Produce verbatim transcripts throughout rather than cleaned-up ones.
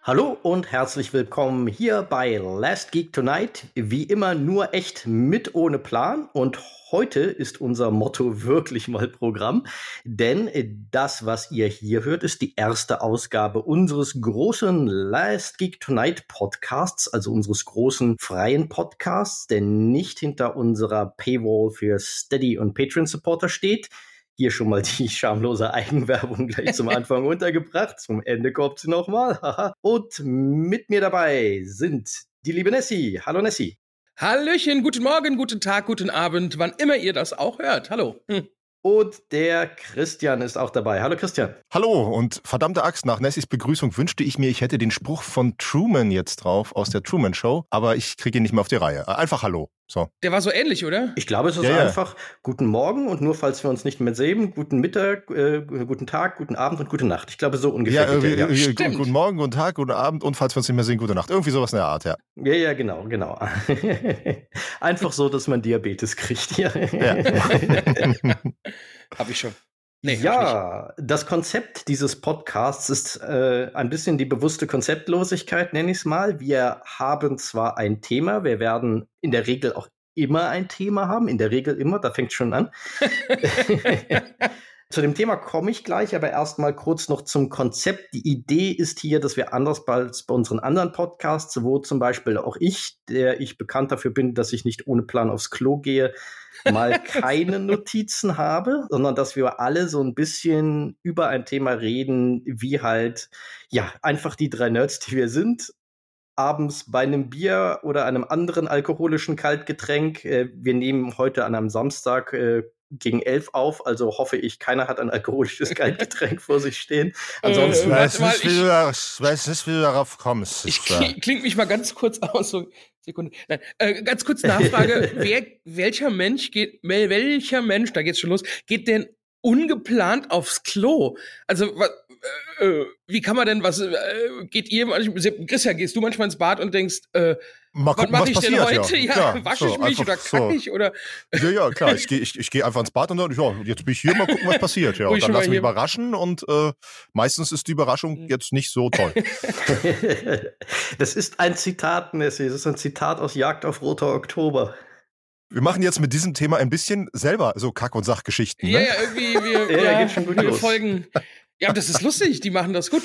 Hallo und herzlich willkommen hier bei Last Geek Tonight. Wie immer nur echt mit ohne Plan. Und heute ist unser Motto wirklich mal Programm. Denn das, was ihr hier hört, ist die erste Ausgabe unseres großen Last Geek Tonight Podcasts, also unseres großen freien Podcasts, der nicht hinter unserer Paywall für Steady und Patreon Supporter steht. Hier schon mal die schamlose Eigenwerbung gleich zum Anfang untergebracht. Zum Ende kommt sie nochmal. Und mit mir dabei sind die liebe Nessie. Hallo Nessie. Hallöchen, guten Morgen, guten Tag, guten Abend, wann immer ihr das auch hört. Hallo. Hm. Und der Christian ist auch dabei. Hallo Christian. Hallo und verdammte Axt, nach Nessies Begrüßung wünschte ich mir, ich hätte den Spruch von Truman jetzt drauf aus der Truman Show, aber ich kriege ihn nicht mehr auf die Reihe. Einfach Hallo. So. Der war so ähnlich, oder? Ich glaube, es ist Ja, ja. einfach guten Morgen und nur falls wir uns nicht mehr sehen, guten Mittag, äh, guten Tag, guten Abend und gute Nacht. Ich glaube, so ungefähr. Ja, geht der, äh, ja. äh, gu- guten Morgen, guten Tag, guten Abend und falls wir uns nicht mehr sehen, gute Nacht. Irgendwie sowas in der Art, ja. Ja, ja, genau, genau. Einfach so, dass man Diabetes kriegt. Ja. Ja. Hab ich schon. Nee, ja, das Konzept dieses Podcasts ist äh, ein bisschen die bewusste Konzeptlosigkeit, nenne ich es mal. Wir haben zwar ein Thema, wir werden in der Regel auch immer ein Thema haben, in der Regel immer, da fängt es schon an. Zu dem Thema komme ich gleich, aber erstmal kurz noch zum Konzept. Die Idee ist hier, dass wir anders als bei unseren anderen Podcasts, wo zum Beispiel auch ich, der ich bekannt dafür bin, dass ich nicht ohne Plan aufs Klo gehe, mal keine Notizen habe, sondern dass wir alle so ein bisschen über ein Thema reden, wie halt, ja, einfach die drei Nerds, die wir sind, abends bei einem Bier oder einem anderen alkoholischen Kaltgetränk. Äh, wir nehmen heute an einem Samstag äh, gegen elf auf, also hoffe ich, keiner hat ein alkoholisches Kaltgetränk vor sich stehen. Ansonsten Äh, weiß, warte mal, nicht, wie ich- du da, weiß nicht, wie du darauf kommst. Ich Ja. kling, kling mich mal ganz kurz aus. So, Sekunde. Nein, äh, ganz kurz Nachfrage. wer, welcher Mensch geht, wel- welcher Mensch, da geht's schon los, geht denn ungeplant aufs Klo? Also, wa, äh, äh, wie kann man denn, was, äh, geht ihr, manchmal- Christian, gehst du manchmal ins Bad und denkst, äh, Mal was gucken, mache was ich passiert. denn heute? Ja, Klar, wasche so, ich mich einfach oder so. kacke ich oder? Ja, ja, klar. Ich gehe ich, ich geh einfach ins Bad und dann, ja, jetzt bin ich hier, mal gucken, was passiert. Ja, Ruhig und dann schon mal lass mich hier. überraschen und äh, meistens ist die Überraschung jetzt nicht so toll. das ist ein Zitat, Nessie. Das ist ein Zitat aus Jagd auf Roter Oktober. Wir machen jetzt mit diesem Thema ein bisschen selber so Kack- und Sachgeschichten, Ja, ne? ja, irgendwie, wir, Ja, ja, geht schon gut wir los. folgen. Ja, das ist lustig, die machen das gut.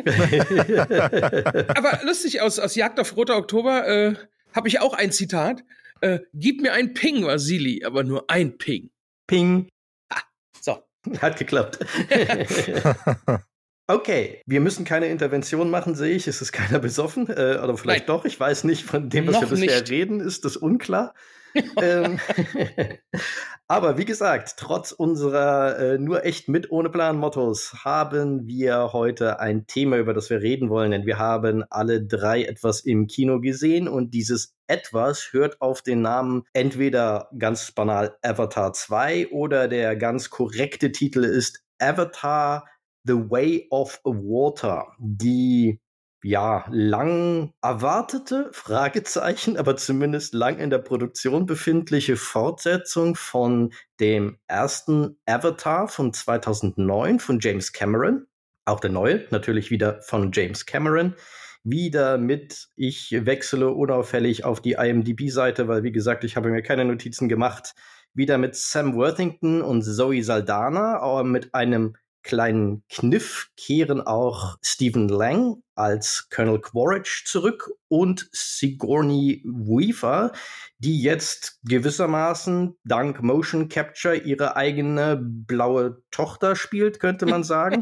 Aber lustig, aus, aus Jagd auf Roter Oktober äh, habe ich auch ein Zitat. Äh, Gib mir ein Ping, Vasili, aber nur ein Ping. Ping. So. Hat geklappt. Okay, wir müssen keine Intervention machen, sehe ich. Es ist keiner besoffen. Äh, oder vielleicht Nein. doch. Ich weiß nicht. Von dem, was Noch wir bisher nicht. reden, ist das unklar. ähm, aber wie gesagt, trotz unserer äh, nur echt mit ohne Plan Mottos haben wir heute ein Thema, über das wir reden wollen. Denn wir haben alle drei etwas im Kino gesehen. Und dieses etwas hört auf den Namen entweder ganz banal Avatar zwei oder der ganz korrekte Titel ist Avatar The Way of Water, die ja lang erwartete, Fragezeichen, aber zumindest lang in der Produktion befindliche Fortsetzung von dem ersten Avatar von zweitausendneun von James Cameron. Auch der neue, natürlich wieder von James Cameron. Wieder mit, ich wechsle unauffällig auf die I M D B-Seite, weil wie gesagt, ich habe mir keine Notizen gemacht. Wieder mit Sam Worthington und Zoe Saldana, aber mit einem kleinen Kniff kehren auch Stephen Lang als Colonel Quaritch zurück und Sigourney Weaver, die jetzt gewissermaßen dank Motion Capture ihre eigene blaue Tochter spielt, könnte man sagen.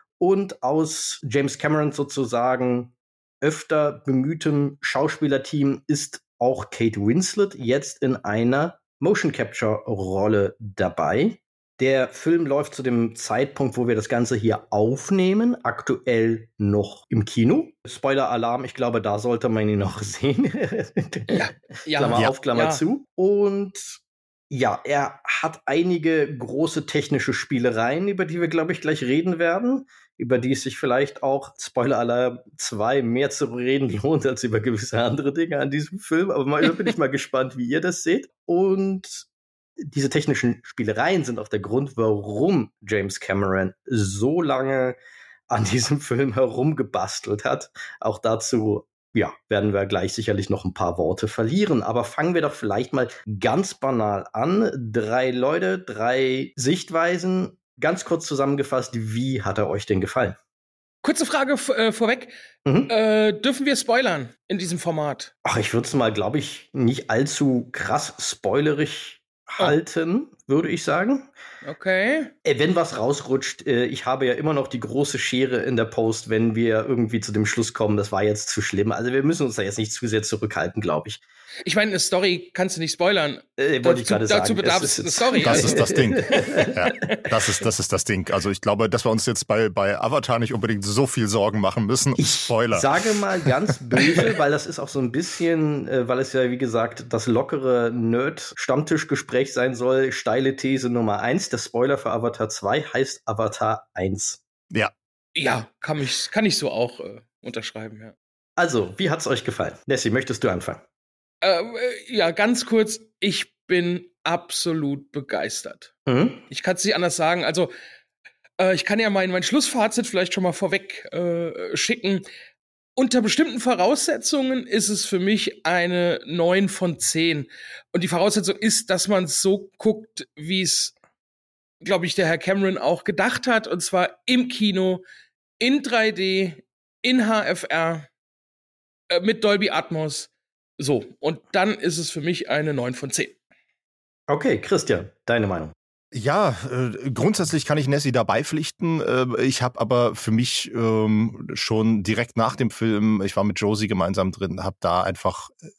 Und aus James Cameron sozusagen öfter bemühtem Schauspielerteam ist auch Kate Winslet jetzt in einer Motion Capture Rolle dabei. Der Film läuft zu dem Zeitpunkt, wo wir das Ganze hier aufnehmen, aktuell noch im Kino. Spoiler-Alarm, ich glaube, da sollte man ihn noch sehen. Ja, ja, Klammer ja, auf, Klammer ja. zu. Und ja, er hat einige große technische Spielereien, über die wir, glaube ich, gleich reden werden, über die es sich vielleicht auch, Spoiler-Alarm zwei, mehr zu reden lohnt als über gewisse andere Dinge an diesem Film. Aber mal, da bin ich mal gespannt, wie ihr das seht. Und diese technischen Spielereien sind auch der Grund, warum James Cameron so lange an diesem Film herumgebastelt hat. Auch dazu, ja, werden wir gleich sicherlich noch ein paar Worte verlieren. Aber fangen wir doch vielleicht mal ganz banal an. Drei Leute, drei Sichtweisen. Ganz kurz zusammengefasst, wie hat er euch denn gefallen? Kurze Frage äh, vorweg. Mhm. Äh, dürfen wir spoilern in diesem Format? Ach, ich würde es mal, glaube ich, nicht allzu krass spoilerig halten, oh. würde ich sagen. Okay. Wenn was rausrutscht, ich habe ja immer noch die große Schere in der Post, wenn wir irgendwie zu dem Schluss kommen, das war jetzt zu schlimm. Also wir müssen uns da jetzt nicht zu sehr zurückhalten, glaube ich. Ich meine, eine Story kannst du nicht spoilern. Äh, wollte ich gerade sagen. Dazu bedarf es eine Story. Das ist das Ding. Ja, das ist, das ist das Ding. Also ich glaube, dass wir uns jetzt bei, bei Avatar nicht unbedingt so viel Sorgen machen müssen. Ich Spoiler. sage mal ganz böse, weil das ist auch so ein bisschen, äh, weil es ja, wie gesagt, das lockere Nerd-Stammtischgespräch sein soll. Steile These Nummer eins. Der Spoiler für Avatar zwei heißt Avatar eins. Ja. Ja, kann ich, kann ich so auch äh, unterschreiben, ja. Also, wie hat's euch gefallen? Nessie, möchtest du anfangen? Äh, ja, ganz kurz, ich bin absolut begeistert. Mhm. Ich kann es nicht anders sagen. Also, äh, ich kann ja mein, mein Schlussfazit vielleicht schon mal vorweg äh, schicken. Unter bestimmten Voraussetzungen ist es für mich eine neun von zehn. Und die Voraussetzung ist, dass man es so guckt, wie es, glaube ich, der Herr Cameron auch gedacht hat. Und zwar im Kino, in drei D, in H F R, äh, mit Dolby Atmos. So, und dann ist es für mich eine neun von zehn. Okay, Christian, deine Meinung? Ja, äh, grundsätzlich kann ich Nessie dabei pflichten. Äh, ich habe aber für mich ähm, schon direkt nach dem Film, ich war mit Josie gemeinsam drin, habe da einfach äh,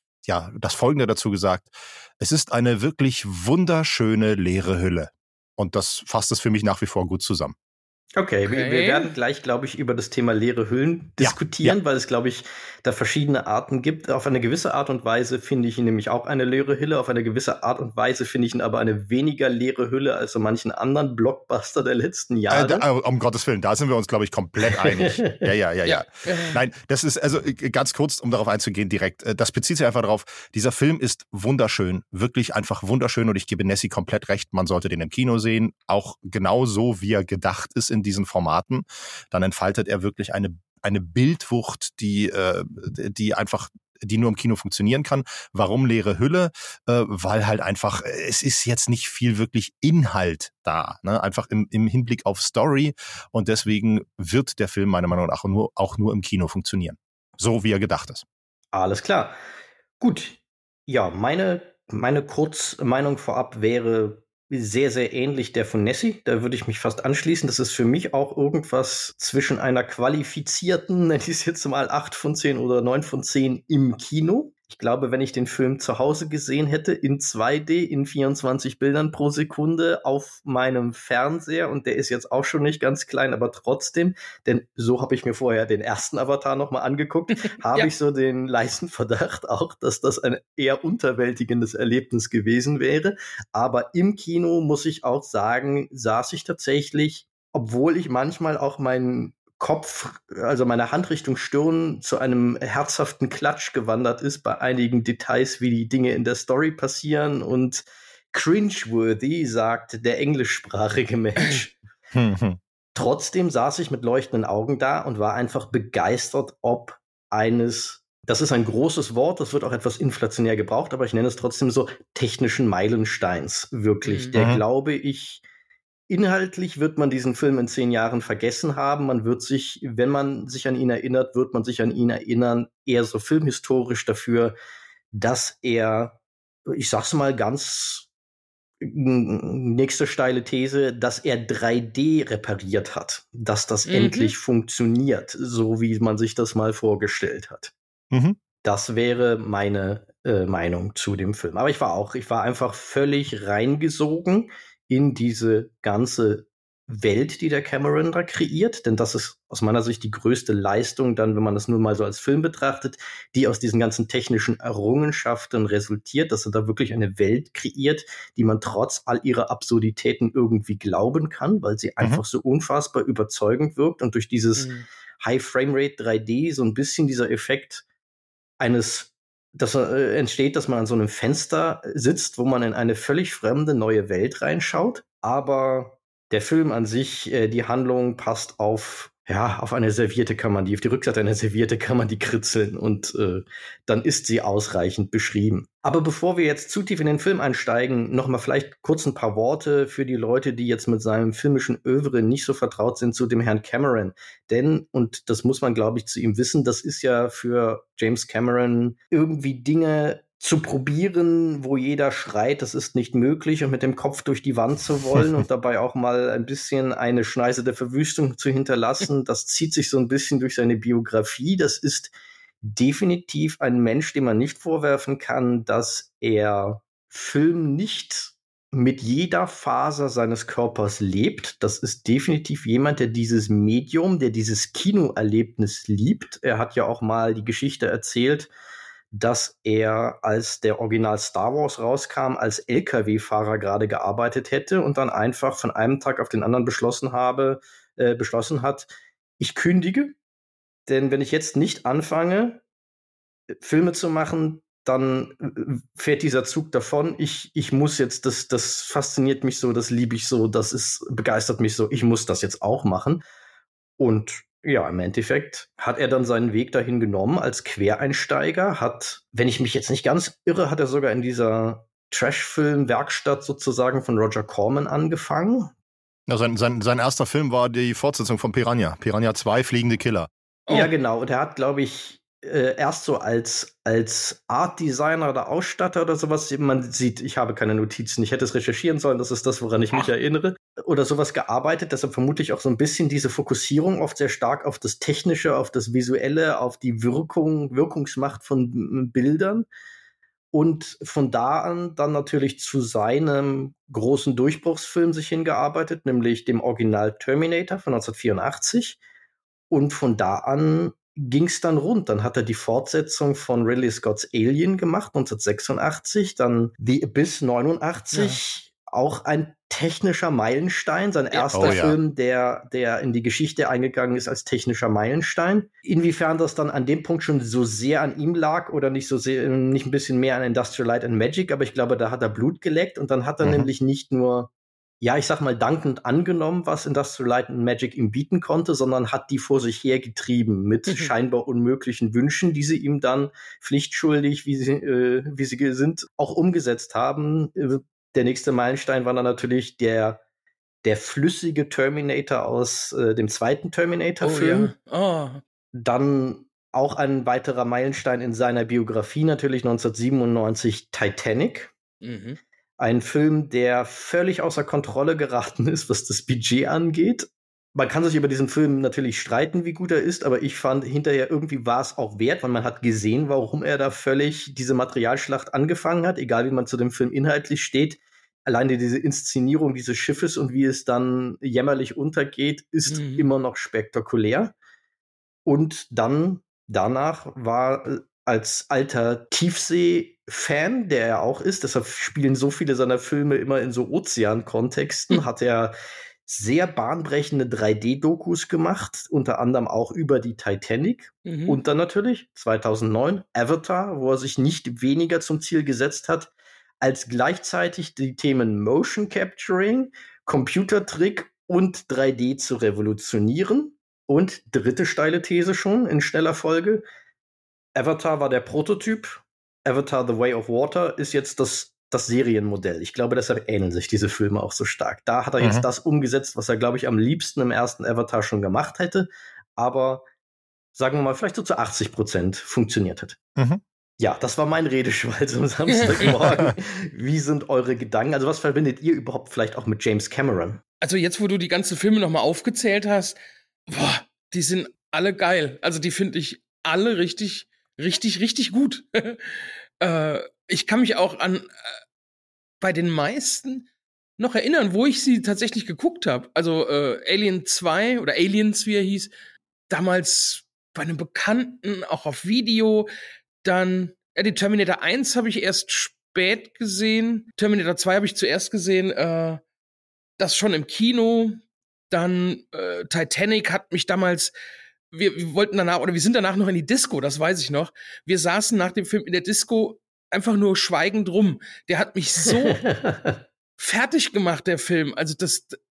ja das Folgende dazu gesagt. Es ist eine wirklich wunderschöne leere Hülle. Und das fasst es für mich nach wie vor gut zusammen. Okay, okay. Wir, wir werden gleich, glaube ich, über das Thema leere Hüllen diskutieren, ja, ja. weil es, glaube ich, da verschiedene Arten gibt. Auf eine gewisse Art und Weise finde ich ihn nämlich auch eine leere Hülle. Auf eine gewisse Art und Weise finde ich ihn aber eine weniger leere Hülle als so manchen anderen Blockbuster der letzten Jahre. Äh, da, um Gottes Willen, da sind wir uns, glaube ich, komplett einig. ja, ja, ja, ja, ja. Nein, das ist, also ganz kurz, um darauf einzugehen direkt, das bezieht sich einfach darauf, dieser Film ist wunderschön, wirklich einfach wunderschön und ich gebe Nessie komplett recht, man sollte den im Kino sehen, auch genau so, wie er gedacht ist in diesen Formaten, dann entfaltet er wirklich eine, eine Bildwucht, die, äh, die einfach, die nur im Kino funktionieren kann. Warum leere Hülle? Äh, weil halt einfach, es ist jetzt nicht viel wirklich Inhalt da, ne? Einfach im, im Hinblick auf Story und deswegen wird der Film meiner Meinung nach nur, auch nur im Kino funktionieren. So wie er gedacht ist. Alles klar. Gut. Ja, meine, meine Kurzmeinung vorab wäre sehr, sehr ähnlich der von Nessie. Da würde ich mich fast anschließen. Das ist für mich auch irgendwas zwischen einer qualifizierten, nenne ich es jetzt mal acht von zehn oder neun von zehn im Kino. Ich glaube, wenn ich den Film zu Hause gesehen hätte, in zwei D, in vierundzwanzig Bildern pro Sekunde auf meinem Fernseher, und der ist jetzt auch schon nicht ganz klein, aber trotzdem, denn so habe ich mir vorher den ersten Avatar nochmal angeguckt, habe ja. ich so den leisen Verdacht auch, dass das ein eher unterwältigendes Erlebnis gewesen wäre. Aber im Kino, muss ich auch sagen, saß ich tatsächlich, obwohl ich manchmal auch meinen Kopf, also meine Hand Richtung Stirn zu einem herzhaften Klatsch gewandert ist bei einigen Details, wie die Dinge in der Story passieren und cringeworthy, sagt der englischsprachige Mensch. Trotzdem saß ich mit leuchtenden Augen da und war einfach begeistert, ob eines, das ist ein großes Wort, das wird auch etwas inflationär gebraucht, aber ich nenne es trotzdem so, technischen Meilensteins, wirklich. Mhm. Der, glaube ich, inhaltlich wird man diesen Film in zehn Jahren vergessen haben. Man wird sich, wenn man sich an ihn erinnert, wird man sich an ihn erinnern, eher so filmhistorisch dafür, dass er, ich sag's mal ganz, nächste steile These, dass er drei D repariert hat, dass das mhm. endlich funktioniert, so wie man sich das mal vorgestellt hat. Mhm. Das wäre meine äh, Meinung zu dem Film. Aber ich war auch, ich war einfach völlig reingesogen in diese ganze Welt, die der Cameron da kreiert, denn das ist aus meiner Sicht die größte Leistung dann, wenn man das nur mal so als Film betrachtet, die aus diesen ganzen technischen Errungenschaften resultiert, dass er da wirklich eine Welt kreiert, die man trotz all ihrer Absurditäten irgendwie glauben kann, weil sie mhm. einfach so unfassbar überzeugend wirkt und durch dieses mhm. High-Frame-Rate drei D so ein bisschen dieser Effekt eines das äh, entsteht, dass man an so einem Fenster sitzt, wo man in eine völlig fremde neue Welt reinschaut. Aber der Film an sich, äh, die Handlung passt auf ja, auf eine Serviette kann man die, auf die Rückseite einer Serviette kann man die kritzeln und äh, dann ist sie ausreichend beschrieben. Aber bevor wir jetzt zu tief in den Film einsteigen, noch mal vielleicht kurz ein paar Worte für die Leute, die jetzt mit seinem filmischen Övre nicht so vertraut sind, zu dem Herrn Cameron. Denn, und das muss man, glaube ich, zu ihm wissen, das ist ja für James Cameron irgendwie Dinge zu probieren, wo jeder schreit, das ist nicht möglich, und mit dem Kopf durch die Wand zu wollen und dabei auch mal ein bisschen eine Schneise der Verwüstung zu hinterlassen. Das zieht sich so ein bisschen durch seine Biografie. Das ist definitiv ein Mensch, dem man nicht vorwerfen kann, dass er Film nicht mit jeder Faser seines Körpers lebt. Das ist definitiv jemand, der dieses Medium, der dieses Kinoerlebnis liebt. Er hat ja auch mal die Geschichte erzählt, dass er, als der Original Star Wars rauskam, als L K W-Fahrer gerade gearbeitet hätte und dann einfach von einem Tag auf den anderen beschlossen habe, äh, beschlossen hat, ich kündige, denn wenn ich jetzt nicht anfange, Filme zu machen, dann fährt dieser Zug davon. Ich, ich muss jetzt, das, das fasziniert mich so, das liebe ich so, das ist, begeistert mich so, ich muss das jetzt auch machen. Und ja, im Endeffekt hat er dann seinen Weg dahin genommen als Quereinsteiger, hat, wenn ich mich jetzt nicht ganz irre, hat er sogar in dieser Trash-Film-Werkstatt sozusagen von Roger Corman angefangen. Ja, sein, sein, sein erster Film war die Fortsetzung von Piranha. Piranha zwei, Fliegende Killer. Oh. Ja, genau. Und er hat, glaube ich, äh, erst so als, als Art-Designer oder Ausstatter oder sowas, man sieht, ich habe keine Notizen, ich hätte es recherchieren sollen, das ist das, woran ich mich Ach. erinnere, oder sowas gearbeitet, deshalb vermutlich auch so ein bisschen diese Fokussierung oft sehr stark auf das Technische, auf das Visuelle, auf die Wirkung, Wirkungsmacht von Bildern. Und von da an dann natürlich zu seinem großen Durchbruchsfilm sich hingearbeitet, nämlich dem Original Terminator von neunzehnhundertvierundachtzig. Und von da an ging es dann rund. Dann hat er die Fortsetzung von Ridley Scotts Alien gemacht, neunzehnhundertsechsundachtzig, dann The Abyss neunundachtzig, ja. Auch ein technischer Meilenstein, sein erster oh, Film, ja. der, der in die Geschichte eingegangen ist als technischer Meilenstein. Inwiefern das dann an dem Punkt schon so sehr an ihm lag oder nicht so sehr, nicht ein bisschen mehr an Industrial Light and Magic, aber ich glaube, da hat er Blut geleckt und dann hat er mhm. nämlich nicht nur, ja, ich sag mal, dankend angenommen, was Industrial Light and Magic ihm bieten konnte, sondern hat die vor sich hergetrieben mit mhm. scheinbar unmöglichen Wünschen, die sie ihm dann pflichtschuldig, wie sie, äh, wie sie sind, auch umgesetzt haben. Der nächste Meilenstein war dann natürlich der, der flüssige Terminator aus äh, dem zweiten Terminator-Film. Oh, ja. oh. Dann auch ein weiterer Meilenstein in seiner Biografie, natürlich neunzehnhundertsiebenundneunzig Titanic. Mhm. Ein Film, der völlig außer Kontrolle geraten ist, was das Budget angeht. Man kann sich über diesen Film natürlich streiten, wie gut er ist, aber ich fand, hinterher irgendwie war es auch wert, weil man hat gesehen, warum er da völlig diese Materialschlacht angefangen hat, egal wie man zu dem Film inhaltlich steht. Alleine diese Inszenierung dieses Schiffes und wie es dann jämmerlich untergeht, ist mhm. immer noch spektakulär. Und dann, danach war als alter Tiefsee-Fan, der er auch ist, deshalb spielen so viele seiner Filme immer in so Ozean-Kontexten, mhm. hat er sehr bahnbrechende drei D-Dokus gemacht, unter anderem auch über die Titanic. Mhm. Und dann natürlich zweitausendneun Avatar, wo er sich nicht weniger zum Ziel gesetzt hat, als gleichzeitig die Themen Motion Capturing, Computertrick und drei D zu revolutionieren. Und dritte steile These schon in schneller Folge. Avatar war der Prototyp. Avatar The Way of Water ist jetzt das das Serienmodell. Ich glaube, deshalb ähneln sich diese Filme auch so stark. Da hat er mhm. jetzt das umgesetzt, was er, glaube ich, am liebsten im ersten Avatar schon gemacht hätte, aber sagen wir mal, vielleicht so zu achtzig Prozent funktioniert hat. Mhm. Ja, das war mein Redeschwall am Samstagmorgen. Wie sind eure Gedanken? Also was verbindet ihr überhaupt vielleicht auch mit James Cameron? Also jetzt, wo du die ganzen Filme nochmal aufgezählt hast, boah, die sind alle geil. Also die finde ich alle richtig, richtig, richtig gut. äh, Ich kann mich auch an äh, bei den meisten noch erinnern, wo ich sie tatsächlich geguckt habe. Also äh, Alien zwei oder Aliens, wie er hieß, damals bei einem Bekannten, auch auf Video. Dann, ja, die Terminator eins habe ich erst spät gesehen. Terminator zwei habe ich zuerst gesehen. Äh, das schon im Kino. Dann äh, Titanic hat mich damals wir, wir wollten danach, oder wir sind danach noch in die Disco, das weiß ich noch. Wir saßen nach dem Film in der Disco einfach nur schweigend rum. Der hat mich so fertig gemacht, der Film. Also das,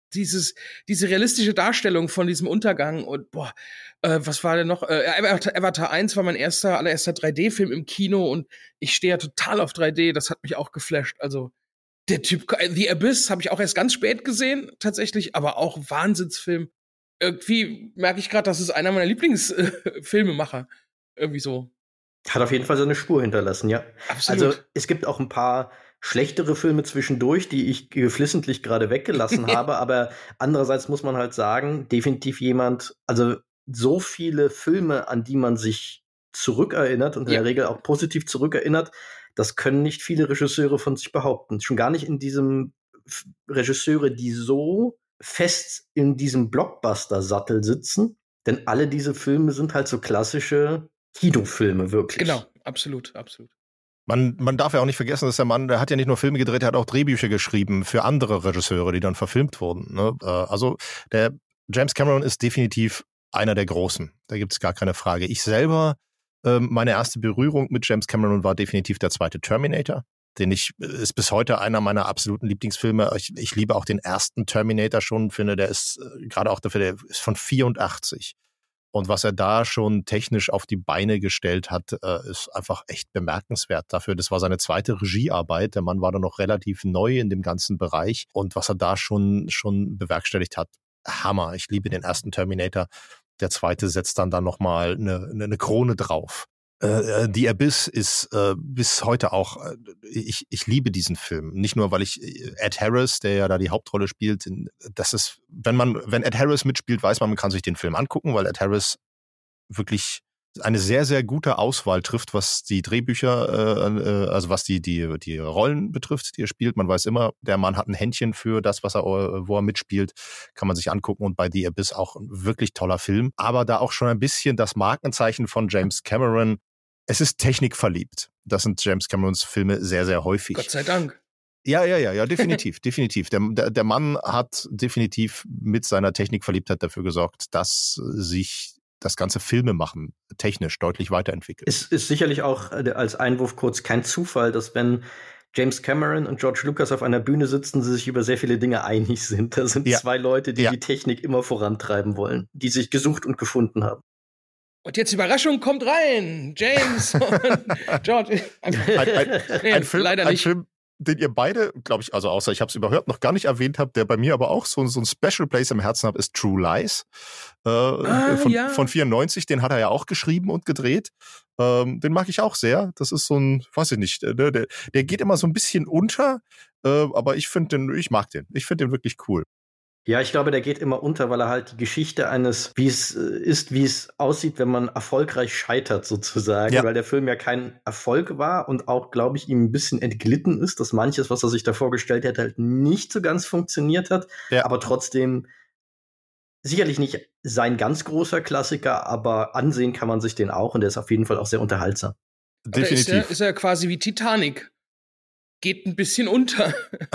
dieses, diese realistische Darstellung von diesem Untergang und boah, äh, was war denn noch? Äh, Avatar, Avatar eins war mein erster, allererster drei D-Film im Kino und ich stehe ja total auf drei D, das hat mich auch geflasht. Also der Typ, The Abyss habe ich auch erst ganz spät gesehen, tatsächlich, aber auch Wahnsinnsfilm. Irgendwie merke ich gerade, das ist einer meiner Lieblingsfilmemacher. Irgendwie so. Hat auf jeden Fall seine Spur hinterlassen, ja. Absolut. Also es gibt auch ein paar schlechtere Filme zwischendurch, die ich geflissentlich gerade weggelassen habe, aber andererseits muss man halt sagen, definitiv jemand, also so viele Filme, an die man sich zurückerinnert und in Ja. der Regel auch positiv zurückerinnert, das können nicht viele Regisseure von sich behaupten. Schon gar nicht in diesem F- Regisseure, die so fest in diesem Blockbuster-Sattel sitzen, denn alle diese Filme sind halt so klassische Kinofilme, wirklich. Genau, absolut, absolut. Man, man darf ja auch nicht vergessen, dass der Mann, der hat ja nicht nur Filme gedreht, der hat auch Drehbücher geschrieben für andere Regisseure, die dann verfilmt wurden. Ne? Also der James Cameron ist definitiv einer der Großen. Da gibt es gar keine Frage. Ich selber, ähm, meine erste Berührung mit James Cameron war definitiv der zweite Terminator, den ich, ist bis heute einer meiner absoluten Lieblingsfilme. Ich, ich liebe auch den ersten Terminator schon, finde, der ist äh, gerade auch dafür, der ist von vierundachtzig. Und was er da schon technisch auf die Beine gestellt hat, äh, ist einfach echt bemerkenswert dafür. Das war seine zweite Regiearbeit. Der Mann war da noch relativ neu in dem ganzen Bereich. Und was er da schon, schon bewerkstelligt hat, Hammer. Ich liebe den ersten Terminator. Der zweite setzt dann da nochmal eine, eine Krone drauf. Äh, The Abyss ist äh, bis heute auch, äh, ich, ich liebe diesen Film. Nicht nur, weil ich Ed Harris, der ja da die Hauptrolle spielt, das ist, wenn man, wenn Ed Harris mitspielt, weiß man, man kann sich den Film angucken, weil Ed Harris wirklich eine sehr, sehr gute Auswahl trifft, was die Drehbücher, äh, also was die, die, die Rollen betrifft, die er spielt. Man weiß immer, der Mann hat ein Händchen für das, was er, wo er mitspielt, kann man sich angucken. Und bei The Abyss auch ein wirklich toller Film. Aber da auch schon ein bisschen das Markenzeichen von James Cameron. Es ist technikverliebt. Das sind James Camerons Filme sehr, sehr häufig. Gott sei Dank. Ja, ja, ja, ja, definitiv, definitiv. Der, der, der Mann hat definitiv mit seiner Technikverliebtheit dafür gesorgt, dass sich das ganze Filmemachen technisch deutlich weiterentwickelt. Es ist sicherlich auch äh, als Einwurf kurz kein Zufall, dass wenn James Cameron und George Lucas auf einer Bühne sitzen, sie sich über sehr viele Dinge einig sind. Da sind Ja. zwei Leute, die Ja. die Technik immer vorantreiben wollen, die sich gesucht und gefunden haben. Und jetzt Überraschung, kommt rein! James und George. Ein, ein, Nee, ein, Film, leider ein nicht. Film, den ihr beide, glaube ich, also außer ich habe es überhört, noch gar nicht erwähnt habt, der bei mir aber auch so, so ein Special Place im Herzen hat, ist True Lies. Äh, Ah, von, ja. von vierundneunzig, den hat er ja auch geschrieben und gedreht. Ähm, den mag ich auch sehr. Das ist so ein, weiß ich nicht, der, der, der geht immer so ein bisschen unter, äh, aber ich finde den, ich mag den. Ich finde den wirklich cool. Ja, ich glaube, der geht immer unter, weil er halt die Geschichte eines, wie es äh, ist, wie es aussieht, wenn man erfolgreich scheitert, sozusagen, Ja. weil der Film ja kein Erfolg war und auch, glaube ich, ihm ein bisschen entglitten ist, dass manches, was er sich da vorgestellt hat, halt nicht so ganz funktioniert hat, Ja. aber trotzdem sicherlich nicht sein ganz großer Klassiker, aber ansehen kann man sich den auch und der ist auf jeden Fall auch sehr unterhaltsam. Aber Ist Definitiv. er, ist er quasi wie Titanic. Geht ein bisschen unter.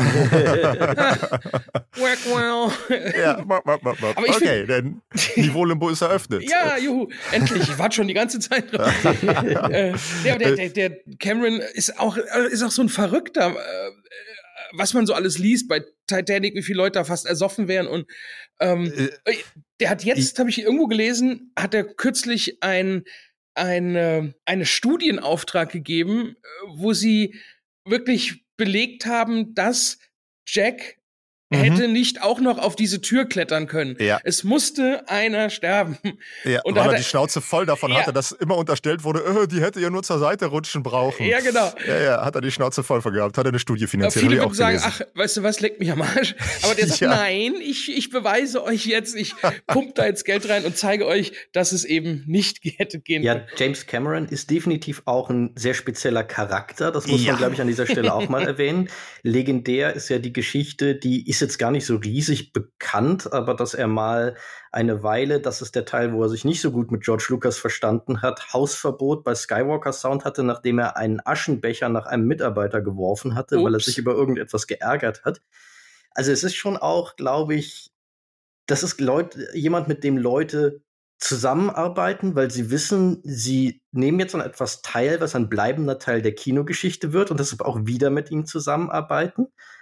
Wack, wow. Ja, ma, ma, ma, ma. Aber ich okay, denn Niveau-Limbo ist eröffnet. Ja, juhu, endlich. Ich warte schon die ganze Zeit drauf. äh, der, der, der, der Cameron ist auch, ist auch so ein Verrückter, äh, was man so alles liest bei Titanic, wie viele Leute da fast ersoffen wären. Und ähm, Äh, der hat jetzt, habe ich irgendwo gelesen, hat er kürzlich ein, ein, eine Studienauftrag gegeben, wo sie wirklich belegt haben, dass Jack Mhm. hätte nicht auch noch auf diese Tür klettern können. Ja. Es musste einer sterben. Ja, Und da weil hat er er- die Schnauze voll davon Ja. hatte, dass immer unterstellt wurde, äh, die hätte ja nur zur Seite rutschen brauchen. Ja, genau. Ja, ja, hat er die Schnauze voll von gehabt, hat er eine Studie Ja, finanziert. viele hab würden ich auch sagen, gelesen. ach, weißt du was, leckt mich am Arsch. Aber der sagt, Ja. nein, ich, ich beweise euch jetzt, ich pump da jetzt Geld rein und zeige euch, dass es eben nicht hätte gehen Ja, können. James Cameron ist definitiv auch ein sehr spezieller Charakter. Das muss Ja. man, glaube ich, an dieser Stelle auch mal erwähnen. Legendär ist ja die Geschichte, die ist jetzt gar nicht so riesig bekannt, aber dass er mal eine Weile, das ist der Teil, wo er sich nicht so gut mit George Lucas verstanden hat, Hausverbot bei Skywalker Sound hatte, nachdem er einen Aschenbecher nach einem Mitarbeiter geworfen hatte, weil er Ups. sich über irgendetwas geärgert hat. Also es ist schon auch, glaube ich, das ist Leut, jemand, mit dem Leute zusammenarbeiten, weil sie wissen, sie nehmen jetzt an etwas teil, was ein bleibender Teil der Kinogeschichte wird und deshalb auch wieder mit ihm zusammenarbeiten.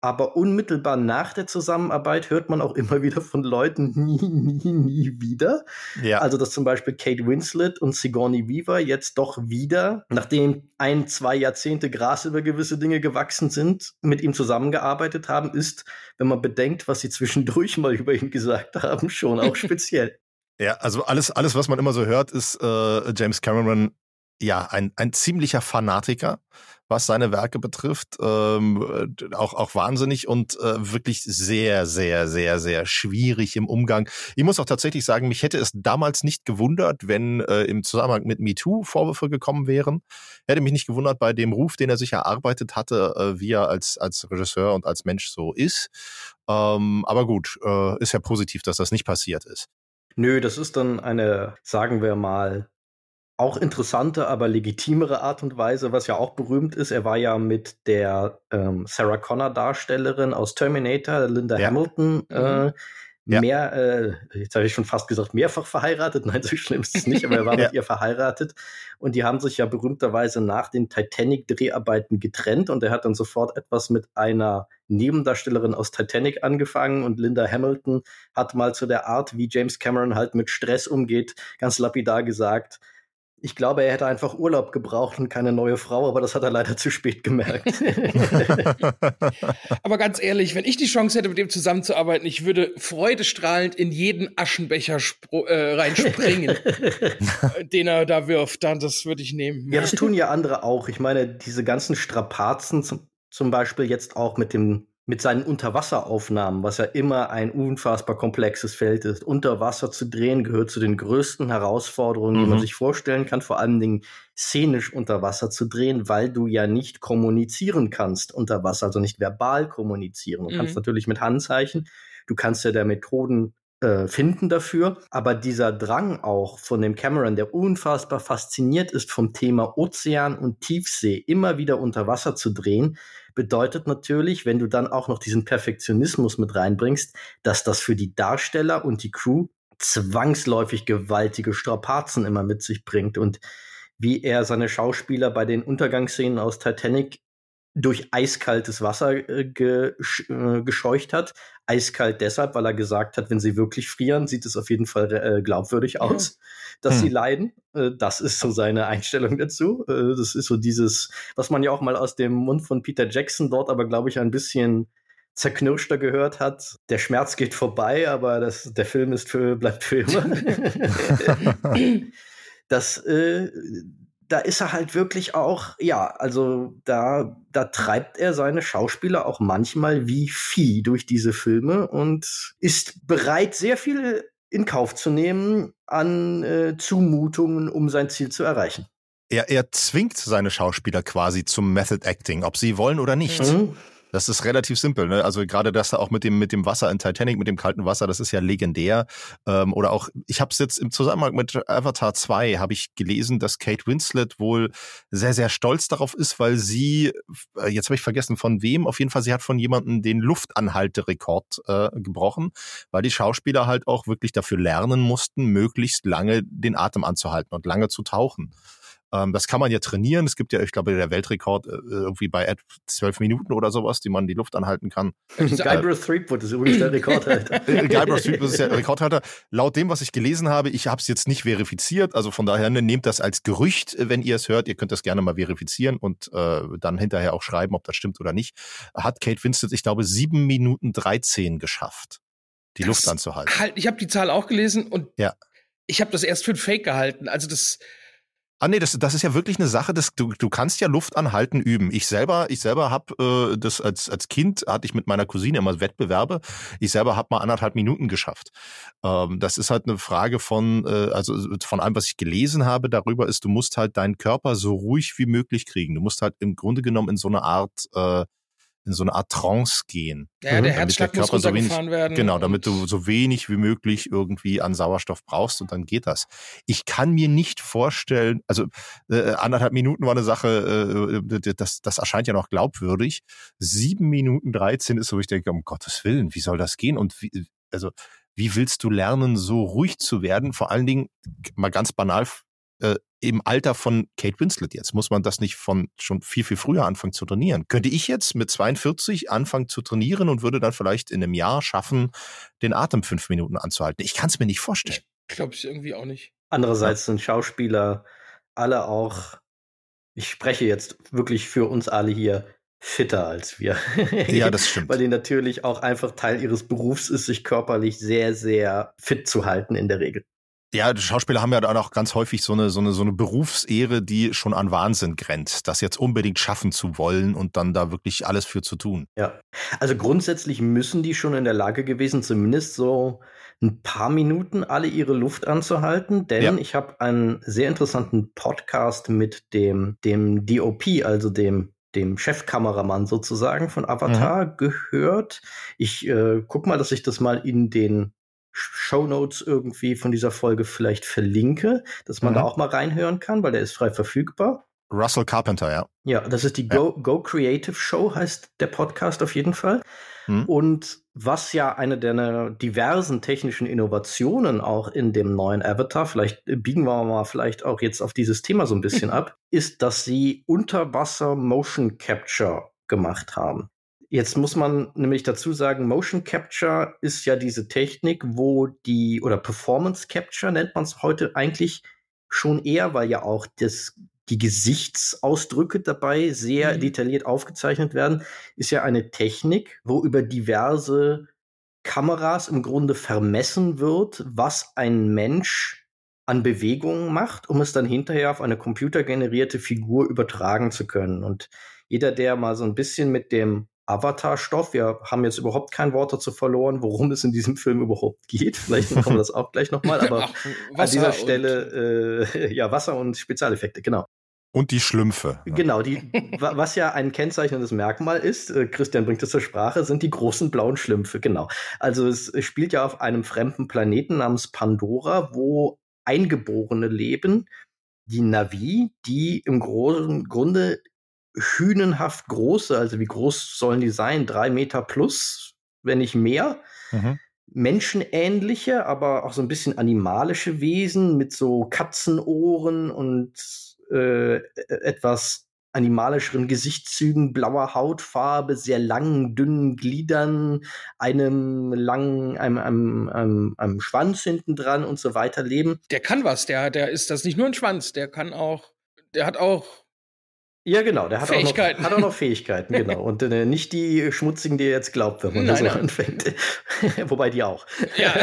aber unmittelbar nach der Zusammenarbeit hört man auch immer wieder von Leuten nie, nie, nie wieder. Ja. Also, dass zum Beispiel Kate Winslet und Sigourney Weaver jetzt doch wieder, nachdem ein, zwei Jahrzehnte Gras über gewisse Dinge gewachsen sind, mit ihm zusammengearbeitet haben, ist, wenn man bedenkt, was sie zwischendurch mal über ihn gesagt haben, schon auch speziell. Ja, also alles, alles, was man immer so hört, ist äh, James Cameron, ja, ein, ein ziemlicher Fanatiker, was seine Werke betrifft, ähm, auch, auch wahnsinnig und äh, wirklich sehr, sehr, sehr, sehr schwierig im Umgang. Ich muss auch tatsächlich sagen, mich hätte es damals nicht gewundert, wenn äh, im Zusammenhang mit MeToo Vorwürfe gekommen wären. Hätte mich nicht gewundert bei dem Ruf, den er sich erarbeitet hatte, äh, wie er als, als Regisseur und als Mensch so ist. Ähm, aber gut, äh, ist ja positiv, dass das nicht passiert ist. Nö, das ist dann eine, sagen wir mal, auch interessante, aber legitimere Art und Weise, was ja auch berühmt ist. Er war ja mit der ähm, Sarah Connor-Darstellerin aus Terminator, Linda ja. Hamilton, mhm. äh, ja. mehr, äh, jetzt habe ich schon fast gesagt, mehrfach verheiratet. Nein, so schlimm ist es nicht, aber er war ja. mit ihr verheiratet. Und die haben sich ja berühmterweise nach den Titanic-Dreharbeiten getrennt. Und er hat dann sofort etwas mit einer Nebendarstellerin aus Titanic angefangen. Und Linda Hamilton hat mal zu der Art, wie James Cameron halt mit Stress umgeht, ganz lapidar gesagt, ich glaube, er hätte einfach Urlaub gebraucht und keine neue Frau, aber das hat er leider zu spät gemerkt. Aber ganz ehrlich, wenn ich die Chance hätte, mit ihm zusammenzuarbeiten, ich würde freudestrahlend in jeden Aschenbecher spro- äh, reinspringen, den er da wirft. Dann, das würde ich nehmen. Ja, das tun ja andere auch. Ich meine, diese ganzen Strapazen, zum, zum Beispiel jetzt auch mit dem mit seinen Unterwasseraufnahmen, was ja immer ein unfassbar komplexes Feld ist. Unter Wasser zu drehen gehört zu den größten Herausforderungen, mhm. die man sich vorstellen kann, vor allen Dingen szenisch unter Wasser zu drehen, weil du ja nicht kommunizieren kannst unter Wasser, also nicht verbal kommunizieren. Du mhm. kannst natürlich mit Handzeichen, du kannst ja der Methoden äh, finden dafür, aber dieser Drang auch von dem Cameron, der unfassbar fasziniert ist vom Thema Ozean und Tiefsee, immer wieder unter Wasser zu drehen, bedeutet natürlich, wenn du dann auch noch diesen Perfektionismus mit reinbringst, dass das für die Darsteller und die Crew zwangsläufig gewaltige Strapazen immer mit sich bringt. Und wie er seine Schauspieler bei den Untergangsszenen aus Titanic durch eiskaltes Wasser äh, gesch- äh, gescheucht hat. Eiskalt deshalb, weil er gesagt hat, wenn sie wirklich frieren, sieht es auf jeden Fall äh, glaubwürdig aus, ja. dass hm. sie leiden. Äh, das ist so seine Einstellung dazu. Äh, das ist so dieses, was man ja auch mal aus dem Mund von Peter Jackson dort aber, glaube ich, ein bisschen zerknirschter gehört hat. Der Schmerz geht vorbei, aber das, der Film ist für, bleibt für immer. das, äh, da ist er halt wirklich auch, ja, also da, da treibt er seine Schauspieler auch manchmal wie Vieh durch diese Filme und ist bereit, sehr viel in Kauf zu nehmen an äh, Zumutungen, um sein Ziel zu erreichen. Er, er zwingt seine Schauspieler quasi zum Method Acting, ob sie wollen oder nicht. Mhm. Das ist relativ simpel, ne? Also gerade das auch mit dem mit dem Wasser in Titanic, mit dem kalten Wasser, das ist ja legendär. Ähm, oder auch, ich habe es jetzt im Zusammenhang mit Avatar zwei, habe ich gelesen, dass Kate Winslet wohl sehr, sehr stolz darauf ist, weil sie, jetzt habe ich vergessen von wem, auf jeden Fall, sie hat von jemandem den Luftanhalterekord äh, gebrochen, weil die Schauspieler halt auch wirklich dafür lernen mussten, möglichst lange den Atem anzuhalten und lange zu tauchen. Das kann man ja trainieren. Es gibt ja, ich glaube, der Weltrekord äh, irgendwie bei zwölf Minuten oder sowas, die man die Luft anhalten kann. Guybrush Threepwood ist übrigens der Rekordhalter. Guybrush Threepwood ist der Rekordhalter. Laut dem, was ich gelesen habe, ich habe es jetzt nicht verifiziert, also von daher ne, nehmt das als Gerücht, wenn ihr es hört. Ihr könnt das gerne mal verifizieren und äh, dann hinterher auch schreiben, ob das stimmt oder nicht. Hat Kate Winslet, ich glaube, sieben Minuten dreizehn geschafft, die das Luft anzuhalten. Halt, ich habe die Zahl auch gelesen und ja. ich habe das erst für ein Fake gehalten. Also das Ah nee, das, das ist ja wirklich eine Sache, dass du, du kannst ja Luft anhalten üben. Ich selber, ich selber habe äh, das als als Kind hatte ich mit meiner Cousine immer Wettbewerbe. Ich selber habe mal anderthalb Minuten geschafft. Ähm, das ist halt eine Frage von, äh, also von allem, was ich gelesen habe darüber, ist, du musst halt deinen Körper so ruhig wie möglich kriegen. Du musst halt im Grunde genommen in so eine Art äh, in so eine Art Trance gehen. Ja, der Herzschlag der muss runtergefahren so wenig, werden. Genau, damit du so wenig wie möglich irgendwie an Sauerstoff brauchst und dann geht das. Ich kann mir nicht vorstellen, also äh, anderthalb Minuten war eine Sache, äh, das, das erscheint ja noch glaubwürdig. Sieben Minuten dreizehn ist so, ich denke, um Gottes Willen, wie soll das gehen? Und wie, also wie willst du lernen, so ruhig zu werden? Vor allen Dingen, mal ganz banal äh, im Alter von Kate Winslet jetzt? Muss man das nicht von schon viel, viel früher anfangen zu trainieren? Könnte ich jetzt mit zweiundvierzig anfangen zu trainieren und würde dann vielleicht in einem Jahr schaffen, den Atem fünf Minuten anzuhalten? Ich kann es mir nicht vorstellen. Ich glaube es irgendwie auch nicht. Andererseits ja. sind Schauspieler alle auch, ich spreche jetzt wirklich für uns alle hier, fitter als wir. Ja, das stimmt. Weil die natürlich auch einfach Teil ihres Berufs ist, sich körperlich sehr, sehr fit zu halten in der Regel. Ja, die Schauspieler haben ja dann auch ganz häufig so eine, so eine, so eine Berufsehre, die schon an Wahnsinn grenzt, das jetzt unbedingt schaffen zu wollen und dann da wirklich alles für zu tun. Ja, also grundsätzlich müssen die schon in der Lage gewesen, zumindest so ein paar Minuten alle ihre Luft anzuhalten, denn ja. ich habe einen sehr interessanten Podcast mit dem, dem D O P, also dem dem Chefkameramann sozusagen von Avatar mhm. gehört. Ich äh, guck mal, dass ich das mal in den Shownotes irgendwie von dieser Folge vielleicht verlinke, dass man mhm. da auch mal reinhören kann, weil der ist frei verfügbar. Russell Carpenter, ja. Ja, das ist die Go, ja. Go Creative Show, heißt der Podcast auf jeden Fall. Mhm. Und was ja eine der diversen technischen Innovationen auch in dem neuen Avatar, vielleicht biegen wir mal vielleicht auch jetzt auf dieses Thema so ein bisschen ab, ist, dass sie Unterwasser Motion Capture gemacht haben. Jetzt muss man nämlich dazu sagen, Motion Capture ist ja diese Technik, wo die, oder Performance Capture nennt man es heute eigentlich schon eher, weil ja auch das die Gesichtsausdrücke dabei sehr mhm. detailliert aufgezeichnet werden, ist ja eine Technik, wo über diverse Kameras im Grunde vermessen wird, was ein Mensch an Bewegungen macht, um es dann hinterher auf eine computergenerierte Figur übertragen zu können. Und jeder, der mal so ein bisschen mit dem Avatar-Stoff, wir haben jetzt überhaupt kein Wort dazu verloren, worum es in diesem Film überhaupt geht. Vielleicht machen wir das auch gleich nochmal, aber Ach, an dieser Stelle, äh, ja, Wasser und Spezialeffekte, genau. Und die Schlümpfe. Genau, die, was ja ein kennzeichnendes Merkmal ist, äh, Christian bringt es zur Sprache, sind die großen blauen Schlümpfe, genau. Also es spielt ja auf einem fremden Planeten namens Pandora, wo Eingeborene leben, die Na'vi, die im großen Grunde hünenhaft große, also wie groß sollen die sein? Drei Meter plus, wenn nicht mehr. Mhm. Menschenähnliche, aber auch so ein bisschen animalische Wesen mit so Katzenohren und äh, etwas animalischeren Gesichtszügen, blauer Hautfarbe, sehr langen, dünnen Gliedern, einem langen, einem, einem, einem, einem Schwanz hinten dran und so weiter leben. Der kann was, der, der ist das nicht nur ein Schwanz, der kann auch, der hat auch Ja, genau, der hat auch, noch, Fähigkeiten. hat auch noch Fähigkeiten, genau. Und äh, nicht die schmutzigen, die ihr jetzt glaubt, wenn man Nein, das so nein. anfängt. Wobei die auch. Ja.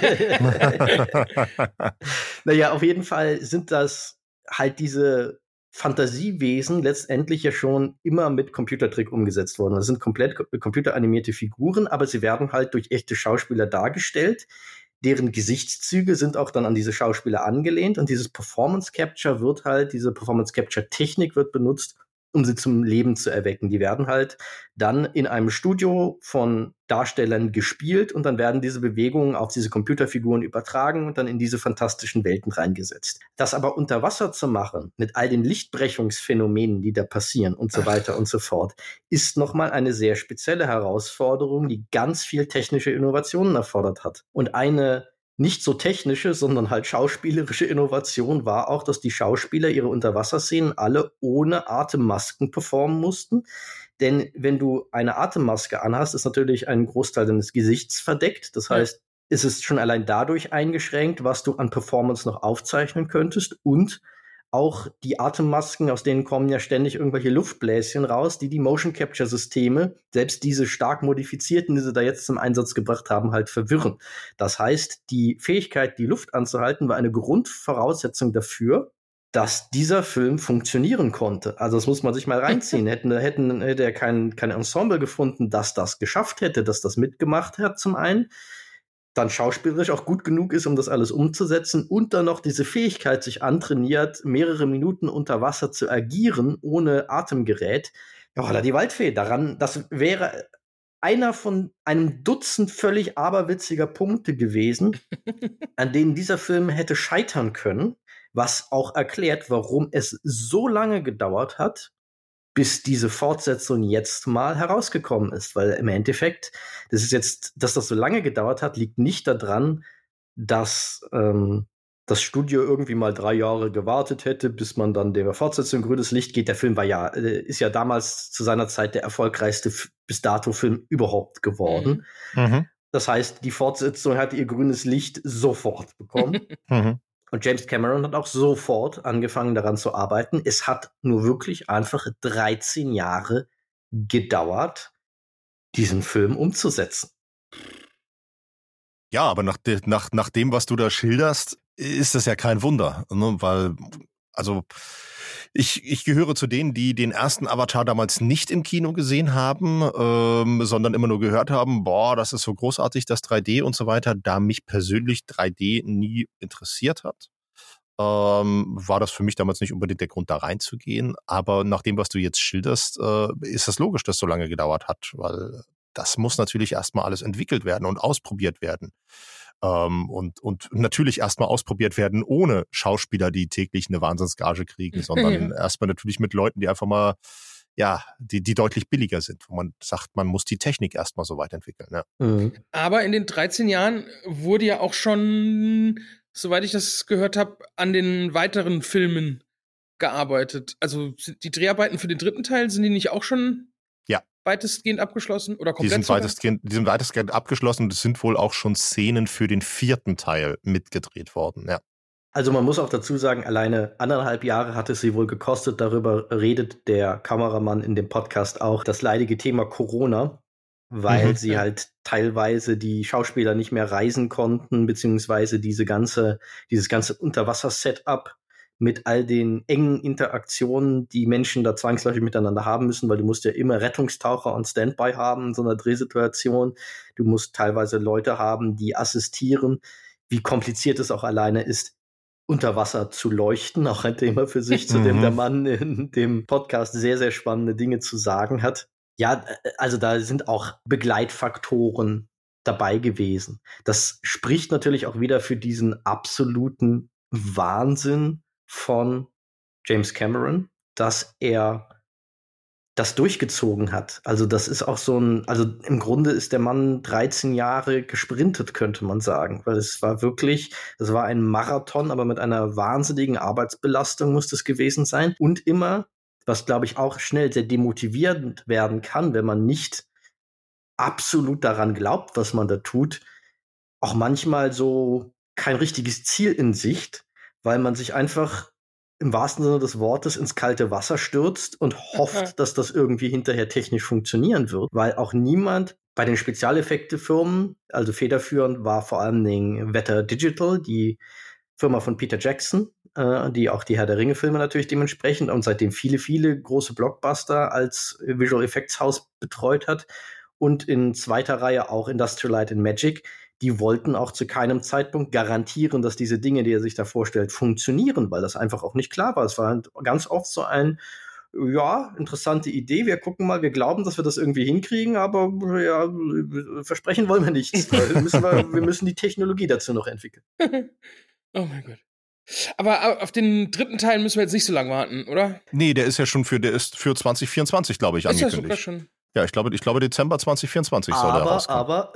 Naja, auf jeden Fall sind das halt diese Fantasiewesen letztendlich ja schon immer mit Computertrick umgesetzt worden. Das sind komplett computeranimierte Figuren, aber sie werden halt durch echte Schauspieler dargestellt. Deren Gesichtszüge sind auch dann an diese Schauspieler angelehnt und dieses Performance Capture wird halt, diese Performance Capture Technik wird benutzt, um sie zum Leben zu erwecken. Die werden halt dann in einem Studio von Darstellern gespielt und dann werden diese Bewegungen auf diese Computerfiguren übertragen und dann in diese fantastischen Welten reingesetzt. Das aber unter Wasser zu machen, mit all den Lichtbrechungsphänomenen, die da passieren und so weiter und so fort, ist nochmal eine sehr spezielle Herausforderung, die ganz viel technische Innovationen erfordert hat. Und eine nicht so technische, sondern halt schauspielerische Innovation war auch, dass die Schauspieler ihre Unterwasserszenen alle ohne Atemmasken performen mussten. Denn wenn du eine Atemmaske anhast, ist natürlich ein Großteil deines Gesichts verdeckt. Das heißt, es ist schon allein dadurch eingeschränkt, was du an Performance noch aufzeichnen könntest. Und auch die Atemmasken, aus denen kommen ja ständig irgendwelche Luftbläschen raus, die die Motion-Capture-Systeme, selbst diese stark modifizierten, die sie da jetzt zum Einsatz gebracht haben, halt verwirren. Das heißt, die Fähigkeit, die Luft anzuhalten, war eine Grundvoraussetzung dafür, dass dieser Film funktionieren konnte. Also das muss man sich mal reinziehen. hätten, hätten, hätte er kein, kein Ensemble gefunden, das das geschafft hätte, das das mitgemacht hat zum einen, dann schauspielerisch auch gut genug ist, um das alles umzusetzen und dann noch diese Fähigkeit sich antrainiert, mehrere Minuten unter Wasser zu agieren, ohne Atemgerät. Ja, da die Waldfee. Daran, das wäre einer von einem Dutzend völlig aberwitziger Punkte gewesen, an denen dieser Film hätte scheitern können, was auch erklärt, warum es so lange gedauert hat, bis diese Fortsetzung jetzt mal herausgekommen ist. Weil im Endeffekt, das ist jetzt, dass das so lange gedauert hat, liegt nicht daran, dass ähm, das Studio irgendwie mal drei Jahre gewartet hätte, bis man dann der Fortsetzung grünes Licht geht. Der Film war ja, äh, ist ja damals zu seiner Zeit der erfolgreichste f- bis dato Film überhaupt geworden. Mhm. Mhm. Das heißt, die Fortsetzung hat ihr grünes Licht sofort bekommen. Mhm. Und James Cameron hat auch sofort angefangen, daran zu arbeiten. Es hat nur wirklich einfach dreizehn Jahre gedauert, diesen Film umzusetzen. Ja, aber nach, de, nach, nach dem, was du da schilderst, ist das ja kein Wunder. Ne? Weil, also, ich, ich gehöre zu denen, die den ersten Avatar damals nicht im Kino gesehen haben, ähm, sondern immer nur gehört haben, boah, das ist so großartig, das drei D und so weiter. Da mich persönlich drei D nie interessiert hat, ähm, war das für mich damals nicht unbedingt der Grund, da reinzugehen. Aber nach dem, was du jetzt schilderst, äh, ist das logisch, dass es so lange gedauert hat, weil das muss natürlich erstmal alles entwickelt werden und ausprobiert werden. Ähm, und, und natürlich erstmal ausprobiert werden ohne Schauspieler, die täglich eine Wahnsinnsgage kriegen, sondern erstmal natürlich mit Leuten, die einfach mal, ja, die, die deutlich billiger sind, wo man sagt, man muss die Technik erstmal so weit entwickeln. Ja. Mhm. Aber in den dreizehn Jahren wurde ja auch schon, soweit ich das gehört habe, an den weiteren Filmen gearbeitet. Also sind die Dreharbeiten für den dritten Teil, sind die nicht auch schon Ja. weitestgehend abgeschlossen oder Die komplett sind, sogar? weitestgehend, die sind weitestgehend abgeschlossen und es sind wohl auch schon Szenen für den vierten Teil mitgedreht worden. Ja. Also man muss auch dazu sagen, alleine anderthalb Jahre hat es sie wohl gekostet. Darüber redet der Kameramann in dem Podcast auch, das leidige Thema Corona, weil Mhm. sie halt teilweise die Schauspieler nicht mehr reisen konnten, beziehungsweise diese ganze, dieses ganze Unterwasser-Setup mit all den engen Interaktionen, die Menschen da zwangsläufig miteinander haben müssen, weil du musst ja immer Rettungstaucher on Standby haben in so einer Drehsituation. Du musst teilweise Leute haben, die assistieren. Wie kompliziert es auch alleine ist, unter Wasser zu leuchten, auch ein Thema für sich, zu dem Mhm. der Mann in dem Podcast sehr, sehr spannende Dinge zu sagen hat. Ja, also da sind auch Begleitfaktoren dabei gewesen. Das spricht natürlich auch wieder für diesen absoluten Wahnsinn von James Cameron, dass er das durchgezogen hat. Also das ist auch so ein, also im Grunde ist der Mann dreizehn Jahre gesprintet, könnte man sagen, weil es war wirklich, es war ein Marathon, aber mit einer wahnsinnigen Arbeitsbelastung muss das gewesen sein und immer, was glaube ich auch schnell sehr demotivierend werden kann, wenn man nicht absolut daran glaubt, was man da tut, auch manchmal so kein richtiges Ziel in Sicht, weil man sich einfach im wahrsten Sinne des Wortes ins kalte Wasser stürzt und hofft, dass das irgendwie hinterher technisch funktionieren wird, weil auch niemand bei den Spezialeffekte-Firmen, also federführend war vor allen Dingen Wetter Digital, die Firma von Peter Jackson, äh, die auch die Herr der Ringe-Filme natürlich dementsprechend und seitdem viele, viele große Blockbuster als Visual Effects Haus betreut hat und in zweiter Reihe auch Industrial Light and Magic. Die wollten auch zu keinem Zeitpunkt garantieren, dass diese Dinge, die er sich da vorstellt, funktionieren, weil das einfach auch nicht klar war. Es war ganz oft so ein, ja, interessante Idee, wir gucken mal, wir glauben, dass wir das irgendwie hinkriegen, aber ja, versprechen wollen wir nichts. Weil müssen wir, wir müssen die Technologie dazu noch entwickeln. Oh mein Gott. Aber auf den dritten Teil müssen wir jetzt nicht so lange warten, oder? Nee, der ist ja schon für, der ist für zwanzig vierundzwanzig, glaube ich, Ist ja angekündigt. sogar schon. Ja, ich glaube, ich glaube Dezember zwanzig vierundzwanzig soll der Aber, rauskommen. aber,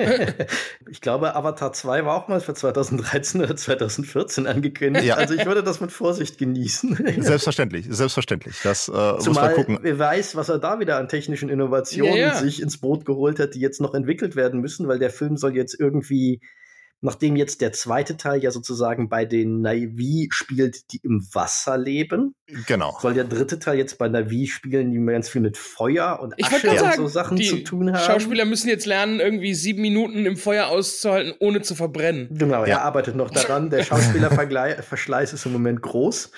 ich glaube, Avatar zwei war auch mal für zwanzig dreizehn oder zwanzig vierzehn angekündigt. Ja. Also ich würde das mit Vorsicht genießen. Selbstverständlich, selbstverständlich. Das äh, muss man Zumal gucken. wer weiß, was er da wieder an technischen Innovationen Ja, ja. sich ins Boot geholt hat, die jetzt noch entwickelt werden müssen, weil der Film soll jetzt irgendwie, nachdem jetzt der zweite Teil ja sozusagen bei den Na'vi spielt, die im Wasser leben, Genau. soll der dritte Teil jetzt bei Na'vi spielen, die ganz viel mit Feuer und Ich wollte Asche gerade und sagen, so Sachen die zu tun haben. Schauspieler müssen jetzt lernen, irgendwie sieben Minuten im Feuer auszuhalten, ohne zu verbrennen. Genau, Ja. er arbeitet noch daran. Der Schauspielerverschleiß ist im Moment groß.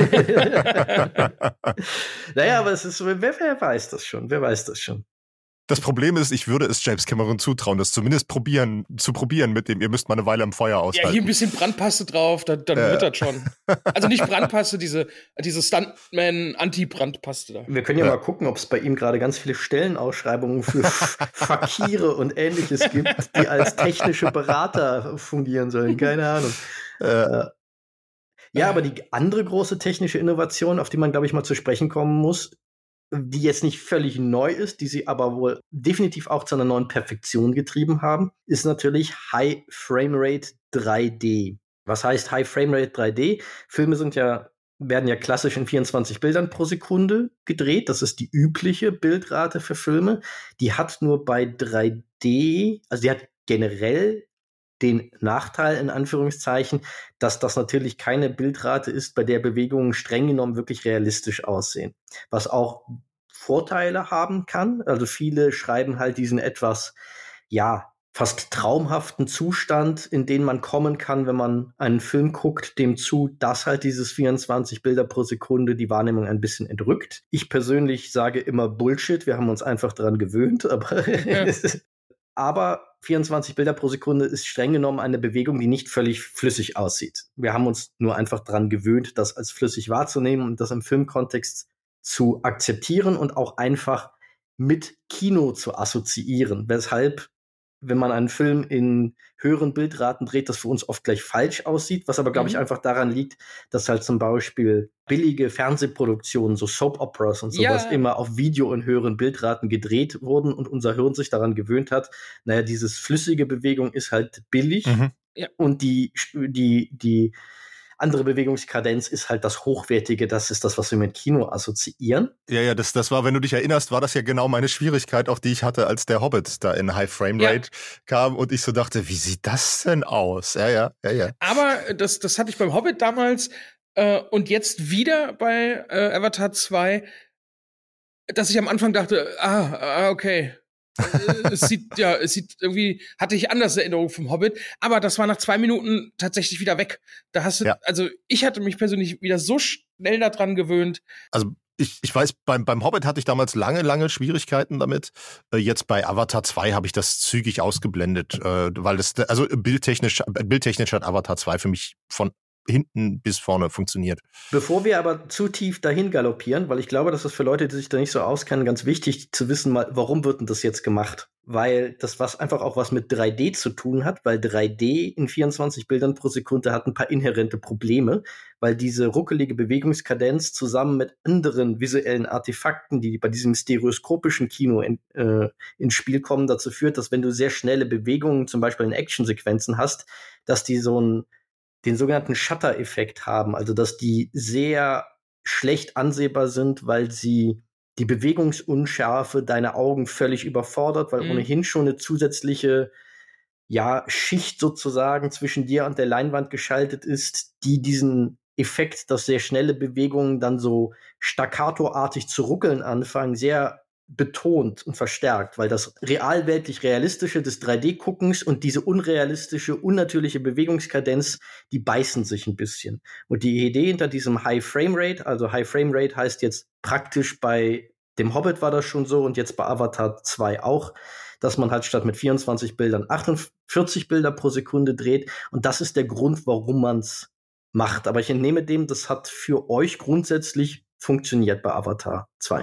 Naja, aber es ist, wer, wer weiß das schon? Wer weiß das schon? Das Problem ist, ich würde es James Cameron zutrauen, das zumindest probieren, zu probieren mit dem, ihr müsst mal eine Weile im Feuer Ja, aushalten. hier ein bisschen Brandpaste drauf, dann, dann Äh. wird das schon. Also nicht Brandpaste, diese, diese Stuntman-Anti-Brandpaste da. Wir können ja, Ja. mal gucken, ob es bei ihm gerade ganz viele Stellenausschreibungen für Fakire und Ähnliches gibt, die als technische Berater fungieren sollen. Keine Ahnung. Äh, Ja, aber die andere große technische Innovation, auf die man, glaube ich, mal zu sprechen kommen muss, die jetzt nicht völlig neu ist, die sie aber wohl definitiv auch zu einer neuen Perfektion getrieben haben, ist natürlich High Framerate drei D. Was heißt High Framerate drei D? Filme sind ja, werden ja klassisch in vierundzwanzig Bildern pro Sekunde gedreht. Das ist die übliche Bildrate für Filme. Die hat nur bei drei D, also die hat generell den Nachteil, in Anführungszeichen, dass das natürlich keine Bildrate ist, bei der Bewegungen streng genommen wirklich realistisch aussehen. Was auch Vorteile haben kann. Also viele schreiben halt diesen etwas, ja, fast traumhaften Zustand, in den man kommen kann, wenn man einen Film guckt, dem zu, dass halt dieses vierundzwanzig Bilder pro Sekunde die Wahrnehmung ein bisschen entrückt. Ich persönlich sage immer Bullshit, wir haben uns einfach daran gewöhnt, aber ja. Aber vierundzwanzig Bilder pro Sekunde ist streng genommen eine Bewegung, die nicht völlig flüssig aussieht. Wir haben uns nur einfach daran gewöhnt, das als flüssig wahrzunehmen und das im Filmkontext zu akzeptieren und auch einfach mit Kino zu assoziieren. Weshalb, wenn man einen Film in höheren Bildraten dreht, das für uns oft gleich falsch aussieht, was aber, glaube ich, einfach daran liegt, dass halt zum Beispiel billige Fernsehproduktionen, so Soap-Operas und sowas, ja. immer auf Video in höheren Bildraten gedreht wurden und unser Hirn sich daran gewöhnt hat, naja, dieses flüssige Bewegung ist halt billig mhm. ja. und die, die, die andere Bewegungskadenz ist halt das Hochwertige, das ist das, was wir mit Kino assoziieren. Ja, ja, das, das war, wenn du dich erinnerst, war das ja genau meine Schwierigkeit, auch die ich hatte, als der Hobbit da in High Frame Rate ja. kam und ich so dachte, wie sieht das denn aus? Ja, ja, ja, ja. Aber das, das hatte ich beim Hobbit damals äh, und jetzt wieder bei äh, Avatar zwei, dass ich am Anfang dachte, ah, ah okay, es sieht, ja, es sieht irgendwie, hatte ich anders Erinnerungen vom Hobbit, aber das war nach zwei Minuten tatsächlich wieder weg. Da hast du, ja. also ich hatte mich persönlich wieder so schnell daran gewöhnt. Also ich, ich weiß, beim, beim Hobbit hatte ich damals lange, lange Schwierigkeiten damit. Jetzt bei Avatar zwei habe ich das zügig ausgeblendet, weil das, also bildtechnisch, bildtechnisch hat Avatar zwei für mich von hinten bis vorne funktioniert. Bevor wir aber zu tief dahin galoppieren, weil ich glaube, das ist für Leute, die sich da nicht so auskennen, ganz wichtig zu wissen, mal, warum wird denn das jetzt gemacht? Weil das was einfach auch was mit drei D zu tun hat, weil drei D in vierundzwanzig Bildern pro Sekunde hat ein paar inhärente Probleme, weil diese ruckelige Bewegungskadenz zusammen mit anderen visuellen Artefakten, die bei diesem stereoskopischen Kino in, äh, ins Spiel kommen, dazu führt, dass wenn du sehr schnelle Bewegungen, zum Beispiel in Actionsequenzen hast, dass die so ein den sogenannten Shutter-Effekt haben, also dass die sehr schlecht ansehbar sind, weil sie die Bewegungsunschärfe deiner Augen völlig überfordert, weil mhm. ohnehin schon eine zusätzliche ja, Schicht sozusagen zwischen dir und der Leinwand geschaltet ist, die diesen Effekt, dass sehr schnelle Bewegungen dann so staccatoartig zu ruckeln anfangen, sehr betont und verstärkt, weil das realweltlich Realistische des drei D-Guckens und diese unrealistische, unnatürliche Bewegungskadenz, die beißen sich ein bisschen. Und die Idee hinter diesem High Frame Rate, also High Frame Rate heißt jetzt praktisch bei dem Hobbit war das schon so und jetzt bei Avatar zwei auch, dass man halt statt mit vierundzwanzig Bildern achtundvierzig Bilder pro Sekunde dreht. Und das ist der Grund, warum man es macht. Aber ich entnehme dem, das hat für euch grundsätzlich funktioniert bei Avatar zwei.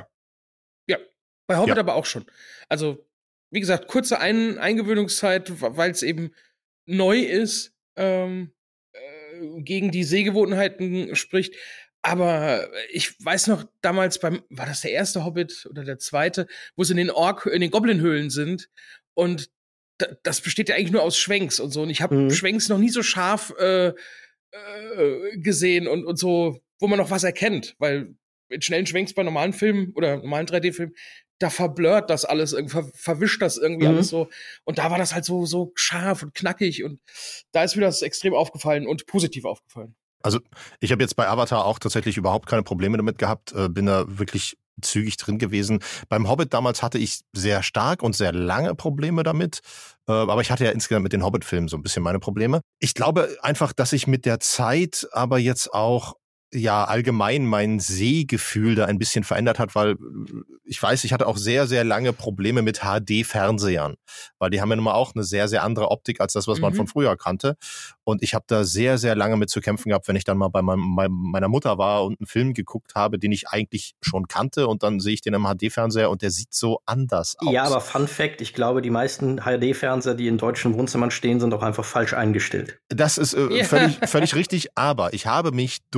Bei Hobbit ja. aber auch schon. Also, wie gesagt, kurze Ein- Eingewöhnungszeit, weil es eben neu ist, ähm, äh, gegen die Sehgewohnheiten spricht. Aber ich weiß noch, damals beim, war das der erste Hobbit oder der zweite, wo sie in den Ork, in den Goblin-Höhlen sind. Und d- das besteht ja eigentlich nur aus Schwenks und so. Und ich habe mhm. Schwenks noch nie so scharf äh, äh, gesehen und, und so, wo man noch was erkennt. Weil mit schnellen Schwenks bei normalen Filmen oder normalen drei D-Filmen, da verblurrt das alles, ver- verwischt das irgendwie mhm. alles so. Und da war das halt so, so scharf und knackig und da ist mir das extrem aufgefallen und positiv aufgefallen. Also ich habe jetzt bei Avatar auch tatsächlich überhaupt keine Probleme damit gehabt, äh, bin da wirklich zügig drin gewesen. Beim Hobbit damals hatte ich sehr stark und sehr lange Probleme damit, äh, aber ich hatte ja insgesamt mit den Hobbit-Filmen so ein bisschen meine Probleme. Ich glaube einfach, dass ich mit der Zeit aber jetzt auch ja allgemein mein Sehgefühl da ein bisschen verändert hat, weil ich weiß, ich hatte auch sehr, sehr lange Probleme mit H D-Fernsehern, weil die haben ja nun mal auch eine sehr, sehr andere Optik als das, was man mhm. von früher kannte. Und ich habe da sehr, sehr lange mit zu kämpfen gehabt, wenn ich dann mal bei meinem, meiner Mutter war und einen Film geguckt habe, den ich eigentlich schon kannte und dann sehe ich den im H D-Fernseher und der sieht so anders aus. Ja, aber Fun Fact, ich glaube, die meisten H D-Fernseher, die in deutschen Wohnzimmern stehen, sind auch einfach falsch eingestellt. Das ist äh, ja. völlig, völlig richtig, aber ich habe mich durch die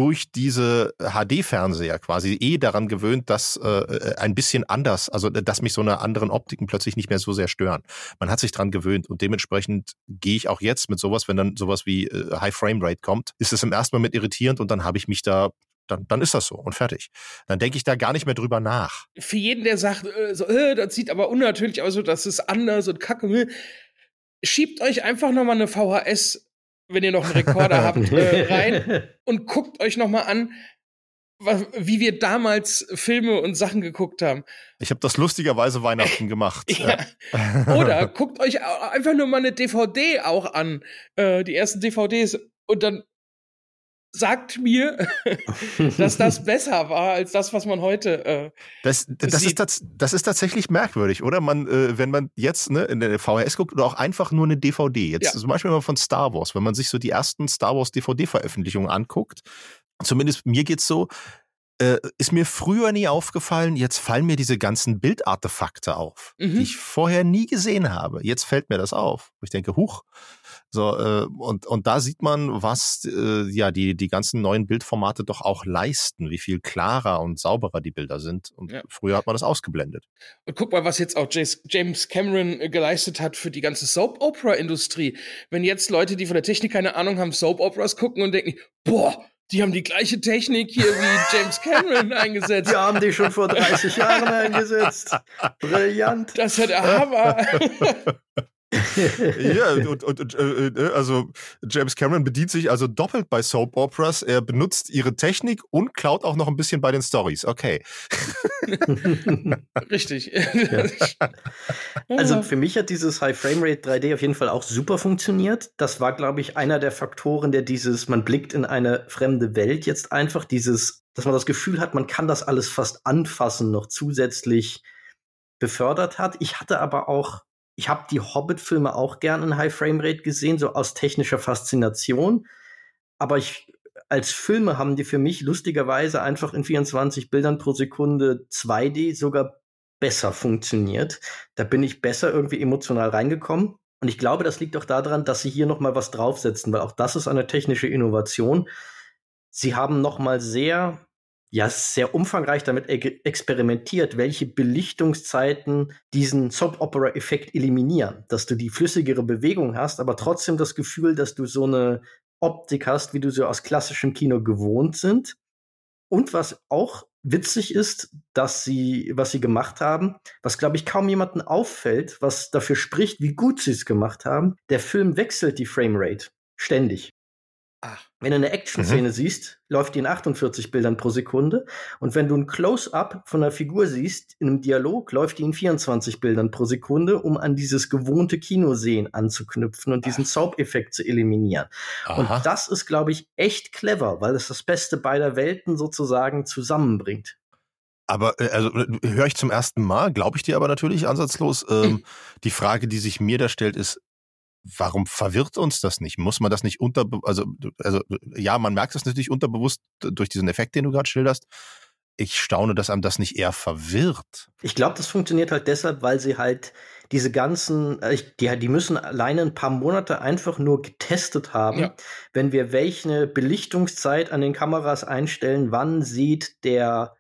diese H D-Fernseher quasi eh daran gewöhnt, dass äh, ein bisschen anders, also dass mich so eine anderen Optiken plötzlich nicht mehr so sehr stören. Man hat sich dran gewöhnt und dementsprechend gehe ich auch jetzt mit sowas, wenn dann sowas wie äh, High Frame Rate kommt, ist es im ersten Moment irritierend und dann habe ich mich da Dann, dann ist das so und fertig. Dann denke ich da gar nicht mehr drüber nach. Für jeden, der sagt, äh, so, äh, das sieht aber unnatürlich aus, so, das ist anders und kacke, schiebt euch einfach nochmal eine V H S, wenn ihr noch einen Rekorder habt, äh, rein und guckt euch nochmal an, was, wie wir damals Filme und Sachen geguckt haben. Ich habe das lustigerweise Weihnachten gemacht. Ja. Ja. Oder guckt euch einfach nur mal eine D V D auch an, äh, die ersten D V Ds, und dann sagt mir, dass das besser war als das, was man heute äh, das, das, ist tats- das ist tatsächlich merkwürdig, oder? Man, äh, wenn man jetzt ne, in der V H S guckt oder auch einfach nur eine D V D, jetzt ja. Zum Beispiel mal von Star Wars, wenn man sich so die ersten Star Wars D V D-Veröffentlichungen anguckt, zumindest mir geht's so, äh, ist mir früher nie aufgefallen, jetzt fallen mir diese ganzen Bildartefakte auf, mhm. die ich vorher nie gesehen habe. Jetzt fällt mir das auf. Ich denke, huch. So, äh, und, und da sieht man, was äh, ja die, die ganzen neuen Bildformate doch auch leisten, wie viel klarer und sauberer die Bilder sind. Und ja. Früher hat man das ausgeblendet. Und guck mal, was jetzt auch James Cameron geleistet hat für die ganze Soap-Opera-Industrie. Wenn jetzt Leute, die von der Technik keine Ahnung haben, Soap-Operas gucken und denken, boah, die haben die gleiche Technik hier wie James Cameron eingesetzt. Die haben die schon vor dreißig Jahren eingesetzt. Brillant. Das ist ja der Hammer. Ja, und, und, und äh, also James Cameron bedient sich also doppelt bei Soap Operas. Er benutzt ihre Technik und klaut auch noch ein bisschen bei den Storys. Okay. Richtig. Ja. Also für mich hat dieses High Frame Rate drei D auf jeden Fall auch super funktioniert. Das war, glaube ich, einer der Faktoren, der dieses, man blickt in eine fremde Welt jetzt einfach, dieses, dass man das Gefühl hat, man kann das alles fast anfassen, noch zusätzlich befördert hat. Ich hatte aber auch Ich habe die Hobbit-Filme auch gern in High-Frame-Rate gesehen, so aus technischer Faszination. Aber ich, als Filme haben die für mich lustigerweise einfach in vierundzwanzig Bildern pro Sekunde zwei D sogar besser funktioniert. Da bin ich besser irgendwie emotional reingekommen. Und ich glaube, das liegt auch daran, dass sie hier noch mal was draufsetzen, weil auch das ist eine technische Innovation. Sie haben noch mal sehr ja, sehr umfangreich damit e- experimentiert, welche Belichtungszeiten diesen Soap-Opera-Effekt eliminieren. Dass du die flüssigere Bewegung hast, aber trotzdem das Gefühl, dass du so eine Optik hast, wie du sie aus klassischem Kino gewohnt sind. Und was auch witzig ist, dass sie, was sie gemacht haben, was, glaube ich, kaum jemandem auffällt, was dafür spricht, wie gut sie es gemacht haben, der Film wechselt die Framerate ständig. Ach. Wenn du eine Action-Szene mhm. siehst, läuft die in achtundvierzig Bildern pro Sekunde. Und wenn du ein Close-Up von einer Figur siehst, in einem Dialog, läuft die in vierundzwanzig Bildern pro Sekunde, um an dieses gewohnte Kinosehen anzuknüpfen und diesen Soap-Effekt zu eliminieren. Aha. Und das ist, glaube ich, echt clever, weil es das Beste beider Welten sozusagen zusammenbringt. Aber also höre ich zum ersten Mal, glaube ich dir aber natürlich ansatzlos. Ähm, mhm. Die Frage, die sich mir da stellt, ist, warum verwirrt uns das nicht? Muss man das nicht unter, also, also ja, man merkt es natürlich unterbewusst durch diesen Effekt, den du gerade schilderst. Ich staune, dass einem das nicht eher verwirrt. Ich glaube, das funktioniert halt deshalb, weil sie halt diese ganzen, die, die müssen alleine ein paar Monate einfach nur getestet haben, ja. Wenn wir welche Belichtungszeit an den Kameras einstellen, wann sieht der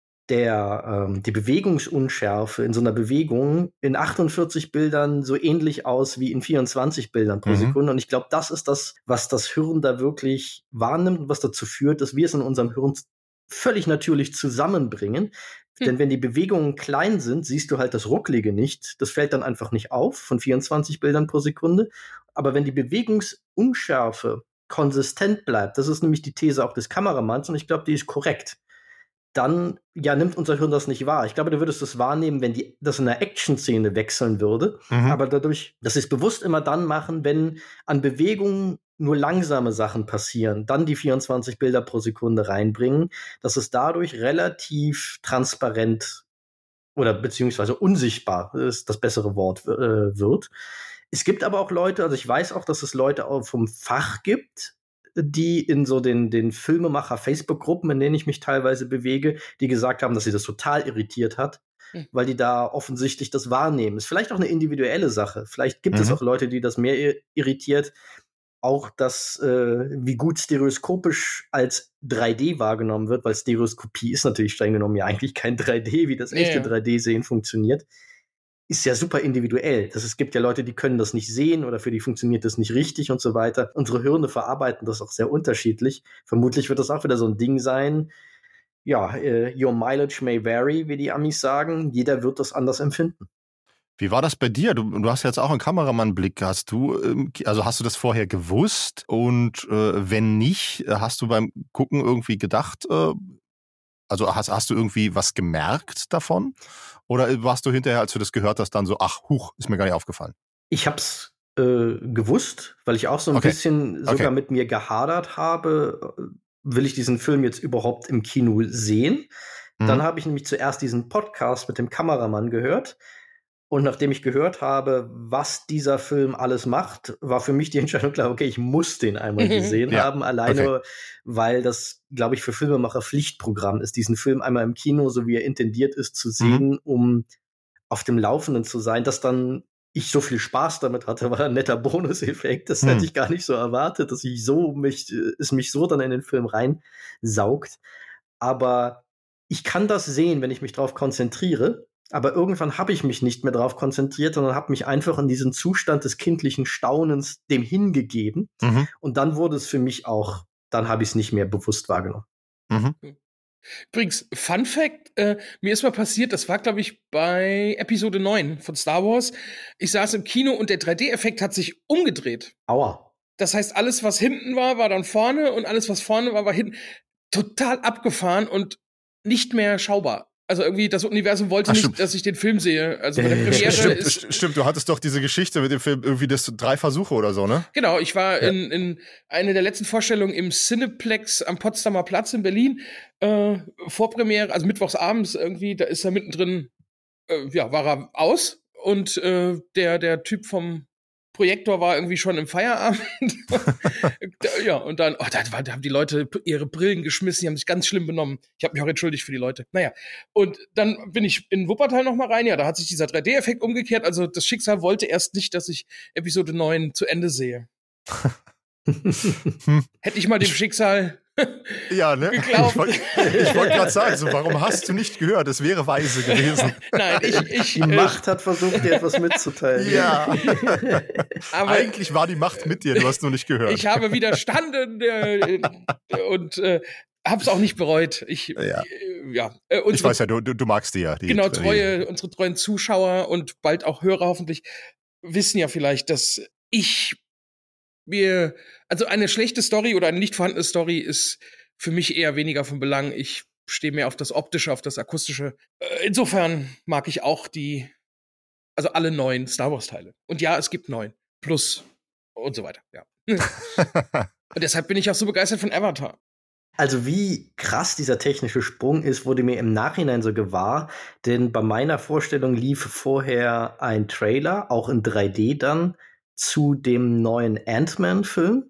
der ähm, die Bewegungsunschärfe in so einer Bewegung in achtundvierzig Bildern so ähnlich aus wie in vierundzwanzig Bildern pro mhm. Sekunde. Und ich glaube, das ist das, was das Hirn da wirklich wahrnimmt und was dazu führt, dass wir es in unserem Hirn völlig natürlich zusammenbringen. Hm. Denn wenn die Bewegungen klein sind, siehst du halt das Rucklige nicht. Das fällt dann einfach nicht auf von vierundzwanzig Bildern pro Sekunde. Aber wenn die Bewegungsunschärfe konsistent bleibt, das ist nämlich die These auch des Kameramanns und ich glaube, die ist korrekt, dann ja, nimmt unser Hirn das nicht wahr. Ich glaube, du würdest das wahrnehmen, wenn die, das in einer Action-Szene wechseln würde. Mhm. Aber dadurch, dass sie es bewusst immer dann machen, wenn an Bewegungen nur langsame Sachen passieren, dann die vierundzwanzig Bilder pro Sekunde reinbringen, dass es dadurch relativ transparent oder beziehungsweise unsichtbar ist das bessere Wort äh, wird. Es gibt aber auch Leute, also ich weiß auch, dass es Leute auch vom Fach gibt, die in so den, den Filmemacher-Facebook-Gruppen, in denen ich mich teilweise bewege, die gesagt haben, dass sie das total irritiert hat, mhm. weil die da offensichtlich das wahrnehmen. Ist vielleicht auch eine individuelle Sache. Vielleicht gibt mhm. es auch Leute, die das mehr irritiert. auch das, äh, wie gut stereoskopisch als drei D wahrgenommen wird, weil Stereoskopie ist natürlich streng genommen ja eigentlich kein drei D, wie das echte ja, ja. drei D-Sehen funktioniert, ist ja super individuell. Das, es gibt ja Leute, die können das nicht sehen oder für die funktioniert das nicht richtig und so weiter. Unsere Hirne verarbeiten das auch sehr unterschiedlich. Vermutlich wird das auch wieder so ein Ding sein. Ja, uh, your mileage may vary, wie die Amis sagen. Jeder wird das anders empfinden. Wie war das bei dir? Du, du hast jetzt auch einen Kameramann-Blick. Hast du, also hast du das vorher gewusst? Und äh, wenn nicht, hast du beim Gucken irgendwie gedacht, äh, also hast, hast du irgendwie was gemerkt davon? Oder warst du hinterher, als du das gehört hast, dann so, ach, huch, ist mir gar nicht aufgefallen? Ich hab's äh, gewusst, weil ich auch so ein okay. bisschen sogar okay. mit mir gehadert habe. Will ich diesen Film jetzt überhaupt im Kino sehen? Mhm. Dann habe ich nämlich zuerst diesen Podcast mit dem Kameramann gehört. Und nachdem ich gehört habe, was dieser Film alles macht, war für mich die Entscheidung klar, okay, ich muss den einmal gesehen ja. haben, alleine, okay. weil das, glaube ich, für Filmemacher Pflichtprogramm ist, diesen Film einmal im Kino, so wie er intendiert ist, zu sehen, mhm. um auf dem Laufenden zu sein. Dass dann ich so viel Spaß damit hatte, war ein netter Bonuseffekt. Das mhm. hätte ich gar nicht so erwartet, dass ich so mich, es mich so dann in den Film reinsaugt. Aber ich kann das sehen, wenn ich mich drauf konzentriere. Aber irgendwann habe ich mich nicht mehr darauf konzentriert, sondern habe mich einfach in diesen Zustand des kindlichen Staunens dem hingegeben. Mhm. Und dann wurde es für mich auch, dann habe ich es nicht mehr bewusst wahrgenommen. Mhm. Übrigens, Fun Fact, äh, mir ist mal passiert, das war, glaube ich, bei Episode neun von Star Wars. Ich saß im Kino und der drei D-Effekt hat sich umgedreht. Aua. Das heißt, alles, was hinten war, war dann vorne und alles, was vorne war, war hinten. Total abgefahren und nicht mehr schaubar. Also irgendwie, das Universum wollte Ach, nicht, stimmt. dass ich den Film sehe. Also bei der Premiere stimmt, ist... Stimmt, du hattest doch diese Geschichte mit dem Film, irgendwie das drei Versuche oder so, ne? Genau, ich war ja. in, in einer der letzten Vorstellungen im Cineplex am Potsdamer Platz in Berlin. Äh, Vorpremiere, also mittwochs abends irgendwie, da ist er mittendrin, äh, ja, war er aus. Und äh, der, der Typ vom Projektor war irgendwie schon im Feierabend. Ja, und dann, oh, da, da haben die Leute ihre Brillen geschmissen, die haben sich ganz schlimm benommen. Ich habe mich auch entschuldigt für die Leute. Naja, und dann bin ich in Wuppertal noch mal rein. Ja, da hat sich dieser drei D-Effekt umgekehrt. Also das Schicksal wollte erst nicht, dass ich Episode neun zu Ende sehe. Hätte ich mal dem Schicksal ja, ne? geglaubt. Ich wollte wollt gerade sagen, so, warum hast du nicht gehört? Es wäre weise gewesen. Nein, ich, ich die äh, Macht hat versucht, dir etwas mitzuteilen. Ja. Aber eigentlich war die Macht mit dir, du hast nur nicht gehört. Ich habe widerstanden äh, und äh, hab's auch nicht bereut. Ich, ja. Äh, ja äh, unsere, ich weiß ja, du, du magst die ja. Die, genau, treue, die, unsere treuen Zuschauer und bald auch Hörer hoffentlich wissen ja vielleicht, dass ich mir, also eine schlechte Story oder eine nicht vorhandene Story ist für mich eher weniger von Belang. Ich stehe mehr auf das Optische, auf das Akustische. Insofern mag ich auch die, also alle neuen Star Wars Teile. Und ja, es gibt neun. Plus und so weiter, ja. Und deshalb bin ich auch so begeistert von Avatar. Also wie krass dieser technische Sprung ist, wurde mir im Nachhinein so gewahr, denn bei meiner Vorstellung lief vorher ein Trailer, auch in drei D dann, zu dem neuen Ant-Man-Film.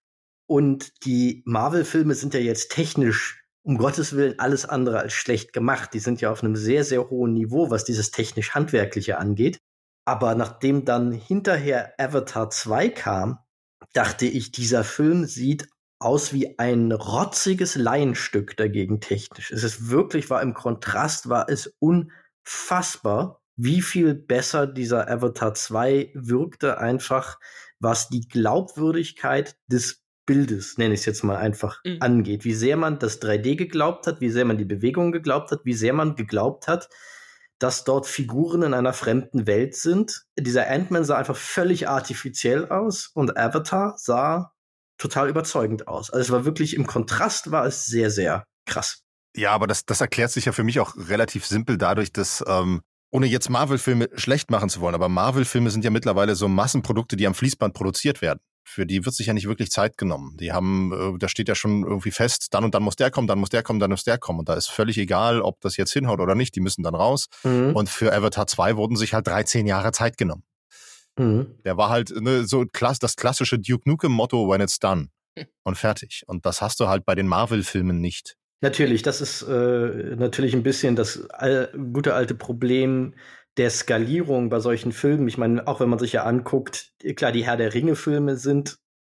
Und die Marvel-Filme sind ja jetzt technisch, um Gottes Willen, alles andere als schlecht gemacht. Die sind ja auf einem sehr, sehr hohen Niveau, was dieses technisch-handwerkliche angeht. Aber nachdem dann hinterher Avatar zwei kam, dachte ich, dieser Film sieht aus wie ein rotziges Laienstück dagegen technisch. Es ist wirklich, war im Kontrast, war es unfassbar, wie viel besser dieser Avatar zwei wirkte, einfach was die Glaubwürdigkeit des Bildes, nenne ich es jetzt mal einfach, mhm. angeht. Wie sehr man das drei D geglaubt hat, wie sehr man die Bewegung geglaubt hat, wie sehr man geglaubt hat, dass dort Figuren in einer fremden Welt sind. Dieser Ant-Man sah einfach völlig artifiziell aus und Avatar sah total überzeugend aus. Also es war wirklich, im Kontrast war es sehr, sehr krass. Ja, aber das, das erklärt sich ja für mich auch relativ simpel dadurch, dass ähm ohne jetzt Marvel-Filme schlecht machen zu wollen, aber Marvel-Filme sind ja mittlerweile so Massenprodukte, die am Fließband produziert werden. Für die wird sich ja nicht wirklich Zeit genommen. Die haben, da steht ja schon irgendwie fest, dann und dann muss der kommen, dann muss der kommen, dann muss der kommen. Und da ist völlig egal, ob das jetzt hinhaut oder nicht, die müssen dann raus. Mhm. Und für Avatar zwei wurden sich halt dreizehn Jahre Zeit genommen. Mhm. Der war halt ne, so klass, das klassische Duke Nukem-Motto, when it's done. Und fertig. Und das hast du halt bei den Marvel-Filmen nicht. Natürlich, das ist äh, natürlich ein bisschen das all, gute alte Problem der Skalierung bei solchen Filmen. Ich meine, auch wenn man sich ja anguckt, klar, die Herr der Ringe-Filme sind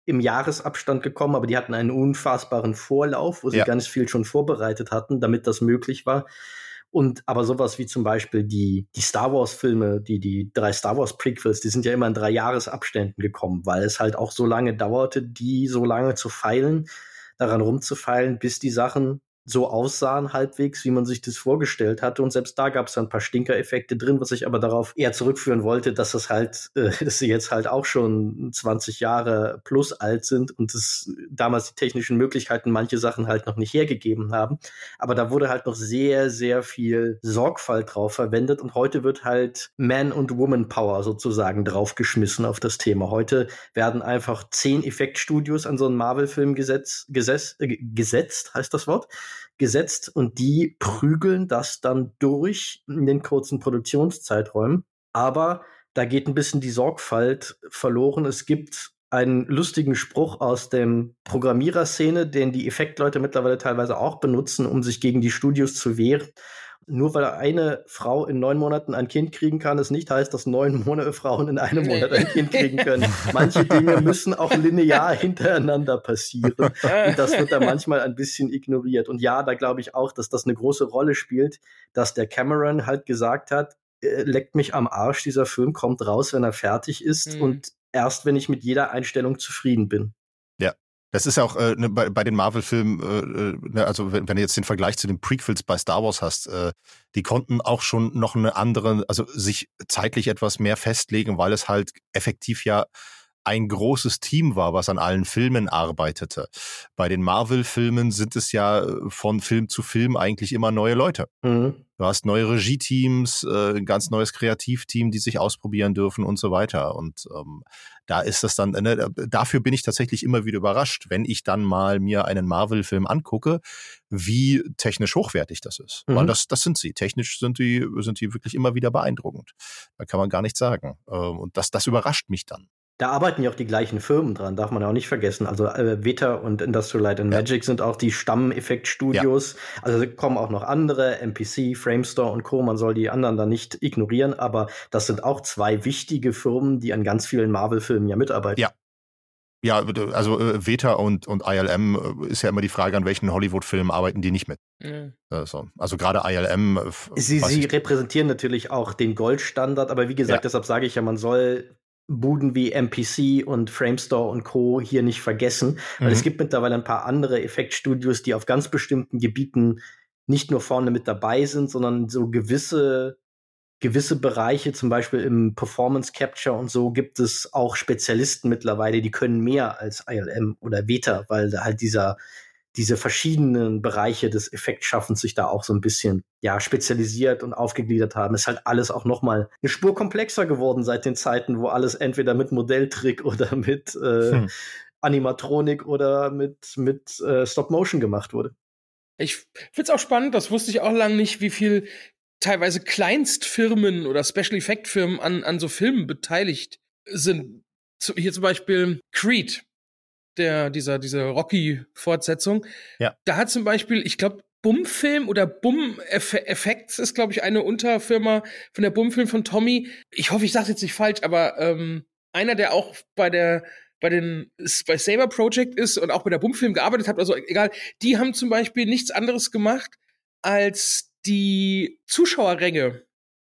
im Jahresabstand gekommen, aber die hatten einen unfassbaren Vorlauf, wo sie ja. ganz viel schon vorbereitet hatten, damit das möglich war. Und aber sowas wie zum Beispiel die, die Star Wars-Filme, die, die drei Star Wars-Prequels, die sind ja immer in drei Jahresabständen gekommen, weil es halt auch so lange dauerte, die so lange zu feilen, daran rumzufeilen, bis die Sachen so aussahen halbwegs, wie man sich das vorgestellt hatte. Und selbst da gab es ein paar Stinkereffekte drin, was ich aber darauf eher zurückführen wollte, dass das halt, äh, dass sie jetzt halt auch schon zwanzig Jahre plus alt sind und es damals die technischen Möglichkeiten manche Sachen halt noch nicht hergegeben haben. Aber da wurde halt noch sehr, sehr viel Sorgfalt drauf verwendet und heute wird halt Man- und Woman-Power sozusagen draufgeschmissen auf das Thema. Heute werden einfach zehn Effektstudios an so einen Marvel-Film gesetz, gesetz, äh, gesetzt, heißt das Wort, gesetzt und die prügeln das dann durch in den kurzen Produktionszeiträumen. Aber da geht ein bisschen die Sorgfalt verloren. Es gibt einen lustigen Spruch aus dem Programmiererszene, den die Effektleute mittlerweile teilweise auch benutzen, um sich gegen die Studios zu wehren. Nur weil eine Frau in neun Monaten ein Kind kriegen kann, es nicht heißt, dass neun Monate Frauen in einem Monat ein Kind kriegen können. Manche Dinge müssen auch linear hintereinander passieren. Und das wird da manchmal ein bisschen ignoriert. Und ja, da glaube ich auch, dass das eine große Rolle spielt, dass der Cameron halt gesagt hat, äh, leckt mich am Arsch, dieser Film kommt raus, wenn er fertig ist mhm. und erst, wenn ich mit jeder Einstellung zufrieden bin. Ja. Das ist ja auch äh, ne, bei, bei den Marvel-Filmen, äh, ne, also wenn, wenn du jetzt den Vergleich zu den Prequels bei Star Wars hast, äh, die konnten auch schon noch eine andere, also sich zeitlich etwas mehr festlegen, weil es halt effektiv ja ein großes Team war, was an allen Filmen arbeitete. Bei den Marvel-Filmen sind es ja von Film zu Film eigentlich immer neue Leute. Mhm. Du hast neue Regie-Teams, äh, ein ganz neues Kreativteam, die sich ausprobieren dürfen und so weiter. Und ähm, da ist das dann, ne, dafür bin ich tatsächlich immer wieder überrascht, wenn ich dann mal mir einen Marvel-Film angucke, wie technisch hochwertig das ist. Mhm. Weil das, das sind sie. Technisch sind die, sind die wirklich immer wieder beeindruckend. Da kann man gar nichts sagen. Ähm, und das, das überrascht mich dann. Da arbeiten ja auch die gleichen Firmen dran, darf man ja auch nicht vergessen. Also äh, Veta und Industrial Light and Magic ja. sind auch die Stammeffektstudios. Ja. Also kommen auch noch andere, M P C, Framestore und Co. Man soll die anderen da nicht ignorieren, aber das sind auch zwei wichtige Firmen, die an ganz vielen Marvel-Filmen ja mitarbeiten. Ja. Ja, also äh, Veta und, und I L M ist ja immer die Frage, an welchen Hollywood-Filmen arbeiten die nicht mit. Mhm. Also, also gerade I L M. Sie, sie repräsentieren natürlich auch den Goldstandard, aber wie gesagt, ja. deshalb sage ich ja, man soll Buden wie M P C und Framestore und Co. hier nicht vergessen, weil mhm. es gibt mittlerweile ein paar andere Effektstudios, die auf ganz bestimmten Gebieten nicht nur vorne mit dabei sind, sondern so gewisse gewisse Bereiche, zum Beispiel im Performance Capture und so, gibt es auch Spezialisten mittlerweile, die können mehr als I L M oder Veta, weil halt dieser diese verschiedenen Bereiche des Effektschaffens sich da auch so ein bisschen ja spezialisiert und aufgegliedert haben. Ist halt alles auch noch mal eine Spur komplexer geworden seit den Zeiten, wo alles entweder mit Modelltrick oder mit äh, hm. Animatronik oder mit mit äh, Stop-Motion gemacht wurde. Ich find's auch spannend, das wusste ich auch lange nicht, wie viel teilweise Kleinstfirmen oder Special-Effect-Firmen an an so Filmen beteiligt sind. Hier zum Beispiel Creed. Der, dieser, diese Rocky-Fortsetzung. Ja. Da hat zum Beispiel, ich glaube, Bum-Film oder Bum-Effects ist, glaube ich, eine Unterfirma von der Bum-Film von Tommy. Ich hoffe, ich sage jetzt nicht falsch, aber ähm, einer, der auch bei der bei den bei Saber Project ist und auch bei der Bum-Film gearbeitet hat, also egal, die haben zum Beispiel nichts anderes gemacht, als die Zuschauerränge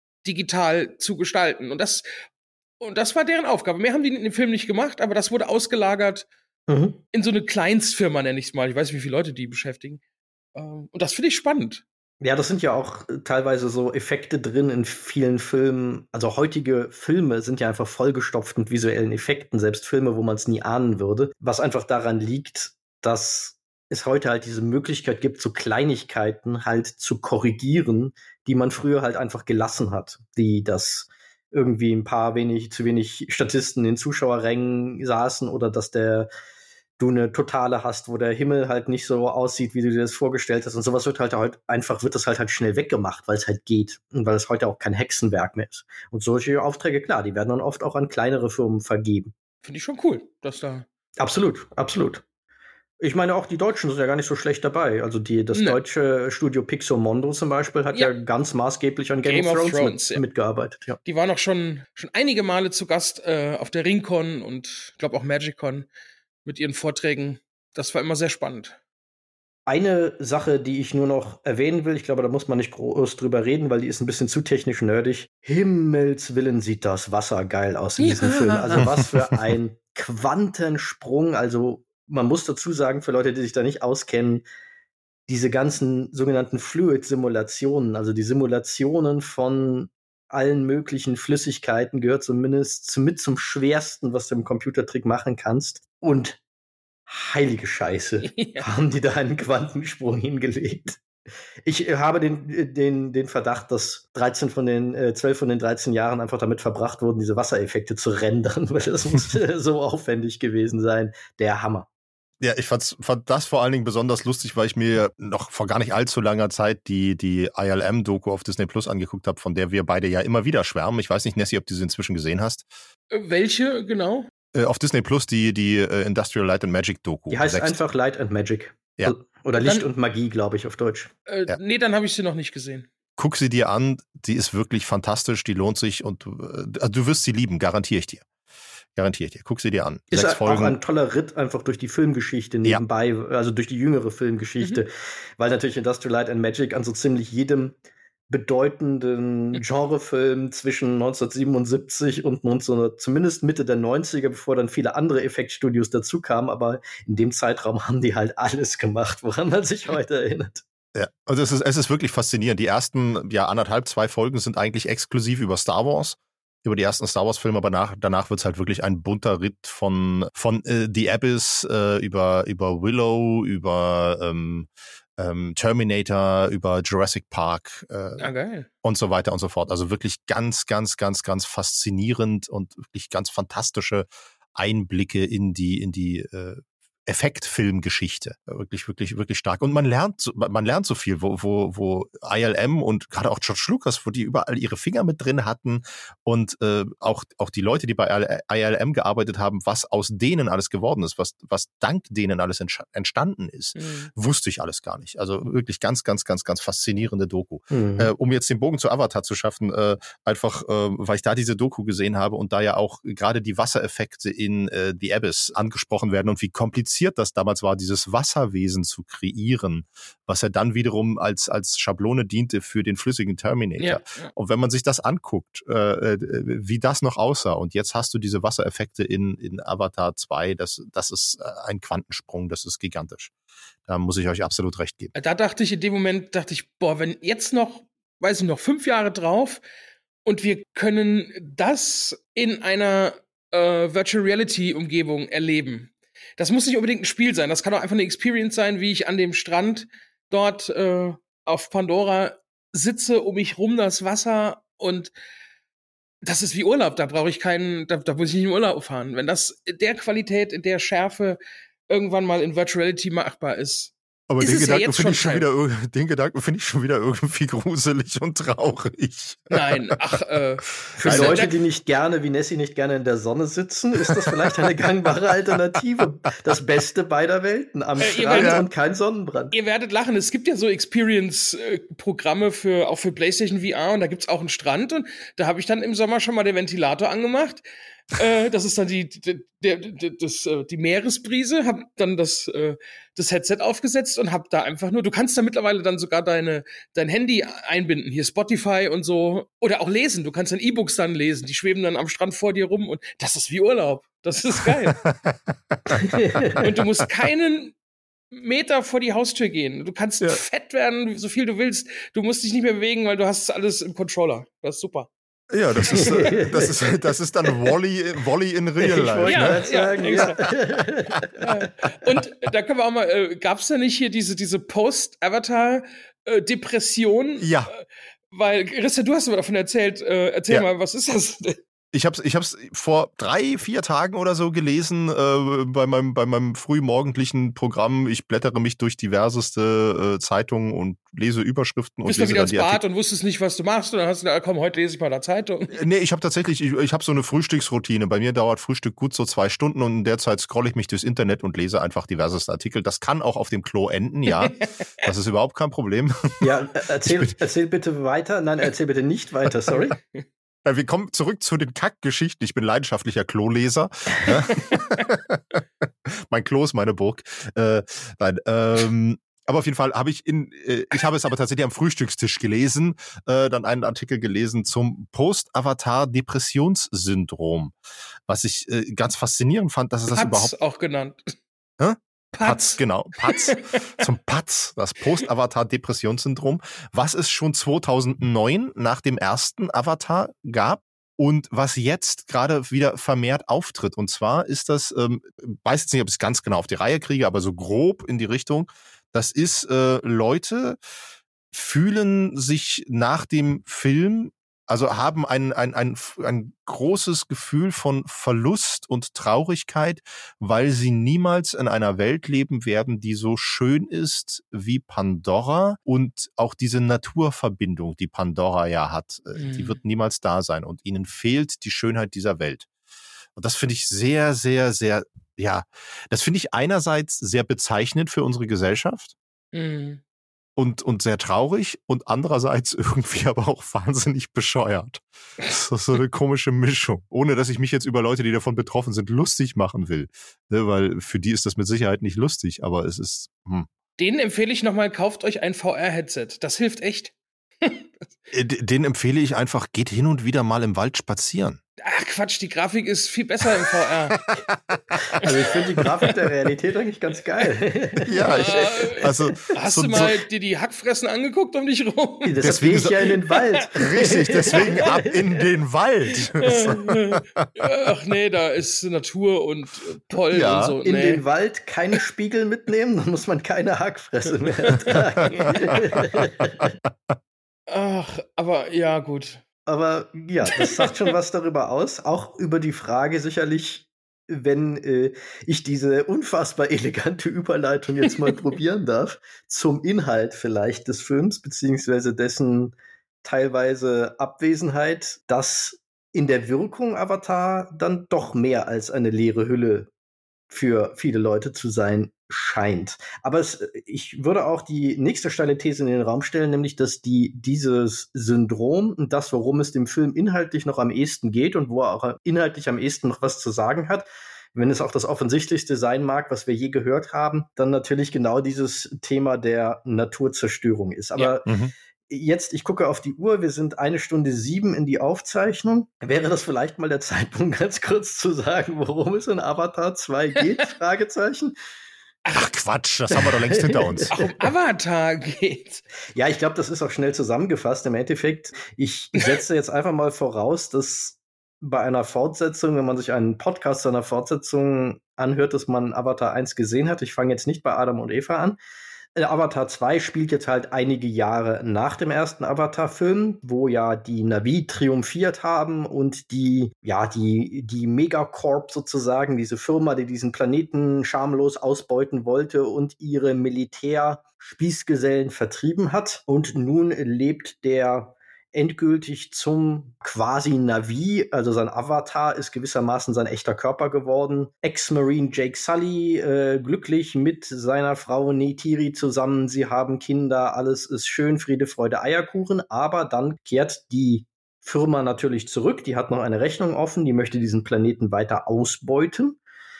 digital zu gestalten. Und das, und das war deren Aufgabe. Mehr haben die in dem Film nicht gemacht, aber das wurde ausgelagert Mhm. in so eine Kleinstfirma, nenne ich es mal. Ich weiß nicht, wie viele Leute die beschäftigen. Und das finde ich spannend. Ja, das sind ja auch teilweise so Effekte drin in vielen Filmen. Also heutige Filme sind ja einfach vollgestopft mit visuellen Effekten, selbst Filme, wo man es nie ahnen würde. Was einfach daran liegt, dass es heute halt diese Möglichkeit gibt, so Kleinigkeiten halt zu korrigieren, die man früher halt einfach gelassen hat. Die das irgendwie ein paar wenig, zu wenig Statisten in Zuschauerrängen saßen oder dass der du eine Totale hast, wo der Himmel halt nicht so aussieht, wie du dir das vorgestellt hast. Und sowas wird halt heute einfach, wird das halt halt schnell weggemacht, weil es halt geht. Und weil es heute auch kein Hexenwerk mehr ist. Und solche Aufträge, klar, die werden dann oft auch an kleinere Firmen vergeben. Finde ich schon cool, dass da... Absolut, absolut. Ich meine, auch die Deutschen sind ja gar nicht so schlecht dabei. Also die, das nee. deutsche Studio Pixomondo zum Beispiel hat ja, ja ganz maßgeblich an Game, Game of Thrones, of Thrones mit, ja. mitgearbeitet. Ja. Die waren auch schon, schon einige Male zu Gast äh, auf der Ringcon und ich glaube auch MagicCon. mit ihren Vorträgen. Das war immer sehr spannend. Eine Sache, die ich nur noch erwähnen will, ich glaube, da muss man nicht groß drüber reden, weil die ist ein bisschen zu technisch nerdig. Himmels Willen sieht das Wasser geil aus in diesem Ja. Film. Also was für ein Quantensprung. Also man muss dazu sagen, für Leute, die sich da nicht auskennen, diese ganzen sogenannten Fluid-Simulationen, also die Simulationen von allen möglichen Flüssigkeiten, gehört zumindest zu, mit zum Schwersten, was du im Computertrick machen kannst. Und heilige Scheiße, Ja. haben die da einen Quantensprung hingelegt. Ich äh, habe den, den, den Verdacht, dass dreizehn von den, äh, zwölf von den dreizehn Jahren einfach damit verbracht wurden, diese Wassereffekte zu rendern, weil das muss äh, so aufwendig gewesen sein. Der Hammer. Ja, ich fand's, fand das vor allen Dingen besonders lustig, weil ich mir noch vor gar nicht allzu langer Zeit die, die I L M-Doku auf Disney Plus angeguckt habe, von der wir beide ja immer wieder schwärmen. Ich weiß nicht, Nessie, ob du sie inzwischen gesehen hast. Äh, Welche genau? Äh, auf Disney Plus die, die äh, Industrial Light and Magic Doku. Die heißt Sechs. einfach Light and Magic. Ja. Oder Licht Dann- und Magie, glaube ich, auf Deutsch. Äh, Ja. Nee, dann habe ich sie noch nicht gesehen. Guck sie dir an, die ist wirklich fantastisch, die lohnt sich und äh, also du wirst sie lieben, garantiere ich dir. Garantiere ich dir. Guck sie dir an. Ist Sechs auch Folgen. ein toller Ritt einfach durch die Filmgeschichte Ja. nebenbei, also durch die jüngere Filmgeschichte, weil natürlich Industrial Light and Magic an so ziemlich jedem bedeutenden Genrefilm zwischen neunzehnhundertsiebenundsiebzig und neunzehnhundert, zumindest Mitte der neunziger, bevor dann viele andere Effektstudios dazu kamen, aber in dem Zeitraum haben die halt alles gemacht, woran man sich heute erinnert. Ja, also es ist, es ist wirklich faszinierend. Die ersten, ja, anderthalb, zwei Folgen sind eigentlich exklusiv über Star Wars, über die ersten Star Wars-Filme, aber nach, danach wird's halt wirklich ein bunter Ritt von, von äh, The Abyss, äh, über, über Willow, über ähm, ähm, Terminator, über Jurassic Park äh, Ah, geil. und so weiter und so fort. Also wirklich ganz, ganz, ganz, ganz faszinierend und wirklich ganz fantastische Einblicke in die, in die äh, Effektfilmgeschichte. Wirklich, wirklich, wirklich stark. Und man lernt, so- man lernt so viel, wo, wo, wo I L M und gerade auch George Lucas, wo die überall ihre Finger mit drin hatten und äh, auch, auch die Leute, die bei I L M gearbeitet haben, was aus denen alles geworden ist, was, was dank denen alles entsch- entstanden ist, Mhm. wusste ich alles gar nicht. Also wirklich ganz, ganz, ganz, ganz faszinierende Doku. Mhm. Äh, um jetzt den Bogen zu Avatar zu schaffen, äh, einfach, äh, weil ich da diese Doku gesehen habe und da ja auch gerade die Wassereffekte in äh, The Abyss angesprochen werden und wie kompliziert das damals war, dieses Wasserwesen zu kreieren, was ja dann wiederum als, als Schablone diente für den flüssigen Terminator. Ja, ja. Und wenn man sich das anguckt, äh, äh, wie das noch aussah und jetzt hast du diese Wassereffekte in, in Avatar zwei, das, das ist äh, ein Quantensprung, das ist gigantisch. Da muss ich euch absolut recht geben. Da dachte ich in dem Moment, dachte ich, boah, wenn jetzt noch, weiß ich noch, fünf Jahre drauf und wir können das in einer äh, Virtual Reality Umgebung erleben. Das muss nicht unbedingt ein Spiel sein, das kann auch einfach eine Experience sein, wie ich an dem Strand dort äh, auf Pandora sitze, um mich rum das Wasser und das ist wie Urlaub, da brauche ich keinen, da, da muss ich nicht in Urlaub fahren. Wenn das in der Qualität, in der Schärfe irgendwann mal in Virtual Reality machbar ist, Aber Ist den es ja Gedanken jetzt finde ich schon schon wieder, irg- den Gedanken finde ich schon wieder irgendwie gruselig und traurig. nein, ach, äh, Für also, Leute, da- die nicht gerne, wie Nessie nicht gerne in der Sonne sitzen, ist das vielleicht eine gangbare Alternative. Das Beste beider Welten. Am Äh, ihr Strand werdet- und kein Sonnenbrand. Ihr werdet lachen, es gibt ja so Experience-Programme für, auch für PlayStation V R und da gibt's auch einen Strand und da habe ich dann im Sommer schon mal den Ventilator angemacht. äh, das ist dann die, die, der, der, das, äh, die Meeresbrise, hab dann das, äh, das Headset aufgesetzt und hab da einfach nur, du kannst da mittlerweile dann sogar deine, dein Handy einbinden, hier Spotify und so, oder auch lesen, du kannst dann E-Books dann lesen, die schweben dann am Strand vor dir rum und das ist wie Urlaub, das ist geil. Und du musst keinen Meter vor die Haustür gehen. Du kannst Ja. fett werden, so viel du willst. Du musst dich nicht mehr bewegen, weil du hast alles im Controller. Das ist super. Ja, das ist, äh, das ist, das ist dann Wall-E Wall-E in Real Ich Life. wollte Ja, Ne? gerade sagen, ja, ja. Ja. Und da können wir auch mal, äh, gab's da nicht hier diese, diese Post-Avatar-Depression? Ja. Weil, Christa, du hast aber davon erzählt. Äh, erzähl Ja. mal, was ist das? Ich habe es ich hab's vor drei, vier Tagen oder so gelesen äh, bei, meinem, bei meinem frühmorgendlichen Programm. Ich blättere mich durch diverseste äh, Zeitungen und lese Überschriften. Und Bist du lese wieder dann ins die Bad Artikel. und wusstest nicht, was du machst und dann hast du gesagt, komm, heute lese ich mal da Zeitung. Nee, ich habe tatsächlich, ich, ich habe so eine Frühstücksroutine. Bei mir dauert Frühstück gut so zwei Stunden und in der Zeit scrolle ich mich durchs Internet und lese einfach diverseste Artikel. Das kann auch auf dem Klo enden, ja. Das ist überhaupt kein Problem. Ja, erzähl, erzähl bitte weiter. Nein, erzähl bitte nicht weiter, sorry. Ja, wir kommen zurück zu den Kackgeschichten. Ich bin leidenschaftlicher Kloleser. Ja. Mein Klo ist meine Burg. Äh, nein, ähm, aber auf jeden Fall habe ich in, äh, ich habe es aber tatsächlich am Frühstückstisch gelesen, äh, dann einen Artikel gelesen zum Post-Avatar-Depressionssyndrom, was ich äh, ganz faszinierend fand, dass es das Patz überhaupt auch genannt. Hä? Patz. Patz, genau, Patz, zum Patz, das Post-Avatar-Depressionssyndrom, was es schon zweitausendneun nach dem ersten Avatar gab und was jetzt gerade wieder vermehrt auftritt. Und zwar ist das, ähm, weiß jetzt nicht, ob ich es ganz genau auf die Reihe kriege, aber so grob in die Richtung, das ist, äh, Leute fühlen sich nach dem Film, also haben ein, ein, ein, ein großes Gefühl von Verlust und Traurigkeit, weil sie niemals in einer Welt leben werden, die so schön ist wie Pandora und auch diese Naturverbindung, die Pandora ja hat, mhm. die wird niemals da sein und ihnen fehlt die Schönheit dieser Welt. Und das finde ich sehr, sehr, sehr, ja, das finde ich einerseits sehr bezeichnend für unsere Gesellschaft. Mhm. Und, und sehr traurig und andererseits irgendwie aber auch wahnsinnig bescheuert. Das ist so eine komische Mischung. Ohne, dass ich mich jetzt über Leute, die davon betroffen sind, lustig machen will. Ne, weil für die ist das mit Sicherheit nicht lustig, aber es ist... Hm. Denen empfehle ich nochmal, kauft euch ein V R-Headset. Das hilft echt. Den empfehle ich einfach, geht hin und wieder mal im Wald spazieren. Ach Quatsch, die Grafik ist viel besser im V R. Also ich finde die Grafik der Realität eigentlich ganz geil. Ja, ich, also hast so, du mal so, dir die Hackfressen angeguckt um dich rum? Das will ich ja in den Wald. Richtig, deswegen ab in den Wald. Ach nee, da ist Natur und Pollen ja, und so. In nee. den Wald keine Spiegel mitnehmen, dann muss man keine Hackfresse mehr ertragen. Ach, aber ja, gut. Aber ja, das sagt schon was darüber aus. Auch über die Frage sicherlich, wenn äh, ich diese unfassbar elegante Überleitung jetzt mal probieren darf, zum Inhalt vielleicht des Films, beziehungsweise dessen teilweise Abwesenheit, dass in der Wirkung Avatar dann doch mehr als eine leere Hülle für viele Leute zu sein scheint. Aber es, ich würde auch die nächste steile These in den Raum stellen, nämlich, dass die dieses Syndrom und das, worum es dem Film inhaltlich noch am ehesten geht und wo er auch inhaltlich am ehesten noch was zu sagen hat, wenn es auch das Offensichtlichste sein mag, was wir je gehört haben, dann natürlich genau dieses Thema der Naturzerstörung ist. Aber ja. mhm. Jetzt, ich gucke auf die Uhr, wir sind eine Stunde sieben in die Aufzeichnung. Wäre das vielleicht mal der Zeitpunkt, ganz kurz zu sagen, worum es in Avatar zwei geht? Fragezeichen. Ach Quatsch, das haben wir doch längst hinter uns. Ach, um Avatar geht's. Ja, ich glaube, das ist auch schnell zusammengefasst. Im Endeffekt, ich setze jetzt einfach mal voraus, dass bei einer Fortsetzung, wenn man sich einen Podcast zu einer Fortsetzung anhört, dass man Avatar eins gesehen hat. Ich fange jetzt nicht bei Adam und Eva an. Avatar zwei spielt jetzt halt einige Jahre nach dem ersten Avatar-Film, wo ja die Na'vi triumphiert haben und die, ja, die, die Megacorp sozusagen, diese Firma, die diesen Planeten schamlos ausbeuten wollte und ihre Militär-Spießgesellen vertrieben hat. Und nun lebt der endgültig zum quasi Na'vi, also sein Avatar ist gewissermaßen sein echter Körper geworden. Ex-Marine Jake Sully, äh, glücklich mit seiner Frau Neytiri zusammen, sie haben Kinder, alles ist schön, Friede, Freude, Eierkuchen, aber dann kehrt die Firma natürlich zurück, die hat noch eine Rechnung offen, die möchte diesen Planeten weiter ausbeuten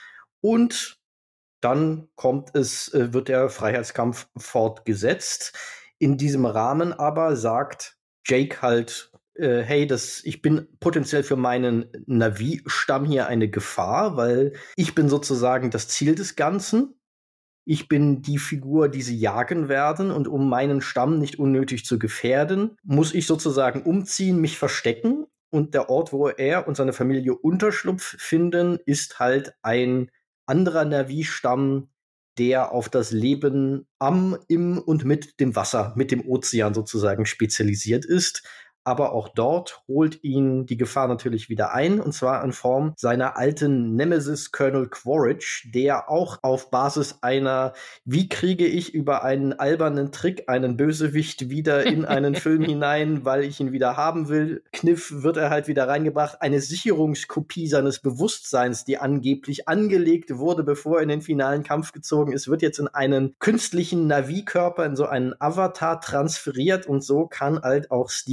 und dann kommt es, äh, wird der Freiheitskampf fortgesetzt. In diesem Rahmen aber sagt Jake halt, äh, hey, das, ich bin potenziell für meinen Na'vi-Stamm hier eine Gefahr, weil ich bin sozusagen das Ziel des Ganzen. Ich bin die Figur, die sie jagen werden und um meinen Stamm nicht unnötig zu gefährden, muss ich sozusagen umziehen, mich verstecken und der Ort, wo er und seine Familie Unterschlupf finden, ist halt ein anderer Na'vi-Stamm, der auf das Leben am, im und mit dem Wasser, mit dem Ozean sozusagen spezialisiert ist. Aber auch dort holt ihn die Gefahr natürlich wieder ein, und zwar in Form seiner alten Nemesis Colonel Quaritch, der auch auf Basis einer, wie kriege ich über einen albernen Trick einen Bösewicht wieder in einen Film hinein, weil ich ihn wieder haben will, Kniff, wird er halt wieder reingebracht, eine Sicherungskopie seines Bewusstseins, die angeblich angelegt wurde, bevor er in den finalen Kampf gezogen ist, wird jetzt in einen künstlichen Na'vi-Körper, in so einen Avatar transferiert, und so kann halt auch Stephen Lang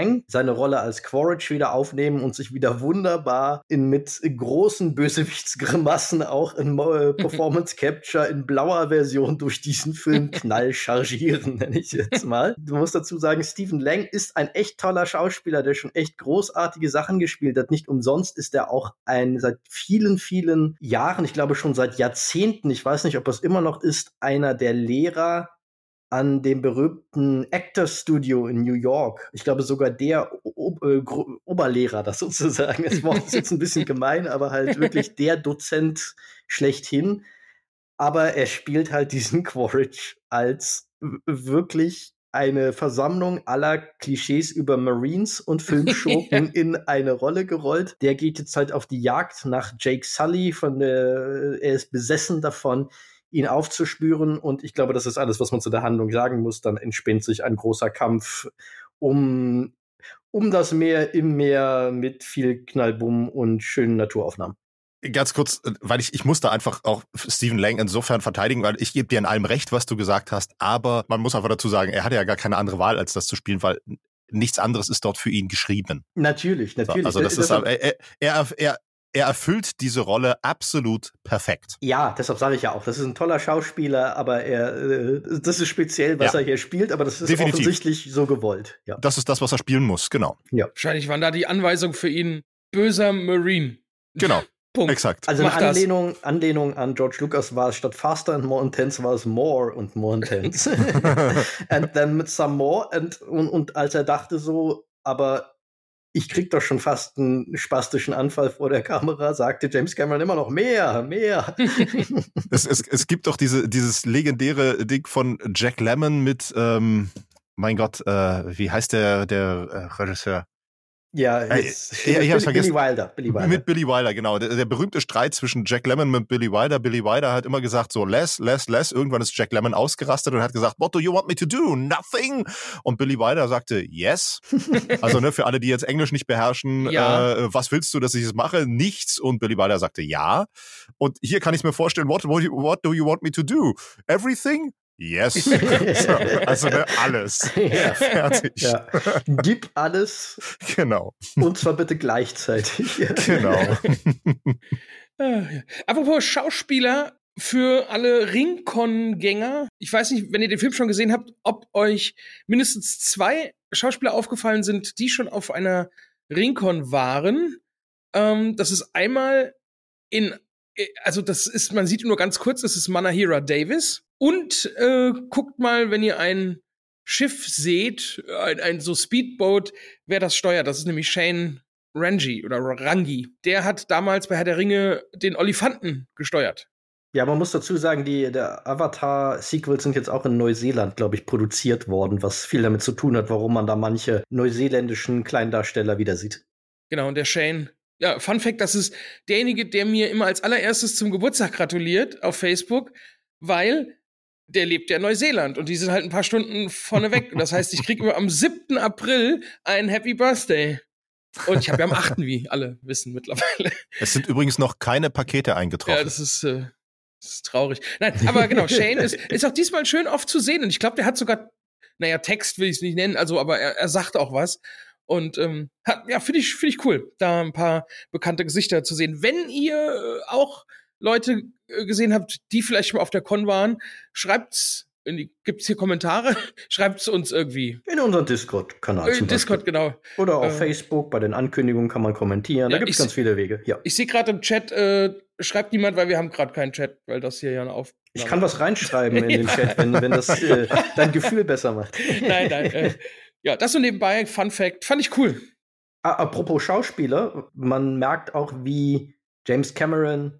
Lang seine Rolle als Quaritch wieder aufnehmen und sich wieder wunderbar in mit großen Bösewichtsgrimassen auch in äh, Performance Capture in blauer Version durch diesen Film knall chargieren, nenne ich jetzt mal. Du musst dazu sagen, Stephen Lang ist ein echt toller Schauspieler, der schon echt großartige Sachen gespielt hat. Nicht umsonst ist er auch ein seit vielen, vielen Jahren, ich glaube schon seit Jahrzehnten, ich weiß nicht, ob es immer noch ist, einer der Lehrer an dem berühmten Actors Studio in New York. Ich glaube sogar der o- o- Gro- Oberlehrer, das sozusagen. Das Wort ist jetzt ein bisschen gemein, aber halt wirklich der Dozent schlechthin. Aber er spielt halt diesen Quaritch als w- wirklich eine Versammlung aller Klischees über Marines und Filmschurken in eine Rolle gerollt. Der geht jetzt halt auf die Jagd nach Jake Sully, von der, er ist besessen davon, ihn aufzuspüren. Und ich glaube, das ist alles, was man zu der Handlung sagen muss. Dann entspinnt sich ein großer Kampf um, um das Meer im Meer mit viel Knallbumm und schönen Naturaufnahmen. Ganz kurz, weil ich, ich muss da einfach auch Stephen Lang insofern verteidigen, weil ich gebe dir in allem recht, was du gesagt hast, aber man muss einfach dazu sagen, er hatte ja gar keine andere Wahl, als das zu spielen, weil nichts anderes ist dort für ihn geschrieben. Natürlich, natürlich. So, also das, das ist, er, er, er, er erfüllt diese Rolle absolut perfekt. Ja, deshalb sage ich ja auch, das ist ein toller Schauspieler, aber er, äh, das ist speziell, was ja. er hier spielt, aber das ist Definitiv. offensichtlich so gewollt. Ja. Das ist das, was er spielen muss, genau. Ja. Wahrscheinlich waren da die Anweisungen für ihn böser Marine. Genau. Punkt. Exakt. Also in Anlehnung, Anlehnung an George Lucas war es statt faster and more intense war es more und more intense. And then with some more. And, und, und als er dachte so, aber ich krieg doch schon fast einen spastischen Anfall vor der Kamera, sagte James Cameron immer noch mehr, mehr. es, es, es gibt doch diese, dieses legendäre Ding von Jack Lemmon mit, ähm, mein Gott, äh, wie heißt der, der äh, Regisseur? Ja, jetzt, äh, ich hab's vergessen. Billy Wilder, Billy Wilder. Mit Billy Wilder, genau. Der, der berühmte Streit zwischen Jack Lemmon und Billy Wilder. Billy Wilder hat immer gesagt, so, less, less, less. Irgendwann ist Jack Lemmon ausgerastet und hat gesagt, what do you want me to do? Nothing. Und Billy Wilder sagte, yes. Also, ne, für alle, die jetzt Englisch nicht beherrschen, ja. äh, was willst du, dass ich es mache? Nichts. Und Billy Wilder sagte, ja. Und hier kann ich mir vorstellen, what, what, what do you want me to do? Everything? Yes. So, also ne, alles. Ja. Fertig. Ja. Gib alles. Genau. Und zwar bitte gleichzeitig. Genau. Apropos Schauspieler, für alle Ringcon-Gänger, ich weiß nicht, wenn ihr den Film schon gesehen habt, ob euch mindestens zwei Schauspieler aufgefallen sind, die schon auf einer Ringcon waren. Ähm, das ist einmal in, also das ist, man sieht nur ganz kurz, das ist Manahira Davis. Und äh, guckt mal, wenn ihr ein Schiff seht, ein, ein so Speedboat, wer das steuert. Das ist nämlich Shane Rangi oder Rangi. Der hat damals bei Herr der Ringe den Olifanten gesteuert. Ja, man muss dazu sagen, die der Avatar-Sequels sind jetzt auch in Neuseeland, glaube ich, produziert worden, was viel damit zu tun hat, warum man da manche neuseeländischen Kleindarsteller wieder sieht. Genau, und der Shane, ja, Fun Fact, das ist derjenige, der mir immer als allererstes zum Geburtstag gratuliert auf Facebook, weil der lebt ja in Neuseeland und die sind halt ein paar Stunden vorneweg. Das heißt, ich kriege immer am siebten April ein Happy Birthday. Und ich habe ja am achten wie alle wissen mittlerweile. Es sind übrigens noch keine Pakete eingetroffen. Ja, das ist, äh, das ist traurig. Nein, aber genau, Shane ist, ist auch diesmal schön oft zu sehen. Und ich glaube, der hat sogar, naja, Text will ich es nicht nennen, also, aber er, er sagt auch was. Und ähm, hat, ja, finde ich, finde ich cool, da ein paar bekannte Gesichter zu sehen. Wenn ihr äh, auch Leute gesehen habt, die vielleicht schon mal auf der Con waren, schreibt's, in die, gibt's hier Kommentare? Schreibt's uns irgendwie. In unseren Discord-Kanal. In Discord, genau. Oder auf äh, Facebook, bei den Ankündigungen kann man kommentieren. Da ja, gibt's ganz viele Wege. Ja. Ich sehe gerade im Chat, äh, schreibt niemand, weil wir haben gerade keinen Chat, weil das hier ja eine Aufnahme ist. Ich kann was reinschreiben in den Chat, wenn, wenn das äh, dein Gefühl besser macht. Nein, nein. Äh, ja, das so nebenbei, Fun Fact, fand ich cool. Apropos Schauspieler, man merkt auch, wie James Cameron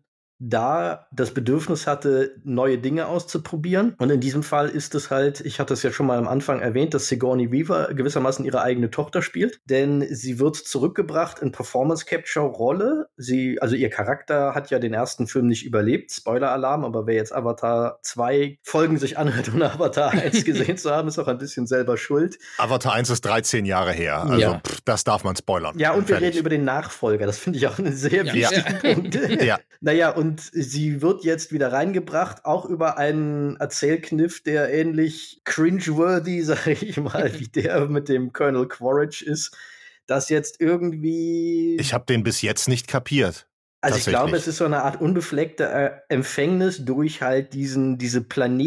da das Bedürfnis hatte, neue Dinge auszuprobieren. Und in diesem Fall ist es halt, ich hatte es ja schon mal am Anfang erwähnt, dass Sigourney Weaver gewissermaßen ihre eigene Tochter spielt. Denn sie wird zurückgebracht in Performance-Capture-Rolle. Sie, also ihr Charakter hat ja den ersten Film nicht überlebt. Spoiler-Alarm, aber wer jetzt Avatar zwei Folgen sich anhört, ohne Avatar eins gesehen zu haben, ist auch ein bisschen selber schuld. Avatar eins ist dreizehn Jahre her. Also ja. pff, das darf man spoilern. Ja, und wir Fertig. reden über den Nachfolger. Das finde ich auch einen sehr ja. wichtigen ja. Punkt. Ja. Naja, und und sie wird jetzt wieder reingebracht, auch über einen Erzählkniff, der ähnlich cringeworthy, sag ich mal, wie der mit dem Colonel Quaritch ist, dass jetzt irgendwie... Ich habe den bis jetzt nicht kapiert. Also ich glaube, es ist so eine Art unbefleckte äh, Empfängnis durch halt diesen, diese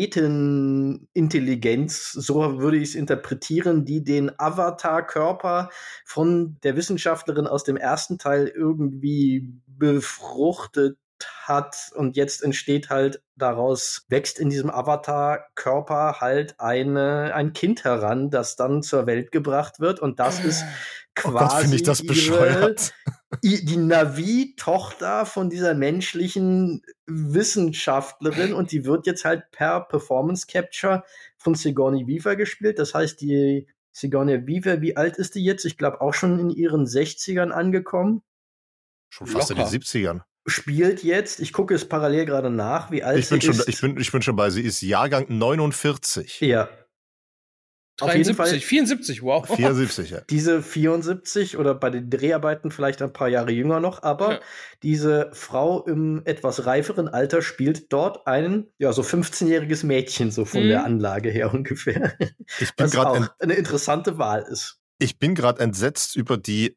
Planetenintelligenz, so würde ich es interpretieren, die den Avatar-Körper von der Wissenschaftlerin aus dem ersten Teil irgendwie befruchtet hat und jetzt entsteht halt daraus, wächst in diesem Avatar-Körper halt eine, ein Kind heran, das dann zur Welt gebracht wird und das ist quasi oh Gott, finde ich das bescheuert. Ihre, die Navi-Tochter von dieser menschlichen Wissenschaftlerin und die wird jetzt halt per Performance Capture von Sigourney Weaver gespielt. Das heißt, die Sigourney Weaver, wie alt ist die jetzt? Ich glaube auch schon in ihren sechzigern angekommen. Schon fast Locker. In den siebzigern. Spielt jetzt, ich gucke es parallel gerade nach, wie alt ich bin sie schon, ist. Ich bin, ich bin schon bei, sie ist Jahrgang neunundvierzig. Ja. dreiundsiebzig, vierundsiebzig, wow. vierundsiebzig, ja. Diese vierundsiebzig oder bei den Dreharbeiten vielleicht ein paar Jahre jünger noch, aber ja. diese Frau im etwas reiferen Alter spielt dort ein, ja, so fünfzehnjähriges Mädchen, so von mhm. der Anlage her ungefähr. Ich bin was auch ent- eine interessante Wahl ist. Ich bin gerade entsetzt über die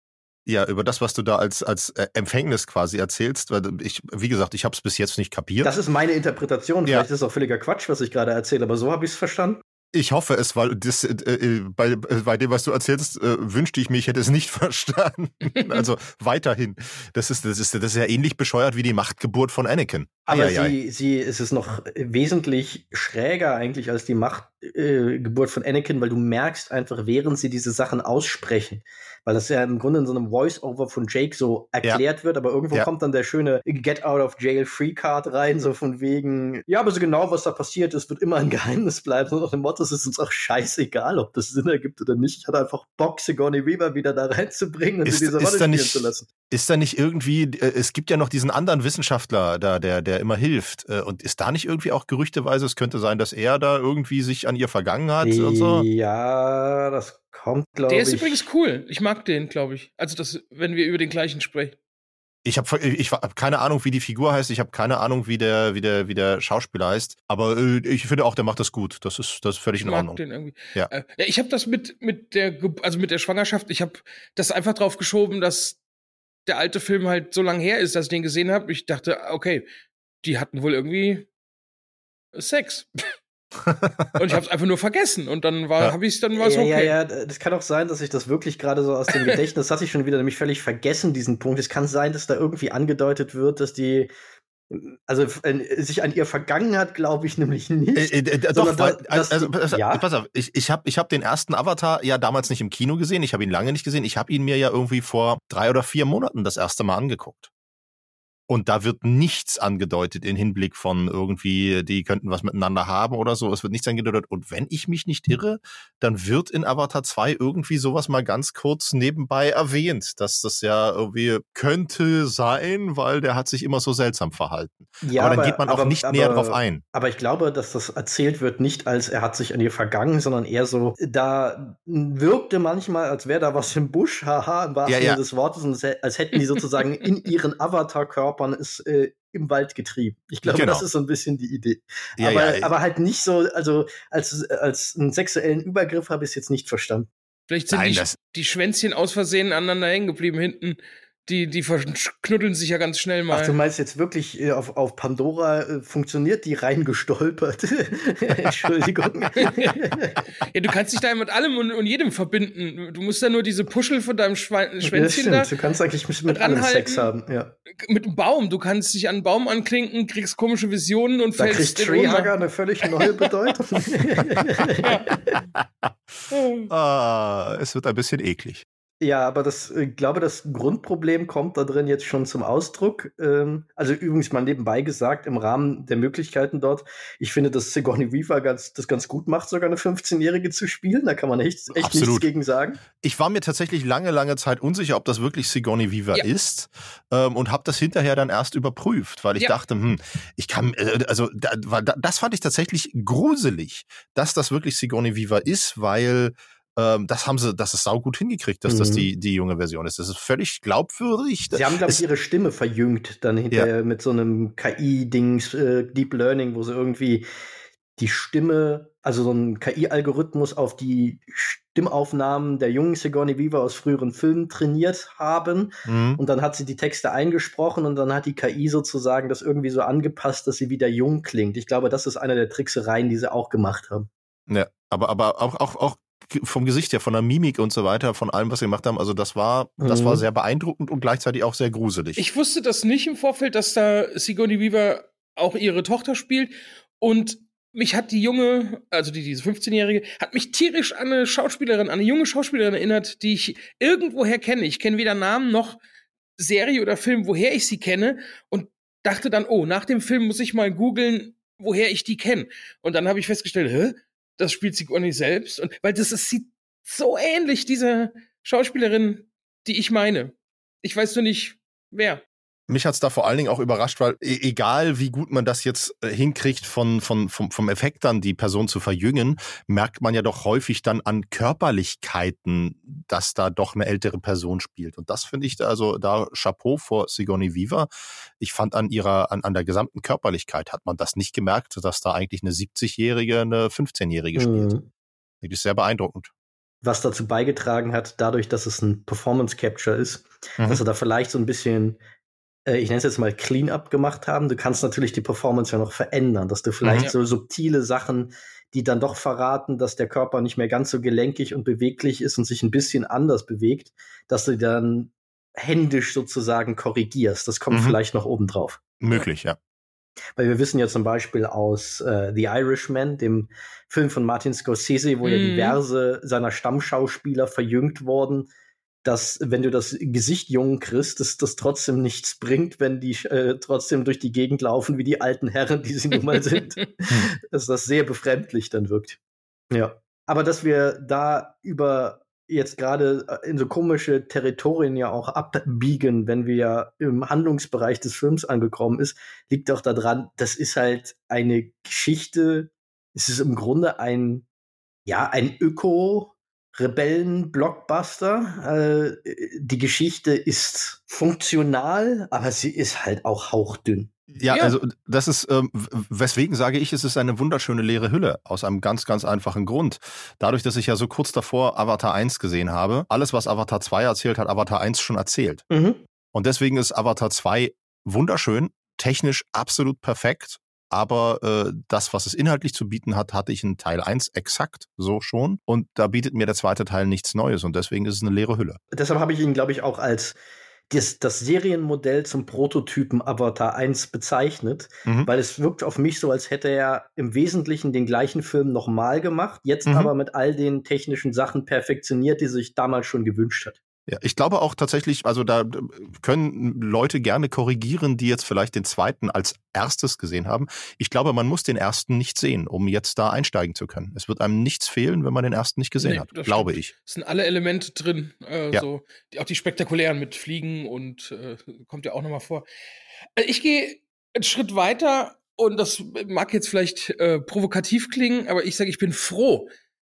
Ja, über das, was du da als, als äh, Empfängnis quasi erzählst, weil ich, wie gesagt, ich habe es bis jetzt nicht kapiert. Das ist meine Interpretation, vielleicht ja. ist es auch völliger Quatsch, was ich gerade erzähle, aber so habe ich es verstanden. Ich hoffe es, weil das, äh, bei, bei dem, was du erzählst, äh, wünschte ich mir, ich hätte es nicht verstanden. Also weiterhin. Das ist, das, ist, das ist ja ähnlich bescheuert wie die Machtgeburt von Anakin. Aber sie, sie, es ist noch wesentlich schräger eigentlich als die Machtgeburt äh, von Anakin, weil du merkst einfach, während sie diese Sachen aussprechen, weil das ja im Grunde in so einem Voice-Over von Jake so erklärt ja. wird, aber irgendwo ja. kommt dann der schöne Get-out-of-jail-free-Card rein, so von wegen, ja, aber so genau, was da passiert ist, wird immer ein Geheimnis bleiben. Und nach dem Motto, es ist uns auch scheißegal, ob das Sinn ergibt oder nicht. Ich hatte einfach Bock, Sigourney Weaver wieder da reinzubringen und ist, sie diese Rolle spielen nicht, zu lassen. Ist da nicht irgendwie, äh, es gibt ja noch diesen anderen Wissenschaftler da, der, der immer hilft. Äh, und ist da nicht irgendwie auch gerüchteweise, es könnte sein, dass er da irgendwie sich an ihr vergangen hat und so? Ja, das kommt, glaube ich. Der ist übrigens cool. Ich mag den, glaube ich. Also, das, wenn wir über den gleichen sprechen. Ich habe ich hab keine Ahnung, wie die Figur heißt. Ich habe keine Ahnung, wie der, wie der, wie der Schauspieler heißt. Aber äh, ich finde auch, der macht das gut. Das ist, das ist völlig in Ordnung. Ich mag den irgendwie. Ja. Äh, ja, ich habe das mit, mit der, also mit der Schwangerschaft. Ich habe das einfach drauf geschoben, dass der alte Film halt so lange her ist, dass ich den gesehen habe. Ich dachte, okay, die hatten wohl irgendwie Sex. Und ich habe es einfach nur vergessen und dann war, ja. habe ich es dann war es ja, okay. Ja, ja, das kann auch sein, dass ich das wirklich gerade so aus dem Gedächtnis, das hatte ich schon wieder nämlich völlig vergessen, diesen Punkt. Es kann sein, dass da irgendwie angedeutet wird, dass die also äh, sich an ihr vergangen hat, glaube ich nämlich nicht. Äh, äh, doch, weil, dass, also, also ja? pass auf, ich, ich habe ich hab den ersten Avatar ja damals nicht im Kino gesehen, ich habe ihn lange nicht gesehen, ich habe ihn mir ja irgendwie vor drei oder vier Monaten das erste Mal angeguckt. Und da wird nichts angedeutet in Hinblick von irgendwie, die könnten was miteinander haben oder so. Es wird nichts angedeutet. Und wenn ich mich nicht irre, dann wird in Avatar zwei irgendwie sowas mal ganz kurz nebenbei erwähnt, dass das ja irgendwie könnte sein, weil der hat sich immer so seltsam verhalten. Ja, aber dann aber, geht man auch aber, nicht aber, näher drauf ein. Aber ich glaube, dass das erzählt wird nicht als er hat sich an ihr vergangen, sondern eher so, da wirkte manchmal, als wäre da was im Busch, haha, im wahrsten Sinne ja, ja. des Wortes, und als hätten die sozusagen in ihren Avatar-Körper ist äh, im Wald getrieben. Ich glaube, genau. das ist so ein bisschen die Idee. Ja, aber, ja, aber halt nicht so, also als, als einen sexuellen Übergriff habe ich es jetzt nicht verstanden. Vielleicht sind Nein, die, die Schwänzchen aus Versehen aneinander hängen geblieben hinten. Die, die verknuddeln sich ja ganz schnell mal. Ach, du meinst jetzt wirklich, äh, auf, auf Pandora äh, funktioniert die reingestolpert? Entschuldigung. Ja, du kannst dich da mit allem und, und jedem verbinden. Du musst ja nur diese Puschel von deinem Schwe- Schwänzchen ja, da du kannst eigentlich mit, mit allem Sex haben. Ja. Mit einem Baum. Du kannst dich an einen Baum anklinken, kriegst komische Visionen und da fällst kriegt Treehugger eine völlig neue Bedeutung. ah, es wird ein bisschen eklig. Ja, aber das, ich glaube, das Grundproblem kommt da drin jetzt schon zum Ausdruck. Ähm, also übrigens mal nebenbei gesagt, im Rahmen der Möglichkeiten dort, ich finde, dass Sigourney Weaver ganz, das ganz gut macht, sogar eine fünfzehnjährige zu spielen. Da kann man echt, echt nichts gegen sagen. Ich war mir tatsächlich lange, lange Zeit unsicher, ob das wirklich Sigourney Weaver ja. ist ähm, und habe das hinterher dann erst überprüft, weil ich ja. dachte, hm, ich kann, äh, also da, das fand ich tatsächlich gruselig, dass das wirklich Sigourney Weaver ist, weil Ähm, das haben sie, das ist saugut hingekriegt, dass mhm. das die, die junge Version ist. Das ist völlig glaubwürdig. Sie haben, glaube ich, ihre Stimme verjüngt, dann hinterher ja. mit so einem K I-Dings, äh, Deep Learning, wo sie irgendwie die Stimme, also so ein K I-Algorithmus auf die Stimmaufnahmen der jungen Sigourney Weaver aus früheren Filmen trainiert haben. Mhm. Und dann hat sie die Texte eingesprochen und dann hat die K I sozusagen das irgendwie so angepasst, dass sie wieder jung klingt. Ich glaube, das ist einer der Tricksereien, die sie auch gemacht haben. Ja, aber, aber auch, auch, auch vom Gesicht her, von der Mimik und so weiter, von allem, was sie gemacht haben, also das war, mhm. das war sehr beeindruckend und gleichzeitig auch sehr gruselig. Ich wusste das nicht im Vorfeld, dass da Sigourney Weaver auch ihre Tochter spielt und mich hat die junge, also die, diese fünfzehnjährige, hat mich tierisch an eine Schauspielerin, an eine junge Schauspielerin erinnert, die ich irgendwoher kenne. Ich kenne weder Namen noch Serie oder Film, woher ich sie kenne und dachte dann, oh, nach dem Film muss ich mal googeln, woher ich die kenne. Und dann habe ich festgestellt, hä? Das spielt Sigourney selbst. Und weil das ist, sieht so ähnlich, diese Schauspielerin, die ich meine. Ich weiß nur nicht, wer. Mich hat's da vor allen Dingen auch überrascht, weil egal wie gut man das jetzt hinkriegt, von, von, vom, vom Effekt dann die Person zu verjüngen, merkt man ja doch häufig dann an Körperlichkeiten, dass da doch eine ältere Person spielt. Und das finde ich da, also da Chapeau vor Sigourney Weaver. Ich fand an ihrer, an, an der gesamten Körperlichkeit hat man das nicht gemerkt, dass da eigentlich eine siebzigjährige, eine fünfzehnjährige spielt. Mhm. Das ist sehr beeindruckend. Was dazu beigetragen hat, dadurch, dass es ein Performance Capture ist, mhm. dass er da vielleicht so ein bisschen ich nenne es jetzt mal Clean-up gemacht haben. Du kannst natürlich die Performance ja noch verändern, dass du vielleicht ja. so subtile Sachen, die dann doch verraten, dass der Körper nicht mehr ganz so gelenkig und beweglich ist und sich ein bisschen anders bewegt, dass du dann händisch sozusagen korrigierst. Das kommt mhm. vielleicht noch oben drauf. Möglich, ja. Weil wir wissen ja zum Beispiel aus äh, The Irishman, dem Film von Martin Scorsese, wo mhm. ja diverse seiner Stammschauspieler verjüngt wurden, dass, wenn du das Gesicht jung kriegst, dass das trotzdem nichts bringt, wenn die äh, trotzdem durch die Gegend laufen wie die alten Herren, die sie nun mal sind. Dass das sehr befremdlich dann wirkt. Ja. Aber dass wir da über jetzt gerade in so komische Territorien ja auch abbiegen, wenn wir ja im Handlungsbereich des Films angekommen ist, liegt auch daran, das ist halt eine Geschichte, es ist im Grunde ein, ja, ein Öko- Rebellen-Blockbuster. Äh, die Geschichte ist funktional, aber sie ist halt auch hauchdünn. Ja, ja. also das ist, ähm, weswegen sage ich, es ist eine wunderschöne leere Hülle, aus einem ganz, ganz einfachen Grund. Dadurch, dass ich ja so kurz davor Avatar eins gesehen habe, alles, was Avatar zwei erzählt, hat Avatar eins schon erzählt. Mhm. Und deswegen ist Avatar zwei wunderschön, technisch absolut perfekt. Aber äh, das, was es inhaltlich zu bieten hat, hatte ich in Teil eins exakt so schon. Und da bietet mir der zweite Teil nichts Neues. Und deswegen ist es eine leere Hülle. Deshalb habe ich ihn, glaube ich, auch als das, das Serienmodell zum Prototypen Avatar eins bezeichnet. Mhm. Weil es wirkt auf mich so, als hätte er im Wesentlichen den gleichen Film nochmal gemacht. Jetzt mhm. aber mit all den technischen Sachen perfektioniert, die sich damals schon gewünscht hat. Ja, ich glaube auch tatsächlich, also da können Leute gerne korrigieren, die jetzt vielleicht den zweiten als erstes gesehen haben. Ich glaube, man muss den ersten nicht sehen, um jetzt da einsteigen zu können. Es wird einem nichts fehlen, wenn man den ersten nicht gesehen nee, hat, glaube ich. Es sind alle Elemente drin, äh, ja. so, die, auch die spektakulären mit Fliegen und äh, kommt ja auch nochmal vor. Also ich gehe einen Schritt weiter und das mag jetzt vielleicht äh, provokativ klingen, aber ich sage, ich bin froh,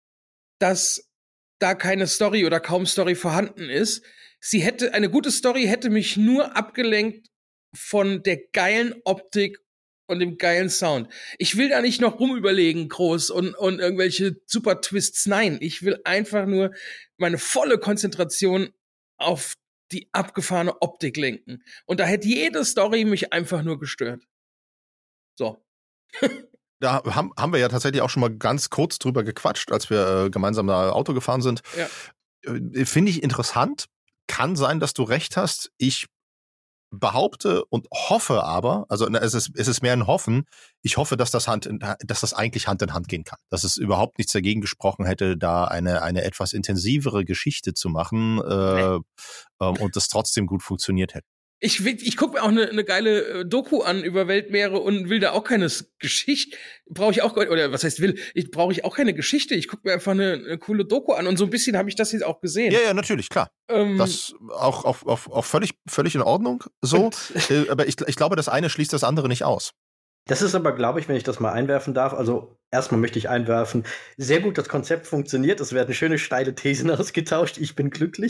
dass da keine Story oder kaum Story vorhanden ist. Sie hätte, eine gute Story hätte mich nur abgelenkt von der geilen Optik und dem geilen Sound. Ich will da nicht noch rumüberlegen, groß und, und irgendwelche super Twists. Nein, ich will einfach nur meine volle Konzentration auf die abgefahrene Optik lenken. Und da hätte jede Story mich einfach nur gestört. So. Da haben, haben wir ja tatsächlich auch schon mal ganz kurz drüber gequatscht, als wir äh, gemeinsam da Auto gefahren sind. Ja. Äh, finde ich interessant. Kann sein, dass du recht hast. Ich behaupte und hoffe aber, also es ist, es ist mehr ein Hoffen, ich hoffe, dass das, Hand in, dass das eigentlich Hand in Hand gehen kann. Dass es überhaupt nichts dagegen gesprochen hätte, da eine, eine etwas intensivere Geschichte zu machen äh, nee. ähm, und das trotzdem gut funktioniert hätte. Ich, ich gucke mir auch eine, eine geile Doku an über Weltmeere und will da auch keine Geschichte, brauche ich auch, oder was heißt will, ich brauche ich auch keine Geschichte, ich gucke mir einfach eine, eine coole Doku an und so ein bisschen habe ich das jetzt auch gesehen. Ja, ja, natürlich, klar. Ähm, das auch, auch, auch, auch völlig, völlig in Ordnung so, äh, aber ich, ich glaube, das eine schließt das andere nicht aus. Das ist aber, glaube ich, wenn ich das mal einwerfen darf, also erstmal möchte ich einwerfen, sehr gut, das Konzept funktioniert, es werden schöne steile Thesen ausgetauscht, ich bin glücklich.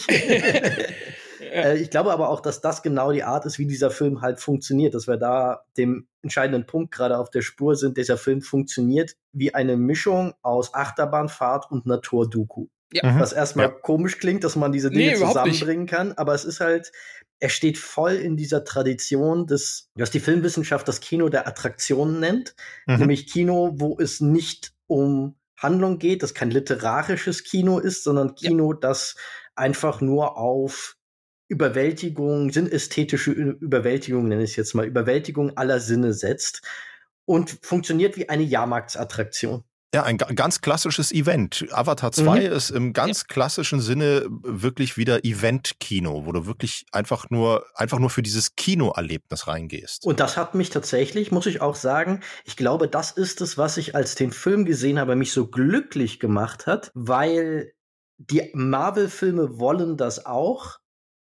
äh, ich glaube aber auch, dass das genau die Art ist, wie dieser Film halt funktioniert, dass wir da dem entscheidenden Punkt gerade auf der Spur sind. Dieser Film funktioniert wie eine Mischung aus Achterbahnfahrt und Naturdoku. Ja. Was erstmal ja. komisch klingt, dass man diese Dinge nee, zusammenbringen kann, aber es ist halt, er steht voll in dieser Tradition des, was die Filmwissenschaft das Kino der Attraktionen nennt, mhm. nämlich Kino, wo es nicht um Handlung geht, das kein literarisches Kino ist, sondern Kino, ja. das einfach nur auf Überwältigung, sinnästhetische Überwältigung, nenne ich es jetzt mal, Überwältigung aller Sinne setzt und funktioniert wie eine Jahrmarktsattraktion. Ja, ein ganz klassisches Event. Avatar zwei mhm. ist im ganz ja. klassischen Sinne wirklich wieder Event-Kino, wo du wirklich einfach nur, einfach nur für dieses Kinoerlebnis reingehst. Und das hat mich tatsächlich, muss ich auch sagen, ich glaube, das ist es, was ich als den Film gesehen habe, mich so glücklich gemacht hat, weil die Marvel-Filme wollen das auch,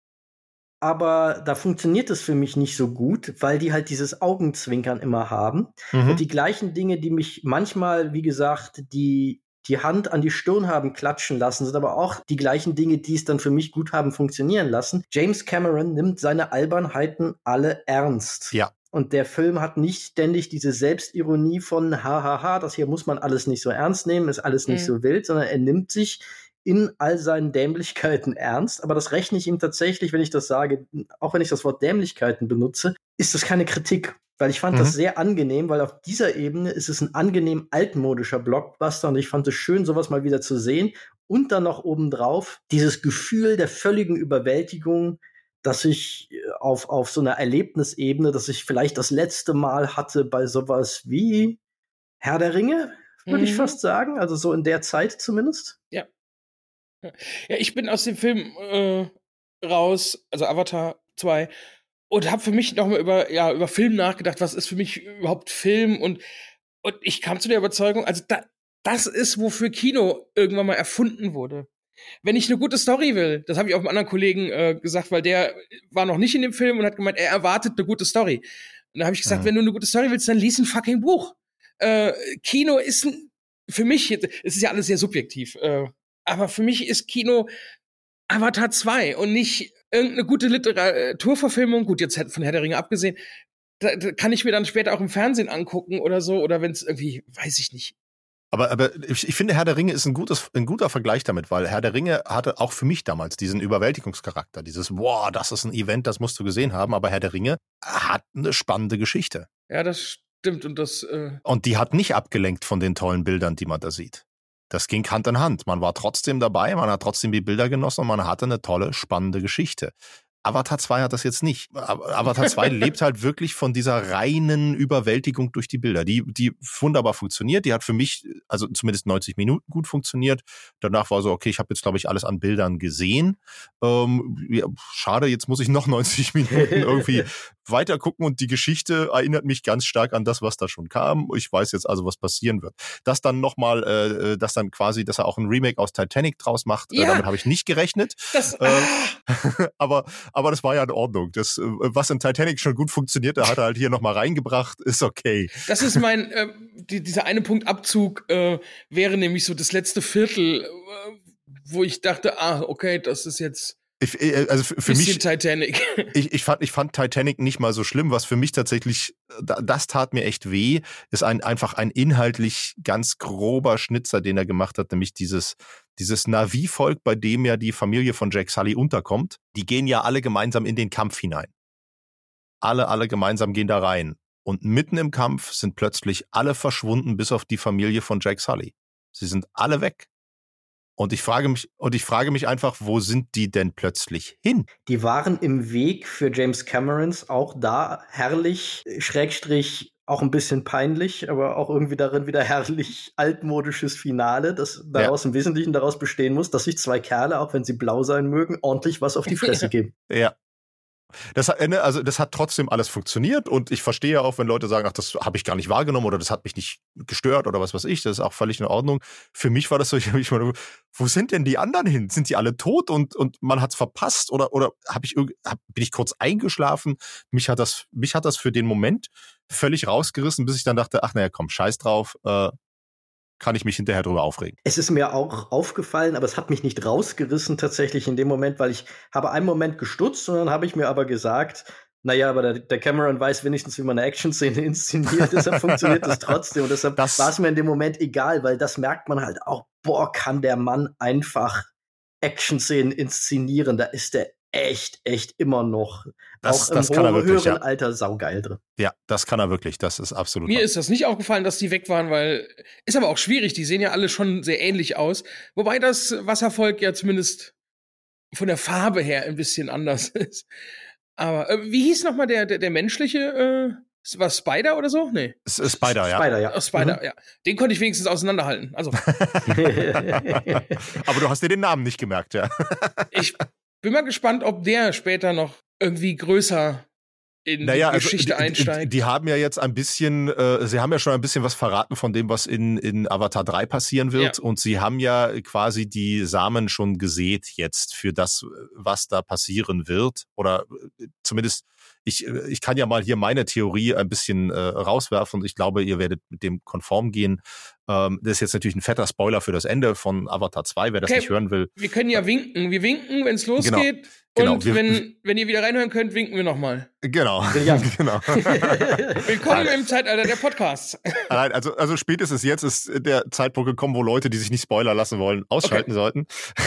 aber da funktioniert es für mich nicht so gut, weil die halt dieses Augenzwinkern immer haben. Mhm. Und die gleichen Dinge, die mich manchmal, wie gesagt, die, die Hand an die Stirn haben klatschen lassen, sind aber auch die gleichen Dinge, die es dann für mich gut haben funktionieren lassen. James Cameron nimmt seine Albernheiten alle ernst. Ja. Und der Film hat nicht ständig diese Selbstironie von hahaha, das hier muss man alles nicht so ernst nehmen, ist alles nicht mhm. so wild, sondern er nimmt sich in all seinen Dämlichkeiten ernst, aber das rechne ich ihm tatsächlich, wenn ich das sage, auch wenn ich das Wort Dämlichkeiten benutze, ist das keine Kritik, weil ich fand mhm. das sehr angenehm, weil auf dieser Ebene ist es ein angenehm altmodischer Blockbuster und ich fand es schön, sowas mal wieder zu sehen und dann noch obendrauf dieses Gefühl der völligen Überwältigung, dass ich auf, auf so einer Erlebnisebene, dass ich vielleicht das letzte Mal hatte bei sowas wie Herr der Ringe, würde mhm. ich fast sagen, also so in der Zeit zumindest. Ja. Ja, ich bin aus dem Film äh, raus, also Avatar zwei, und habe für mich nochmal über, ja, über Film nachgedacht, was ist für mich überhaupt Film, und, und ich kam zu der Überzeugung, also da, das ist, wofür Kino irgendwann mal erfunden wurde. Wenn ich eine gute Story will, das habe ich auch einem anderen Kollegen äh, gesagt, weil der war noch nicht in dem Film und hat gemeint, er erwartet eine gute Story. Und da habe ich gesagt, mhm. wenn du eine gute Story willst, dann lies ein fucking Buch. Äh, Kino ist ein, für mich, es ist ja alles sehr subjektiv, äh, aber für mich ist Kino Avatar zwei und nicht irgendeine gute Literaturverfilmung, gut, jetzt von Herr der Ringe abgesehen, da, da kann ich mir dann später auch im Fernsehen angucken oder so, oder wenn es irgendwie, weiß ich nicht. Aber, aber ich, ich finde, Herr der Ringe ist ein, gutes, ein guter Vergleich damit, weil Herr der Ringe hatte auch für mich damals diesen Überwältigungscharakter, dieses, wow, das ist ein Event, das musst du gesehen haben, aber Herr der Ringe hat eine spannende Geschichte. Ja, das stimmt und das... Äh Und die hat nicht abgelenkt von den tollen Bildern, die man da sieht. Das ging Hand in Hand. Man war trotzdem dabei, man hat trotzdem die Bilder genossen und man hatte eine tolle, spannende Geschichte. Avatar zwei hat das jetzt nicht. Avatar zwei lebt halt wirklich von dieser reinen Überwältigung durch die Bilder, die, die wunderbar funktioniert. Die hat für mich, also zumindest neunzig Minuten gut funktioniert. Danach war so, okay, ich habe jetzt, glaube ich, alles an Bildern gesehen. Ähm, ja, schade, jetzt muss ich noch neunzig Minuten irgendwie weiter gucken und die Geschichte erinnert mich ganz stark an das, was da schon kam. Ich weiß jetzt also, was passieren wird. Dass dann nochmal, äh, dass dann quasi, dass er auch ein Remake aus Titanic draus macht, ja. äh, damit habe ich nicht gerechnet. Das, äh, aber Aber das war ja in Ordnung. Das, was in Titanic schon gut funktioniert, da hat er halt hier nochmal reingebracht, ist okay. Das ist mein, äh, die, dieser eine Punkt Abzug äh, wäre nämlich so das letzte Viertel, äh, wo ich dachte, ah, okay, das ist jetzt ich, also für, für mich Titanic. Ich, ich, fand, ich fand Titanic nicht mal so schlimm. Was für mich tatsächlich, das tat mir echt weh, ist ein, einfach ein inhaltlich ganz grober Schnitzer, den er gemacht hat, nämlich dieses Dieses Na'vi-Volk, bei dem ja die Familie von Jack Sully unterkommt, die gehen ja alle gemeinsam in den Kampf hinein. Alle, alle gemeinsam gehen da rein. Und mitten im Kampf sind plötzlich alle verschwunden, bis auf die Familie von Jack Sully. Sie sind alle weg. Und ich frage mich, und ich frage mich einfach, wo sind die denn plötzlich hin? Die waren im Weg für James Camerons, auch da herrlich, Schrägstrich, auch ein bisschen peinlich, aber auch irgendwie darin wieder herrlich altmodisches Finale, das daraus ja. im Wesentlichen daraus bestehen muss, dass sich zwei Kerle, auch wenn sie blau sein mögen, ordentlich was auf die Fresse geben. Ja. Das hat, also das hat trotzdem alles funktioniert und ich verstehe auch, wenn Leute sagen, ach, das habe ich gar nicht wahrgenommen oder das hat mich nicht gestört oder was weiß ich, das ist auch völlig in Ordnung. Für mich war das so, ich, ich meine, wo sind denn die anderen hin? Sind die alle tot und, und man hat es verpasst oder, oder hab ich, hab, bin ich kurz eingeschlafen? Mich hat das, mich hat das für den Moment völlig rausgerissen, bis ich dann dachte, ach naja, komm, scheiß drauf, äh, kann ich mich hinterher drüber aufregen. Es ist mir auch aufgefallen, aber es hat mich nicht rausgerissen tatsächlich in dem Moment, weil ich habe einen Moment gestutzt und dann habe ich mir aber gesagt, naja, aber der, der Cameron weiß wenigstens, wie man eine Action-Szene inszeniert, deshalb funktioniert das trotzdem und deshalb war es mir in dem Moment egal, weil das merkt man halt auch, boah, kann der Mann einfach Action-Szenen inszenieren, da ist der echt, echt immer noch das, auch das im kann er wirklich, höheren ja. Alter saugeil drin. Ja, das kann er wirklich, das ist absolut. Mir wahr. ist das nicht aufgefallen, dass die weg waren, weil ist aber auch schwierig, die sehen ja alle schon sehr ähnlich aus, wobei das Wasservolk ja zumindest von der Farbe her ein bisschen anders ist. Aber äh, wie hieß nochmal der, der, der menschliche, äh, war Spider oder so? Nee. Es ist Spider, ja. Spider, ja. Oh, Spider, Mhm. ja. Den konnte ich wenigstens auseinanderhalten. Also, Aber du hast dir den Namen nicht gemerkt, ja. ich bin mal gespannt, ob der später noch irgendwie größer in Naja, die Geschichte also, die, einsteigt. Die, die haben ja jetzt ein bisschen, äh, sie haben ja schon ein bisschen was verraten von dem, was in, in Avatar drei passieren wird. Ja. Und sie haben ja quasi die Samen schon gesät jetzt für das, was da passieren wird. Oder äh, zumindest, ich, ich kann ja mal hier meine Theorie ein bisschen äh, rauswerfen und ich glaube, ihr werdet mit dem konform gehen. Ähm, das ist jetzt natürlich ein fetter Spoiler für das Ende von Avatar zwei, wer das Okay, nicht hören will. Wir können ja winken. Wir winken, wenn es losgeht. Genau, und wir- wenn, wenn ihr wieder reinhören könnt, winken wir nochmal. Genau, Ja. genau. Willkommen im Zeitalter der Podcasts. Nein, also, also spätestens jetzt ist der Zeitpunkt gekommen, wo Leute, die sich nicht spoilern lassen wollen, ausschalten Okay. sollten.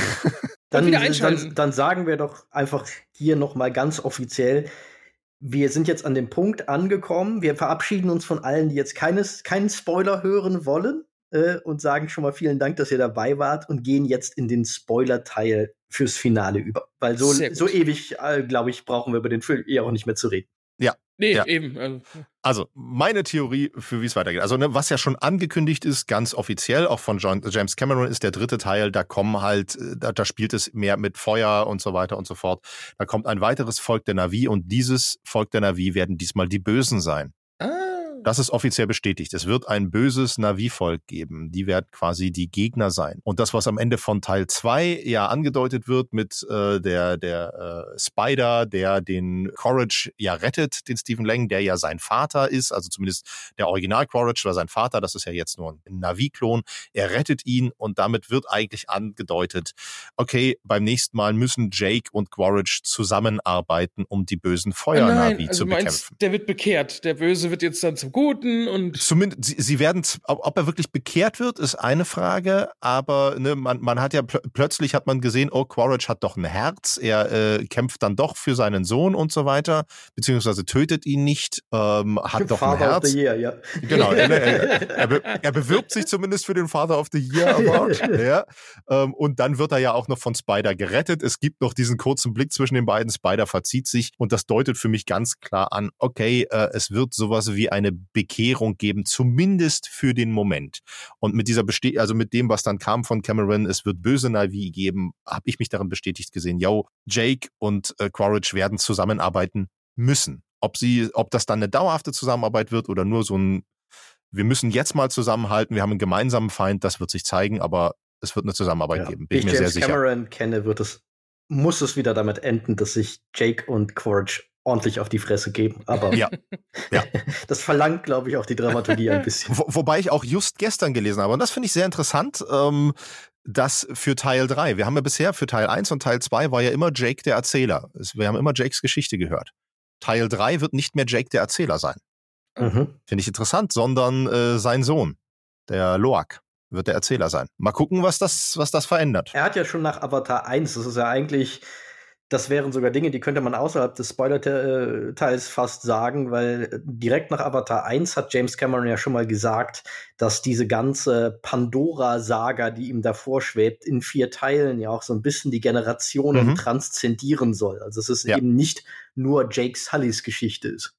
Dann, wieder einschalten. dann, dann sagen wir doch einfach hier noch mal ganz offiziell, wir sind jetzt an dem Punkt angekommen, wir verabschieden uns von allen, die jetzt keines, keinen Spoiler hören wollen äh, und sagen schon mal vielen Dank, dass ihr dabei wart und gehen jetzt in den Spoiler-Teil fürs Finale über. Weil so, Sehr gut. so ewig, äh, glaube ich, brauchen wir über den Film eher auch nicht mehr zu reden. Nee, Ja. eben. Also, Also, meine Theorie für wie es weitergeht. Also, ne, was ja schon angekündigt ist, ganz offiziell, auch von John, James Cameron, ist der dritte Teil. Da kommen halt, äh, da, da spielt es mehr mit Feuer und so weiter und so fort. Da kommt ein weiteres Volk der Na'vi und dieses Volk der Na'vi werden diesmal die Bösen sein. ah. Das ist offiziell bestätigt. Es wird ein böses Na'vi-Volk geben. Die werden quasi die Gegner sein. Und das, was am Ende von Teil zwei ja angedeutet wird mit äh, der, der äh, Spider, der den Quaritch ja rettet, den Stephen Lang, der ja sein Vater ist, also zumindest der Original Quaritch war sein Vater, das ist ja jetzt nur ein Na'vi-Klon. Er rettet ihn und damit wird eigentlich angedeutet, okay, beim nächsten Mal müssen Jake und Quaritch zusammenarbeiten, um die bösen Ah, Feuer-Na'vi nein, also zu du meinst, bekämpfen. der wird bekehrt. Der Böse wird jetzt dann zum Guten und Zumindest, sie, sie werden, z- ob ob er wirklich bekehrt wird, ist eine Frage, aber ne, man, man hat ja pl plötzlich hat man gesehen, oh, Quaritch hat doch ein Herz, er äh, kämpft dann doch für seinen Sohn und so weiter, beziehungsweise tötet ihn nicht, ähm, hat doch ein Father of Herz. the Year, ja. Genau, er, er, er, be er bewirbt sich zumindest für den Father of the Year Award. Ja. Ähm, und dann wird er ja auch noch von Spider gerettet. Es gibt noch diesen kurzen Blick zwischen den beiden. Spider verzieht sich und das deutet für mich ganz klar an, okay, äh, es wird sowas wie eine Bekehrung geben, zumindest für den Moment. Und mit dieser Beste also mit dem, was dann kam von Cameron, es wird böse Na'vi geben, habe ich mich darin bestätigt gesehen, yo, Jake und äh, Quaritch werden zusammenarbeiten müssen. Ob sie, ob das dann eine dauerhafte Zusammenarbeit wird oder nur so ein, wir müssen jetzt mal zusammenhalten, wir haben einen gemeinsamen Feind, das wird sich zeigen, aber es wird eine Zusammenarbeit Ja. geben, Wie bin ich ich mir sehr James sicher. Cameron kenne, wird es, muss es wieder damit enden, dass sich Jake und Quaritch ordentlich auf die Fresse geben. Aber Ja. Ja. das verlangt, glaube ich, auch die Dramaturgie ein bisschen. Wo, wobei ich auch just gestern gelesen habe, und das finde ich sehr interessant, ähm, dass für Teil drei, wir haben ja bisher für Teil eins und Teil zwei war ja immer Jake der Erzähler. Es- Wir haben immer Jakes Geschichte gehört. Teil drei wird nicht mehr Jake der Erzähler sein. Mhm. Finde ich interessant, sondern äh, sein Sohn, der Loak, wird der Erzähler sein. Mal gucken, was das, was das verändert. Er hat ja schon nach Avatar eins, das ist ja eigentlich, das wären sogar Dinge, die könnte man außerhalb des Spoiler-Teils fast sagen, weil direkt nach Avatar eins hat James Cameron ja schon mal gesagt, dass diese ganze Pandora-Saga, die ihm davor schwebt, in vier Teilen ja auch so ein bisschen die Generationen Mhm. transzendieren soll. Also dass es Ja. eben nicht nur Jake Sullys Geschichte ist.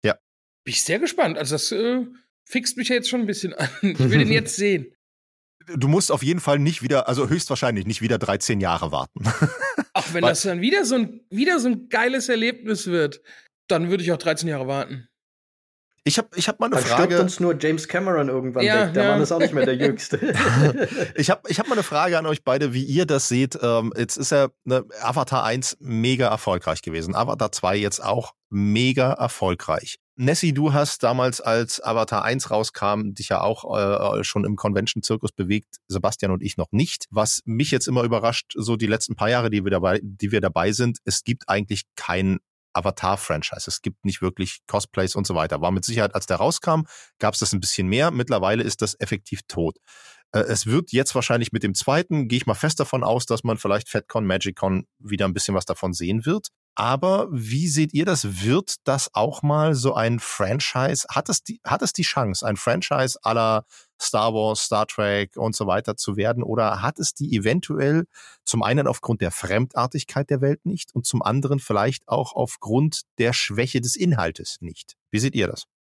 bin ich sehr gespannt. Also das äh, fixt mich ja jetzt schon ein bisschen an. Ich will den jetzt sehen. Du musst auf jeden Fall nicht wieder, also höchstwahrscheinlich nicht wieder dreizehn Jahre warten. Ach wenn das dann wieder so ein, wieder so ein geiles Erlebnis wird, dann würde ich auch dreizehn Jahre warten. Ich habe ich hab mal eine dann Frage. Stirbt uns nur James Cameron irgendwann ja, weg. Der ja. Mann ist auch nicht mehr der Jüngste. ich habe ich hab mal eine Frage an euch beide, wie ihr das seht. Ähm, jetzt ist ja ne, Avatar eins mega erfolgreich gewesen. Avatar zwei jetzt auch mega erfolgreich. Nessie, du hast damals, als Avatar eins rauskam, dich ja auch äh, schon im Convention-Zirkus bewegt, Sebastian und ich noch nicht. Was mich jetzt immer überrascht, so die letzten paar Jahre, die wir dabei, die wir dabei sind, es gibt eigentlich kein Avatar-Franchise. Es gibt nicht wirklich Cosplays und so weiter. War mit Sicherheit, als der rauskam, gab es das ein bisschen mehr. Mittlerweile ist das effektiv tot. Äh, es wird jetzt wahrscheinlich mit dem zweiten, gehe ich mal fest davon aus, dass man vielleicht FatCon, MagicCon wieder ein bisschen was davon sehen wird. Aber wie seht ihr das? Wird das auch mal so ein Franchise? Hat es die, hat es die Chance, ein Franchise à la Star Wars, Star Trek und so weiter zu werden? Oder hat es die eventuell zum einen aufgrund der Fremdartigkeit der Welt nicht und zum anderen vielleicht auch aufgrund der Schwäche des Inhaltes nicht? Wie seht ihr das?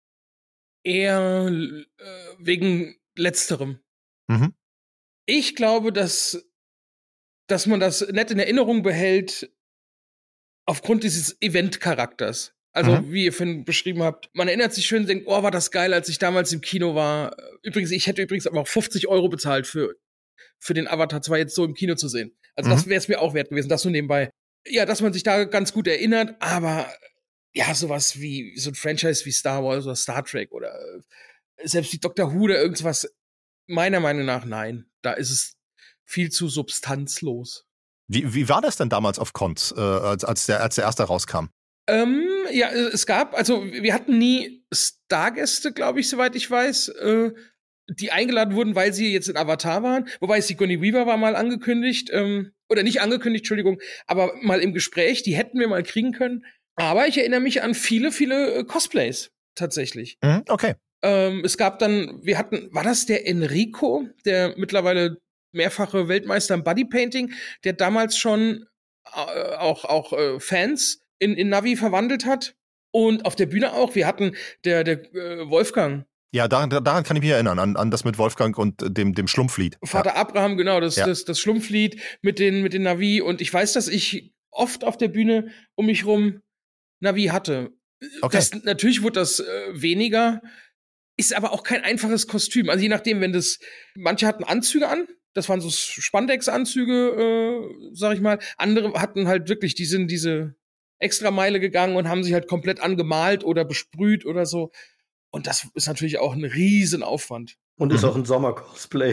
Eher äh, wegen Letzterem. Mhm. Ich glaube, dass, dass man das nett in Erinnerung behält, aufgrund dieses Event-Charakters. Also, mhm. wie ihr vorhin beschrieben habt, man erinnert sich schön und denkt, oh, war das geil, als ich damals im Kino war. Übrigens, ich hätte übrigens aber auch fünfzig Euro bezahlt für, für den Avatar zwei jetzt so im Kino zu sehen. Also, mhm. das wäre es mir auch wert gewesen, das so nebenbei. Ja, dass man sich da ganz gut erinnert, aber ja, sowas wie, so ein Franchise wie Star Wars oder Star Trek oder selbst wie Doctor Who oder irgendwas, meiner Meinung nach nein. Da ist es viel zu substanzlos. Wie, wie war das denn damals auf Cons, äh, als, als, der, als der erste rauskam? Ähm, ja, es gab, also wir hatten nie Stargäste, glaube ich, soweit ich weiß, äh, die eingeladen wurden, weil sie jetzt in Avatar waren. Wobei Sigourney Weaver war mal angekündigt, ähm, oder nicht angekündigt, Entschuldigung, aber mal im Gespräch, die hätten wir mal kriegen können. Aber ich erinnere mich an viele, viele äh, Cosplays, tatsächlich. Mhm, okay. Ähm, es gab dann, wir hatten, war das der Enrico, der mittlerweile mehrfache Weltmeister im Bodypainting, der damals schon äh, auch, auch äh, Fans in, in Navi verwandelt hat. Und auf der Bühne auch. Wir hatten der, der äh, Wolfgang. Ja, daran, daran kann ich mich erinnern, an, an das mit Wolfgang und dem, dem Schlumpflied. Vater ja. Abraham, genau, das, ja. das, das Schlumpflied mit den, mit den Navi. Und ich weiß, dass ich oft auf der Bühne um mich rum Navi hatte. Okay. Das, natürlich wurde das äh, weniger, ist aber auch kein einfaches Kostüm. Also je nachdem, wenn das, manche hatten Anzüge an, das waren so Spandex-Anzüge, äh, sag ich mal. Andere hatten halt wirklich, die sind diese Extrameile gegangen und haben sich halt komplett angemalt oder besprüht oder so. Und das ist natürlich auch ein Riesenaufwand. Und ist mhm. auch ein Sommer-Cosplay.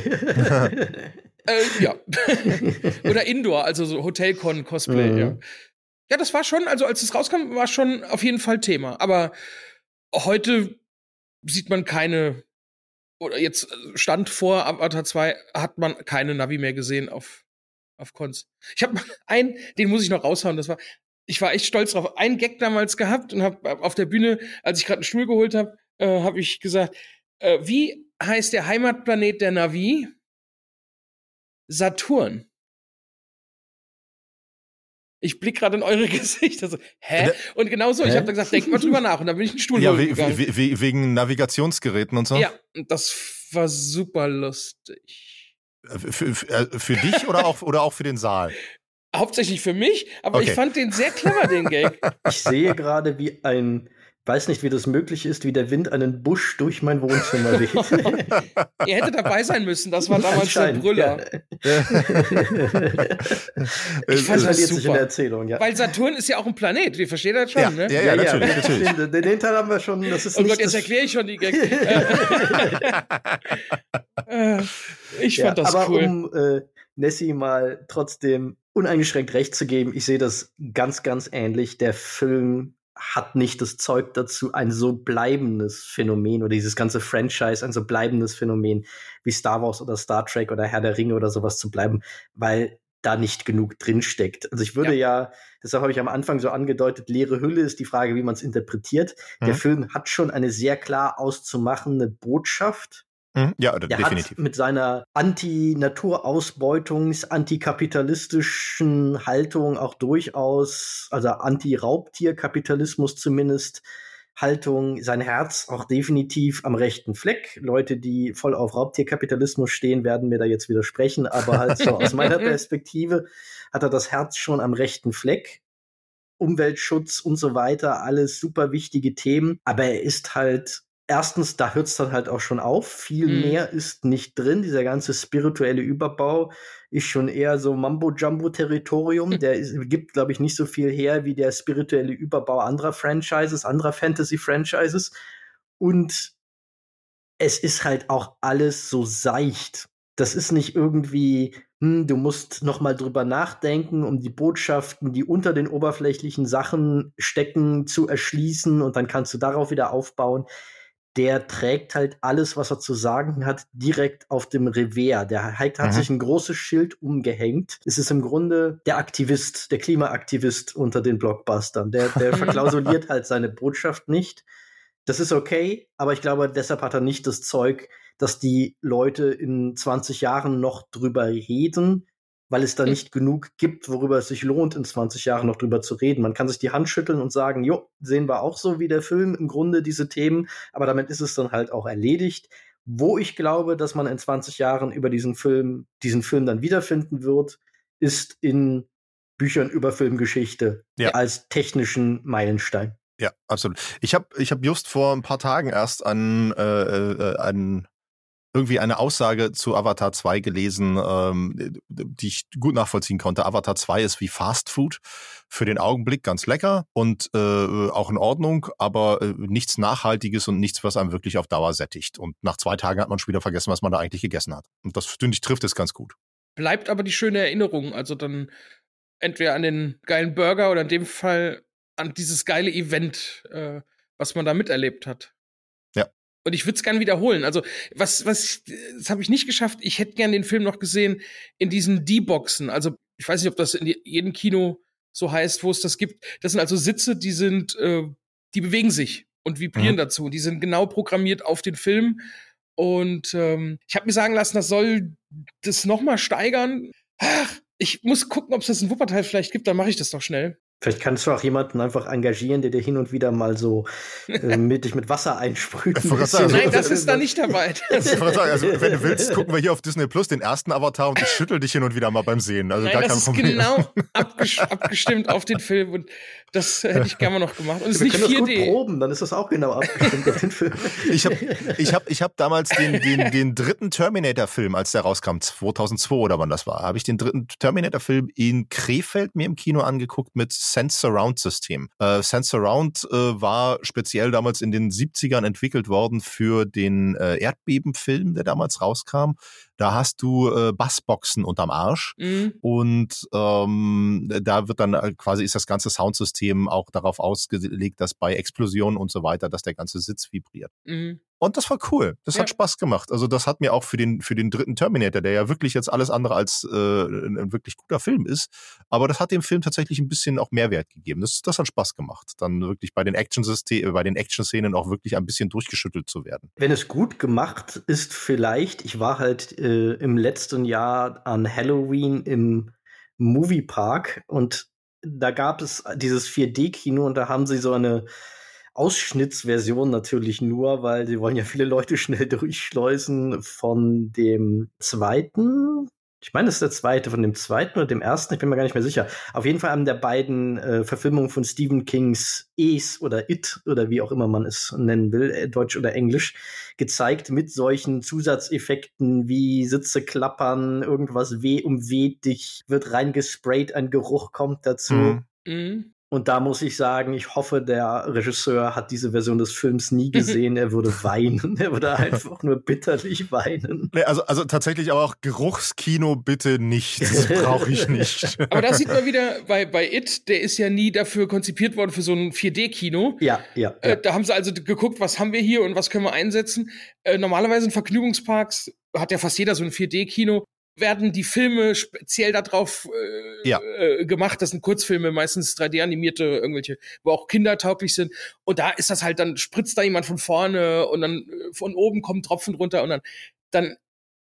äh, ja. Oder Indoor, also so Hotelcon-Cosplay, mhm. ja. Ja, das war schon, also als es rauskam, war schon auf jeden Fall Thema. Aber heute sieht man keine, oder jetzt Stand vor Avatar zwei, hat man keine Navi mehr gesehen auf, auf Cons. Ich habe einen, den muss ich noch raushauen, das war, ich war echt stolz drauf, einen Gag damals gehabt und habe auf der Bühne, als ich gerade einen Stuhl geholt habe, äh, habe ich gesagt, äh, wie heißt der Heimatplanet der Navi? Saturn. Ich blick gerade in eure Gesichter so, hä? Und genau so, ich habe dann gesagt, denk mal drüber nach. Und dann bin ich in den Stuhl ja, we- gegangen. We- we- wegen Navigationsgeräten und so? Ja, das war super lustig. Für, für, für dich oder auch, oder auch für den Saal? Hauptsächlich für mich, aber okay. Ich fand den sehr clever, den Gag. Ich sehe gerade, wie ein, weiß nicht, wie das möglich ist, wie der Wind einen Busch durch mein Wohnzimmer weht. Ihr hättet dabei sein müssen, das war damals der Brüller. Ja. Ich fand das super. Sich in der Erzählung, ja. Weil Saturn ist ja auch ein Planet, ihr versteht das schon, ja, ne? Ja, ja, ja, natürlich. ja. natürlich. Den, den Teil haben wir schon, das ist oh nicht Gott, jetzt erkläre ich schon die Gags. Ich fand ja, das aber cool. um äh, Nessie mal trotzdem uneingeschränkt recht zu geben, ich sehe das ganz, ganz ähnlich. Der Film hat nicht das Zeug dazu, ein so bleibendes Phänomen oder dieses ganze Franchise ein so bleibendes Phänomen wie Star Wars oder Star Trek oder Herr der Ringe oder sowas zu bleiben, weil da nicht genug drinsteckt. Also ich würde ja, ja deshalb habe ich am Anfang so angedeutet, leere Hülle ist die Frage, wie man es interpretiert. Mhm. Der Film hat schon eine sehr klar auszumachende Botschaft. Ja, der definitiv. Hat mit seiner Anti-Naturausbeutungs-, antikapitalistischen Haltung auch durchaus, also Anti-Raubtier-Kapitalismus zumindest, Haltung, sein Herz auch definitiv am rechten Fleck. Leute, die voll auf Raubtierkapitalismus stehen, werden mir da jetzt widersprechen, aber halt so aus meiner Perspektive hat er das Herz schon am rechten Fleck. Umweltschutz und so weiter, alles super wichtige Themen, aber er ist halt erstens, da hört es dann halt auch schon auf. Viel mhm. mehr ist nicht drin. Dieser ganze spirituelle Überbau ist schon eher so Mambo-Jumbo-Territorium. Der ist, gibt, glaube ich, nicht so viel her wie der spirituelle Überbau anderer Franchises, anderer Fantasy-Franchises. Und es ist halt auch alles so seicht. Das ist nicht irgendwie, hm, du musst noch mal drüber nachdenken, um die Botschaften, die unter den oberflächlichen Sachen stecken, zu erschließen und dann kannst du darauf wieder aufbauen. Der trägt halt alles, was er zu sagen hat, direkt auf dem Revers. Der hat, hat mhm. sich ein großes Schild umgehängt. Es ist im Grunde der Aktivist, der Klimaaktivist unter den Blockbustern. Der, der verklausuliert halt seine Botschaft nicht. Das ist okay, aber ich glaube, deshalb hat er nicht das Zeug, dass die Leute in zwanzig Jahren noch drüber reden, weil es da nicht genug gibt, worüber es sich lohnt, in zwanzig Jahren noch drüber zu reden. Man kann sich die Hand schütteln und sagen, jo, sehen wir auch so wie der Film im Grunde diese Themen, aber damit ist es dann halt auch erledigt. Wo ich glaube, dass man in zwanzig Jahren über diesen Film, diesen Film dann wiederfinden wird, ist in Büchern über Filmgeschichte ja. als technischen Meilenstein. Ja, absolut. Ich habe ich hab just vor ein paar Tagen erst an, äh, äh, an irgendwie eine Aussage zu Avatar zwei gelesen, ähm, die ich gut nachvollziehen konnte. Avatar zwei ist wie Fast Food. Für den Augenblick ganz lecker und äh, auch in Ordnung, aber äh, nichts Nachhaltiges und nichts, was einem wirklich auf Dauer sättigt. Und nach zwei Tagen hat man schon wieder vergessen, was man da eigentlich gegessen hat. Und das, finde ich, trifft es ganz gut. Bleibt aber die schöne Erinnerung. Also dann entweder an den geilen Burger oder in dem Fall an dieses geile Event, äh, was man da miterlebt hat. Ja. Und ich würde es gerne wiederholen. Also, was, was, das habe ich nicht geschafft. Ich hätte gern den Film noch gesehen in diesen D-Boxen. Also, ich weiß nicht, ob das in jedem Kino so heißt, wo es das gibt. Das sind also Sitze, die sind, äh, die bewegen sich und vibrieren mhm. dazu. Die sind genau programmiert auf den Film. Und ähm, ich habe mir sagen lassen, das soll das noch mal steigern. Ach, ich muss gucken, ob es das in Wuppertal vielleicht gibt. Dann mache ich das doch schnell. Vielleicht kannst du auch jemanden einfach engagieren, der dir hin und wieder mal so äh, mit dich mit Wasser einsprüht. Also, nein, das ist da nicht dabei. Sagen, also, wenn du willst, gucken wir hier auf Disney Plus den ersten Avatar und ich schüttel dich hin und wieder mal beim Sehen. Also nein, gar das kein ist Problem. Genau abges- abgestimmt auf den Film und das hätte ich gerne mal noch gemacht. Und es wir ist nicht können vier D. Das gut proben, dann ist das auch genau abgestimmt auf den Film. Ich habe ich hab, ich hab damals den, den, den dritten Terminator-Film, als der rauskam, zweitausendzwei oder wann das war, habe ich den dritten Terminator-Film in Krefeld mir im Kino angeguckt mit Sense Surround System. Äh, Sense Surround äh, war speziell damals in den siebzigern entwickelt worden für den äh, Erdbebenfilm, der damals rauskam. Da hast du äh, Bassboxen unterm Arsch mhm. und ähm, da wird dann äh, quasi ist das ganze Soundsystem auch darauf ausgelegt, dass bei Explosionen und so weiter, dass der ganze Sitz vibriert. Mhm. Und das war cool. Das ja. hat Spaß gemacht. Also das hat mir auch für den für den dritten Terminator, der ja wirklich jetzt alles andere als äh, ein, ein wirklich guter Film ist, aber das hat dem Film tatsächlich ein bisschen auch Mehrwert gegeben. Das, das hat Spaß gemacht, dann wirklich bei den Action-System, bei den Action-Szenen auch wirklich ein bisschen durchgeschüttelt zu werden. Wenn es gut gemacht ist, vielleicht. Ich war halt äh, im letzten Jahr an Halloween im Moviepark und da gab es dieses vier D-Kino und da haben sie so eine Ausschnittsversion natürlich nur, weil sie wollen ja viele Leute schnell durchschleusen von dem zweiten, ich meine, das ist der zweite, von dem zweiten oder dem ersten, ich bin mir gar nicht mehr sicher. Auf jeden Fall haben der beiden äh, Verfilmungen von Stephen Kings Es oder It oder wie auch immer man es nennen will, äh, Deutsch oder Englisch, gezeigt mit solchen Zusatzeffekten wie Sitze klappern, irgendwas weh umweht dich, wird reingesprayt, ein Geruch kommt dazu. Mhm. Mhm. Und da muss ich sagen, ich hoffe, der Regisseur hat diese Version des Films nie gesehen. Er würde weinen. Er würde einfach nur bitterlich weinen. Nee, also, also tatsächlich aber auch Geruchskino bitte nicht. Das brauche ich nicht. Aber da sieht man wieder, bei, bei It, der ist ja nie dafür konzipiert worden für so ein vier D-Kino. Ja, ja. ja. Äh, da haben sie also geguckt, was haben wir hier und was können wir einsetzen. Äh, normalerweise in Vergnügungsparks hat ja fast jeder so ein vier D-Kino. Werden die Filme speziell darauf äh, ja. äh, gemacht, das sind Kurzfilme, meistens drei D-animierte, irgendwelche, wo auch kindertauglich sind. Und da ist das halt, dann spritzt da jemand von vorne und dann äh, von oben kommen Tropfen drunter und dann, dann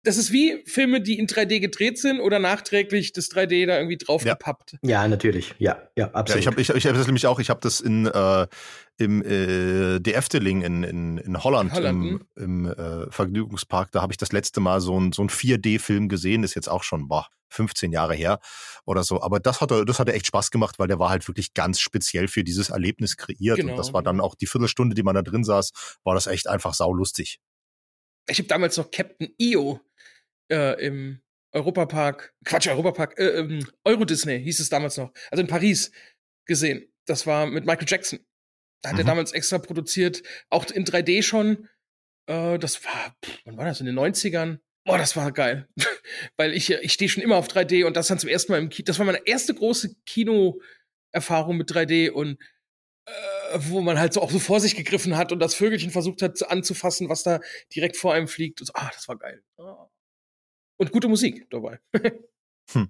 das ist wie Filme, die in drei D gedreht sind oder nachträglich das drei D da irgendwie draufgepappt. Ja. ja, natürlich. Ja, ja, absolut. Ja, ich habe ich, ich hab das nämlich auch, ich habe das in äh, im äh, De Efteling in, in, in Holland, Holland im, im äh, Vergnügungspark, da habe ich das letzte Mal so ein so ein vier D-Film gesehen, ist jetzt auch schon boah, fünfzehn Jahre her oder so. Aber das hat das hat echt Spaß gemacht, weil der war halt wirklich ganz speziell für dieses Erlebnis kreiert. Genau. Und das war dann auch die Viertelstunde, die man da drin saß, war das echt einfach saulustig. Ich habe damals noch Captain E O Äh, im Europapark, Quatsch, Europapark, äh, ähm, Euro Disney hieß es damals noch, also in Paris gesehen. Das war mit Michael Jackson. Da hat mhm. er damals extra produziert, auch in drei D schon. Äh, das war, pff, wann war das, in den neunzigern? Boah, das war geil. Weil ich, ich stehe schon immer auf drei D und das dann zum ersten Mal im Kino. Das war meine erste große Kinoerfahrung mit drei D und äh, wo man halt so auch so vor sich gegriffen hat und das Vögelchen versucht hat anzufassen, was da direkt vor einem fliegt. Und so, ah, das war geil. Oh. Und gute Musik dabei. hm.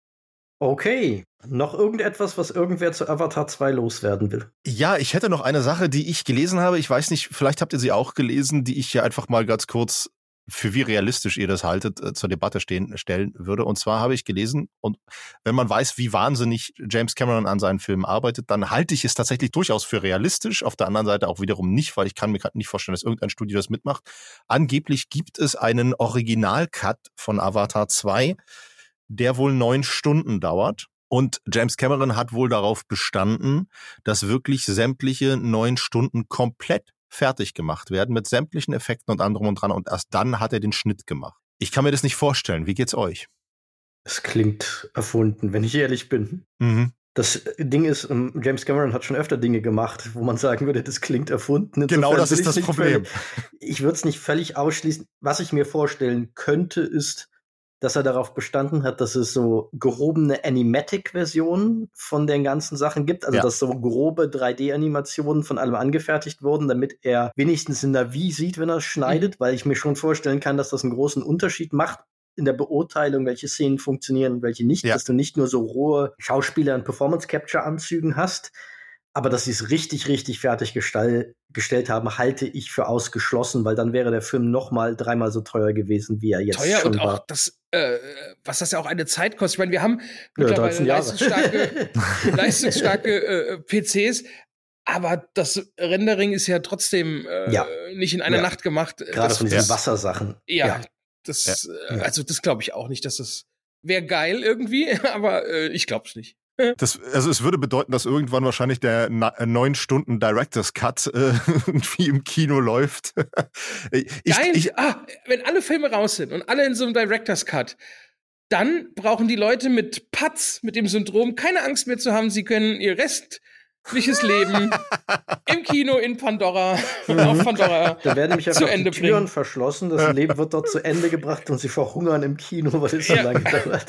Okay. Noch irgendetwas, was irgendwer zu Avatar zwei loswerden will? Ja, ich hätte noch eine Sache, die ich gelesen habe. Ich weiß nicht, vielleicht habt ihr sie auch gelesen, die ich hier einfach mal ganz kurz, für wie realistisch ihr das haltet, äh, zur Debatte stehen, stellen würde. Und zwar habe ich gelesen, und wenn man weiß, wie wahnsinnig James Cameron an seinen Filmen arbeitet, dann halte ich es tatsächlich durchaus für realistisch. Auf der anderen Seite auch wiederum nicht, weil ich kann mir gerade nicht vorstellen, dass irgendein Studio das mitmacht. Angeblich gibt es einen Original-Cut von Avatar zwei, der wohl neun Stunden dauert. Und James Cameron hat wohl darauf bestanden, dass wirklich sämtliche neun Stunden komplett fertig gemacht werden mit sämtlichen Effekten und anderem und dran. Und erst dann hat er den Schnitt gemacht. Ich kann mir das nicht vorstellen. Wie geht's euch? Es klingt erfunden, wenn ich ehrlich bin. Mhm. Das Ding ist, James Cameron hat schon öfter Dinge gemacht, wo man sagen würde, das klingt erfunden. Insofern genau, das ist das Problem. Völlig, ich würde es nicht völlig ausschließen. Was ich mir vorstellen könnte, ist, dass er darauf bestanden hat, dass es so gehobene Animatic-Versionen von den ganzen Sachen gibt. Also, ja. dass so grobe drei D-Animationen von allem angefertigt wurden, damit er wenigstens in der Wie sieht, wenn er schneidet, mhm. weil ich mir schon vorstellen kann, dass das einen großen Unterschied macht in der Beurteilung, welche Szenen funktionieren und welche nicht, ja. dass du nicht nur so rohe Schauspieler- und Performance-Capture-Anzügen hast, aber dass sie es richtig, richtig fertig gestall- gestellt haben, halte ich für ausgeschlossen, weil dann wäre der Film noch mal dreimal so teuer gewesen, wie er jetzt teuer schon und war. Auch das, äh, was das ja auch eine Zeit kostet. Ich meine, wir haben mittlerweile ja, leistungsstarke, leistungsstarke äh, P Cs, aber das Rendering ist ja trotzdem äh, ja. nicht in einer ja. Nacht gemacht. Gerade das, von diesen Wassersachen. Ja, ja. das, ja. also das glaube ich auch nicht, dass das wäre geil irgendwie, aber äh, ich glaube es nicht. Das, also es würde bedeuten, dass irgendwann wahrscheinlich der neun Stunden Director's Cut äh, irgendwie im Kino läuft. ich, Geil! Ich, ah, wenn alle Filme raus sind und alle in so einem Director's Cut, dann brauchen die Leute mit P A T S, mit dem Syndrom, keine Angst mehr zu haben. Sie können ihr restliches Leben im Kino in Pandora, mhm. auf Pandora da werden nämlich zu Ende die Türen bringen. verschlossen, das Leben wird dort zu Ende gebracht und sie verhungern im Kino, weil es so ja. lange dauert.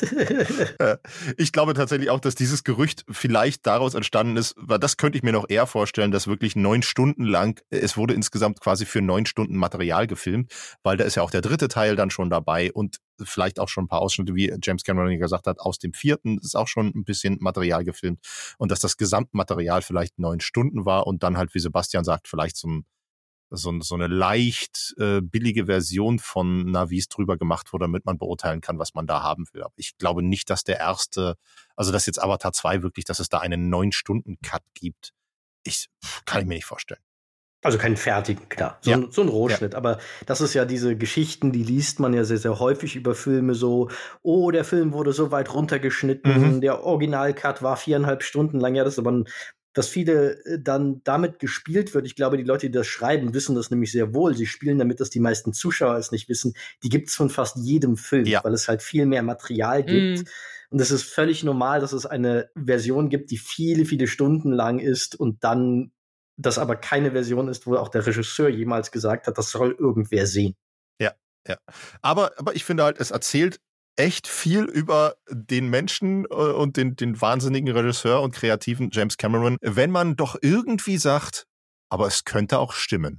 Ich glaube tatsächlich auch, dass dieses Gerücht vielleicht daraus entstanden ist, weil das könnte ich mir noch eher vorstellen, dass wirklich neun Stunden lang, es wurde insgesamt quasi für neun Stunden Material gefilmt, weil da ist ja auch der dritte Teil dann schon dabei und vielleicht auch schon ein paar Ausschnitte, wie James Cameron gesagt hat, aus dem vierten ist auch schon ein bisschen Material gefilmt und dass das Gesamtmaterial vielleicht neun Stunden war und dann halt, wie Sebastian sagt, vielleicht so, ein, so, ein, so eine leicht äh, billige Version von Navis drüber gemacht wurde, damit man beurteilen kann, was man da haben will. Aber ich glaube nicht, dass der erste, also dass jetzt Avatar zwei wirklich, dass es da einen neun Stunden Cut gibt. Ich kann ich mir nicht vorstellen. Also keinen fertigen, klar. So, ja. ein, so ein Rohschnitt. Ja. Aber das ist ja diese Geschichten, die liest man ja sehr, sehr häufig über Filme so, oh, der Film wurde so weit runtergeschnitten, mhm. der Original-Cut war viereinhalb Stunden lang. Ja, das ist aber ein, dass viele dann damit gespielt wird. Ich glaube, die Leute, die das schreiben, wissen das nämlich sehr wohl. Sie spielen damit, dass die meisten Zuschauer es nicht wissen. Die gibt's von fast jedem Film, ja. weil es halt viel mehr Material gibt. Mhm. Und es ist völlig normal, dass es eine Version gibt, die viele, viele Stunden lang ist und dann das aber keine Version ist, wo auch der Regisseur jemals gesagt hat, das soll irgendwer sehen. Ja, ja. Aber, aber ich finde halt, es erzählt echt viel über den Menschen und den, den wahnsinnigen Regisseur und kreativen James Cameron, wenn man doch irgendwie sagt, aber es könnte auch stimmen.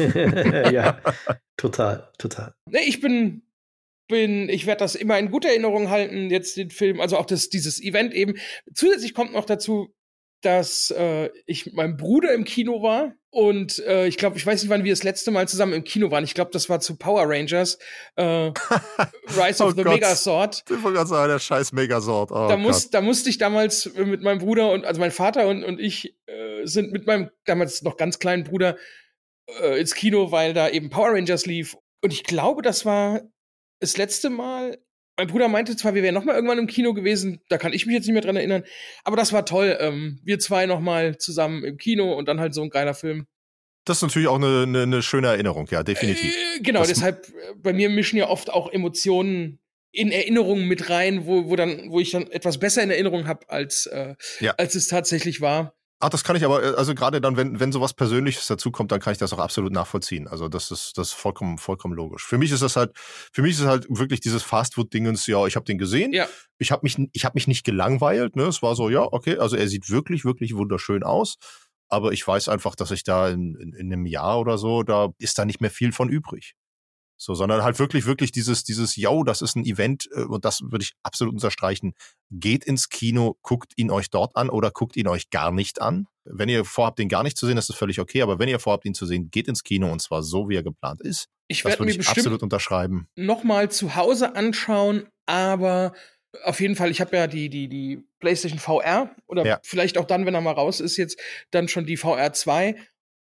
Ja, total, total. Nee, ich bin, bin, ich werde das immer in guter Erinnerung halten, jetzt den Film, also auch das, dieses Event eben. Zusätzlich kommt noch dazu, dass äh, ich mit meinem Bruder im Kino war Und äh, ich glaube, ich weiß nicht, wann wir das letzte Mal zusammen im Kino waren. Ich glaube, das war zu Power Rangers. Äh, Rise of oh the Gott. Megazord. Ich wollte gerade sagen, der scheiß Megazord. Oh da, muss, da musste ich damals mit meinem Bruder und, also mein Vater und, und ich äh, sind mit meinem damals noch ganz kleinen Bruder äh, ins Kino, weil da eben Power Rangers lief. Und ich glaube, das war das letzte Mal. Mein Bruder meinte zwar, wir wären noch mal irgendwann im Kino gewesen, da kann ich mich jetzt nicht mehr dran erinnern, aber das war toll. Ähm, wir zwei noch mal zusammen im Kino und dann halt so ein geiler Film. Das ist natürlich auch eine, eine, eine schöne Erinnerung, ja, definitiv. Äh, genau, das deshalb, bei mir mischen ja oft auch Emotionen in Erinnerungen mit rein, wo, wo, dann, wo ich dann etwas besser in Erinnerung habe, als, äh, ja. als es tatsächlich war. Ach, das kann ich aber, also gerade dann, wenn, wenn sowas Persönliches dazukommt, dann kann ich das auch absolut nachvollziehen. Also das ist, das ist vollkommen, vollkommen logisch. Für mich ist das halt, für mich ist es halt wirklich dieses Fastfood-Dingens, ja, ich habe den gesehen, ja. ich habe mich, ich habe mich nicht gelangweilt, ne, es war so, ja, okay, also er sieht wirklich, wirklich wunderschön aus, aber ich weiß einfach, dass ich da in, in, in einem Jahr oder so, da ist da nicht mehr viel von übrig. So, sondern halt wirklich, wirklich dieses, dieses, yo, das ist ein Event, und das würde ich absolut unterstreichen. Geht ins Kino, guckt ihn euch dort an oder guckt ihn euch gar nicht an. Wenn ihr vorhabt, den gar nicht zu sehen, ist das völlig okay, aber wenn ihr vorhabt, ihn zu sehen, geht ins Kino und zwar so, wie er geplant ist. Ich werde mir ich bestimmt absolut unterschreiben. Nochmal zu Hause anschauen, aber auf jeden Fall, ich habe ja die, die, die PlayStation V R oder ja. vielleicht auch dann, wenn er mal raus ist, jetzt dann schon die V R zwei.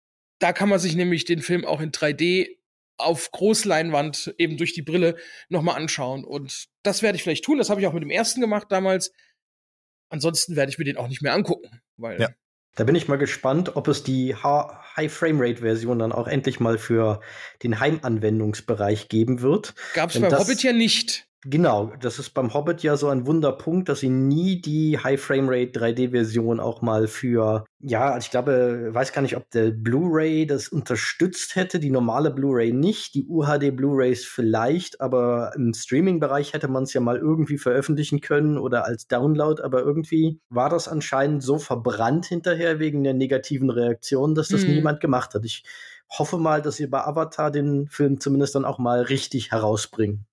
Da kann man sich nämlich den Film auch in drei D auf Großleinwand eben durch die Brille nochmal anschauen. Und das werde ich vielleicht tun. Das habe ich auch mit dem ersten gemacht damals. Ansonsten werde ich mir den auch nicht mehr angucken. Weil ja. Da bin ich mal gespannt, ob es die High-Frame-Rate-Version dann auch endlich mal für den Heimanwendungsbereich geben wird. Gab es beim Hobbit ja nicht. Genau, das ist beim Hobbit ja so ein Wunderpunkt, dass sie nie die High-Frame-Rate drei D-Version auch mal für, ja, ich glaube, weiß gar nicht, ob der Blu-ray das unterstützt hätte, die normale Blu-ray nicht, die U H D Blu-rays vielleicht, aber im Streaming-Bereich hätte man es ja mal irgendwie veröffentlichen können oder als Download, aber irgendwie war das anscheinend so verbrannt hinterher wegen der negativen Reaktion, dass das hm. niemand gemacht hat. Ich hoffe mal, dass sie bei Avatar den Film zumindest dann auch mal richtig herausbringen.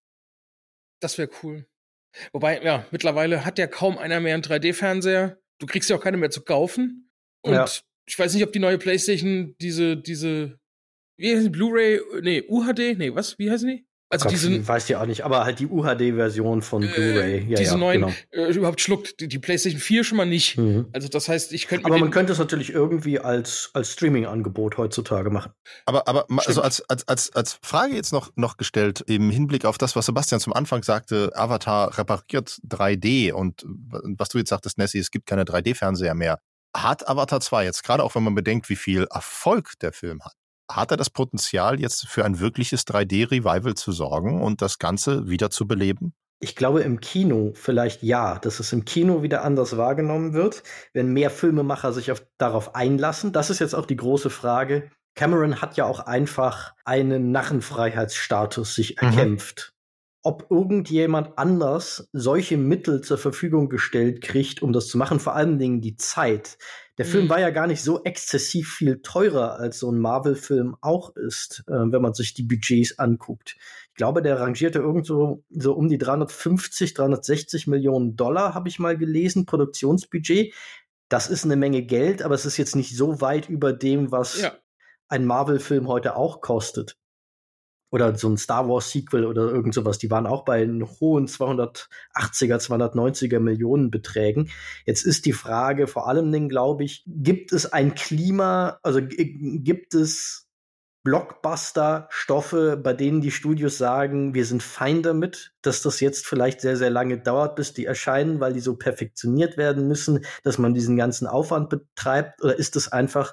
Das wäre cool. Wobei, ja, mittlerweile hat ja kaum einer mehr einen drei D-Fernseher. Du kriegst ja auch keine mehr zu kaufen. Und ja. ich weiß nicht, ob die neue PlayStation diese, diese, wie heißt die, Blu-ray, nee, U H D, nee, was, wie heißen die? Also Gott, diese, weiß ja auch nicht, aber halt die U H D-Version von äh, Blu-ray. Ja, diese ja, neuen, genau. äh, überhaupt schluckt die, die PlayStation vier schon mal nicht. Mhm. Also das heißt, ich könnte Aber man könnte es natürlich irgendwie als, als Streaming-Angebot heutzutage machen. Aber, aber also als, als, als, als Frage jetzt noch, noch gestellt, im Hinblick auf das, was Sebastian zum Anfang sagte, Avatar repariert drei D und was du jetzt sagtest, Nessie, es gibt keine drei D-Fernseher mehr. Hat Avatar zwei jetzt, gerade auch wenn man bedenkt, wie viel Erfolg der Film hat, hat er das Potenzial, jetzt für ein wirkliches drei D-Revival zu sorgen und das Ganze wieder zu beleben? Ich glaube, im Kino vielleicht ja, dass es im Kino wieder anders wahrgenommen wird, wenn mehr Filmemacher sich auf, darauf einlassen. Das ist jetzt auch die große Frage. Cameron hat ja auch einfach einen Narrenfreiheitsstatus sich erkämpft. Mhm. Ob irgendjemand anders solche Mittel zur Verfügung gestellt kriegt, um das zu machen, vor allen Dingen die Zeit. Der mhm. Film war ja gar nicht so exzessiv viel teurer, als so ein Marvel-Film auch ist, äh, wenn man sich die Budgets anguckt. Ich glaube, der rangierte irgendwo so um die dreihundertfünfzig, dreihundertsechzig Millionen Dollar, habe ich mal gelesen, Produktionsbudget. Das ist eine Menge Geld, aber es ist jetzt nicht so weit über dem, was ja. ein Marvel-Film heute auch kostet. Oder so ein Star Wars Sequel oder irgend sowas. Die waren auch bei hohen zweihundertachtziger, zweihundertneunziger Millionen Beträgen. Jetzt ist die Frage vor allem Dingen, glaube ich, gibt es ein Klima, also g- gibt es Blockbuster-Stoffe, bei denen die Studios sagen, wir sind fein damit, dass das jetzt vielleicht sehr, sehr lange dauert, bis die erscheinen, weil die so perfektioniert werden müssen, dass man diesen ganzen Aufwand betreibt? Oder ist es einfach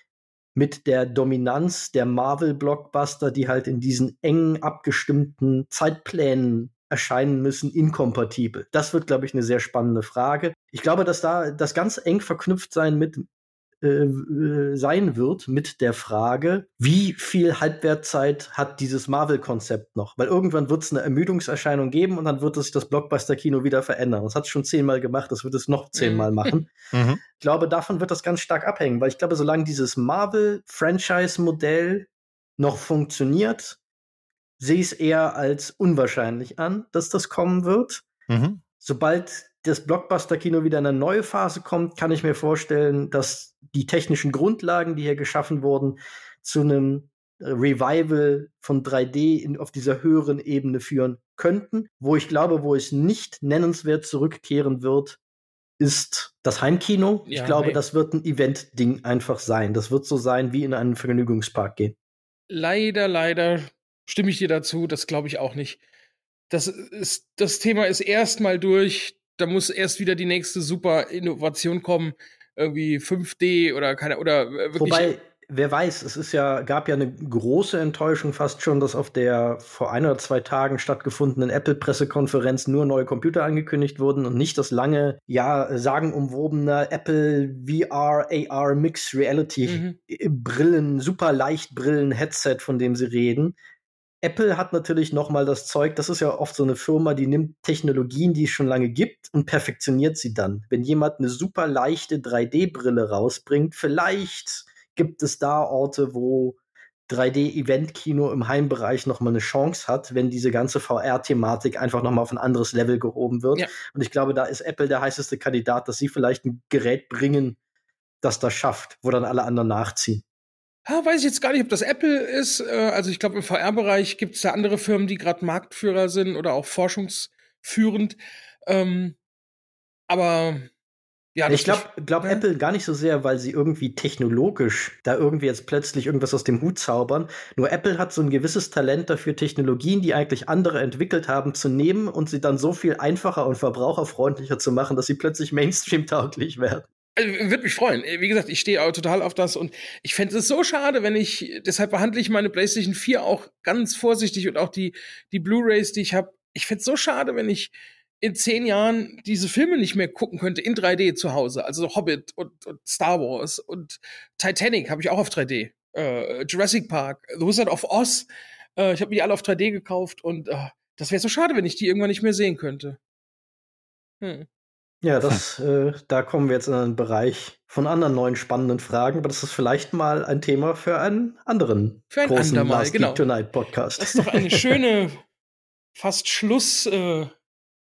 mit der Dominanz der Marvel-Blockbuster, die halt in diesen engen, abgestimmten Zeitplänen erscheinen müssen, inkompatibel? Das wird, glaube ich, eine sehr spannende Frage. Ich glaube, dass da das ganz eng verknüpft sein mit äh, sein wird mit der Frage, wie viel Halbwertzeit hat dieses Marvel-Konzept noch? Weil irgendwann wird es eine Ermüdungserscheinung geben und dann wird es das Blockbuster-Kino wieder verändern. Das hat es schon zehnmal gemacht, das wird es noch zehnmal machen. Mhm. Ich glaube, davon wird das ganz stark abhängen, weil ich glaube, solange dieses Marvel-Franchise-Modell noch funktioniert, sehe ich es eher als unwahrscheinlich an, dass das kommen wird. Mhm. Sobald das Blockbuster-Kino wieder in eine neue Phase kommt, kann ich mir vorstellen, dass die technischen Grundlagen, die hier geschaffen wurden, zu einem Revival von drei D in, auf dieser höheren Ebene führen könnten. Wo ich glaube, wo es nicht nennenswert zurückkehren wird, ist das Heimkino. Ja, ich glaube, nein. das wird ein Event-Ding einfach sein. Das wird so sein, wie in einen Vergnügungspark gehen. Leider, leider stimme ich dir dazu. Das glaube ich auch nicht. Das ist, das Thema ist erstmal durch. Da muss erst wieder die nächste super Innovation kommen. Irgendwie fünf D oder keine, oder wirklich. Wobei, wer weiß, es ist ja, gab ja eine große Enttäuschung fast schon, dass auf der vor ein oder zwei Tagen stattgefundenen Apple-Pressekonferenz nur neue Computer angekündigt wurden und nicht das lange, ja, sagenumwobene Apple V R, A R, Mixed Reality mhm. Brillen, super Leichtbrillen, Headset, von dem sie reden. Apple hat natürlich noch mal das Zeug, das ist ja oft so eine Firma, die nimmt Technologien, die es schon lange gibt und perfektioniert sie dann. Wenn jemand eine super leichte drei D-Brille rausbringt, vielleicht gibt es da Orte, wo drei D-Event-Kino im Heimbereich noch mal eine Chance hat, wenn diese ganze V R-Thematik einfach noch mal auf ein anderes Level gehoben wird. Ja. Und ich glaube, da ist Apple der heißeste Kandidat, dass sie vielleicht ein Gerät bringen, das das schafft, wo dann alle anderen nachziehen. Ha, weiß ich jetzt gar nicht, ob das Apple ist. Also ich glaube, im V R-Bereich gibt es da andere Firmen, die gerade Marktführer sind oder auch forschungsführend. Ähm, aber ja, ich glaube glaub ja. Apple gar nicht so sehr, weil sie irgendwie technologisch da irgendwie jetzt plötzlich irgendwas aus dem Hut zaubern. Nur Apple hat so ein gewisses Talent dafür, Technologien, die eigentlich andere entwickelt haben, zu nehmen und sie dann so viel einfacher und verbraucherfreundlicher zu machen, dass sie plötzlich Mainstream-tauglich werden. Also, würde mich freuen. Wie gesagt, ich stehe auch total auf das und ich fände es so schade, wenn ich, deshalb behandle ich meine PlayStation vier auch ganz vorsichtig und auch die, die Blu-Rays, die ich habe. Ich fände es so schade, wenn ich in zehn Jahren diese Filme nicht mehr gucken könnte in drei D zu Hause. Also Hobbit und, und Star Wars und Titanic habe ich auch auf drei D. Äh, Jurassic Park, The Wizard of Oz. Äh, ich habe mir die alle auf drei D gekauft und äh, das wäre so schade, wenn ich die irgendwann nicht mehr sehen könnte. Hm. Ja, das, hm. äh, da kommen wir jetzt in einen Bereich von anderen neuen spannenden Fragen, aber das ist vielleicht mal ein Thema für einen anderen für ein großen andermal, Last genau. Geek Tonight Podcast. Das ist doch eine schöne, fast Schluss-Einleitung,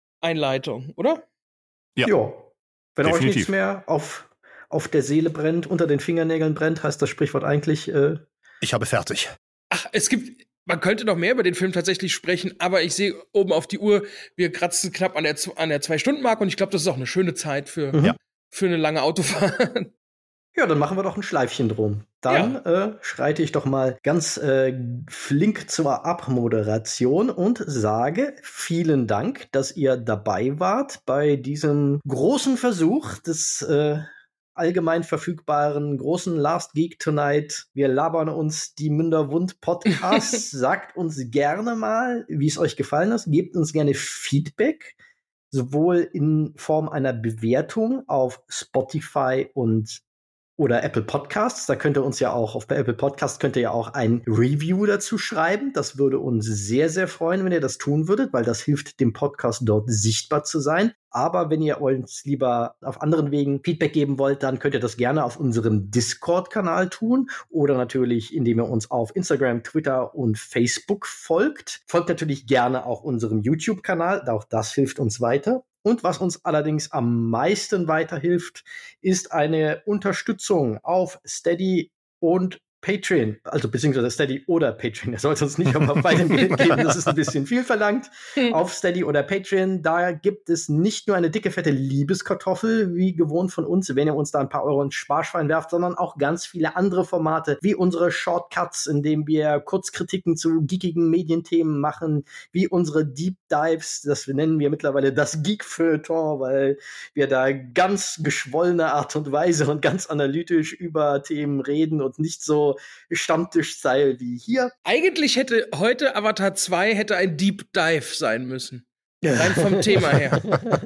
äh, oder? Ja. Jo. Wenn Definitiv. euch nichts mehr auf, auf der Seele brennt, unter den Fingernägeln brennt, heißt das Sprichwort eigentlich. Äh, ich habe fertig. Ach, es gibt. Man könnte noch mehr über den Film tatsächlich sprechen, aber ich sehe oben auf die Uhr, wir kratzen knapp an der, an der Zwei-Stunden-Marke und ich glaube, das ist auch eine schöne Zeit für, mhm. für eine lange Autofahrt. Ja, dann machen wir doch ein Schleifchen drum. Dann ja. äh, schreite ich doch mal ganz äh, flink zur Abmoderation und sage vielen Dank, dass ihr dabei wart bei diesem großen Versuch des äh, allgemein verfügbaren großen Last Geek Tonight. Wir labern uns die Münderwund Podcast. Sagt uns gerne mal, wie es euch gefallen ist. Gebt uns gerne Feedback, sowohl in Form einer Bewertung auf Spotify und oder Apple Podcasts. Da könnt ihr uns ja auch, auf Apple Podcasts könnt ihr ja auch ein Review dazu schreiben. Das würde uns sehr, sehr freuen, wenn ihr das tun würdet, weil das hilft dem Podcast dort sichtbar zu sein. Aber wenn ihr uns lieber auf anderen Wegen Feedback geben wollt, dann könnt ihr das gerne auf unserem Discord-Kanal tun oder natürlich, indem ihr uns auf Instagram, Twitter und Facebook folgt. Folgt natürlich gerne auch unserem YouTube-Kanal. Auch das hilft uns weiter. Und was uns allerdings am meisten weiterhilft, ist eine Unterstützung auf Steady und Patreon, also beziehungsweise Steady oder Patreon. Er sollte uns nicht auf beiden Geld geben, das ist ein bisschen viel verlangt. Auf Steady oder Patreon, da gibt es nicht nur eine dicke, fette Liebeskartoffel, wie gewohnt von uns, wenn ihr uns da ein paar Euro ins Sparschwein werft, sondern auch ganz viele andere Formate, wie unsere Shortcuts, in denen wir Kurzkritiken zu geekigen Medienthemen machen, wie unsere Deep Dives, das nennen wir mittlerweile das Geek-Feuilleton, weil wir da ganz geschwollene Art und Weise und ganz analytisch über Themen reden und nicht so Stammtisch-Style wie hier. Eigentlich hätte heute Avatar zwei hätte ein Deep Dive sein müssen. Rein vom Thema her.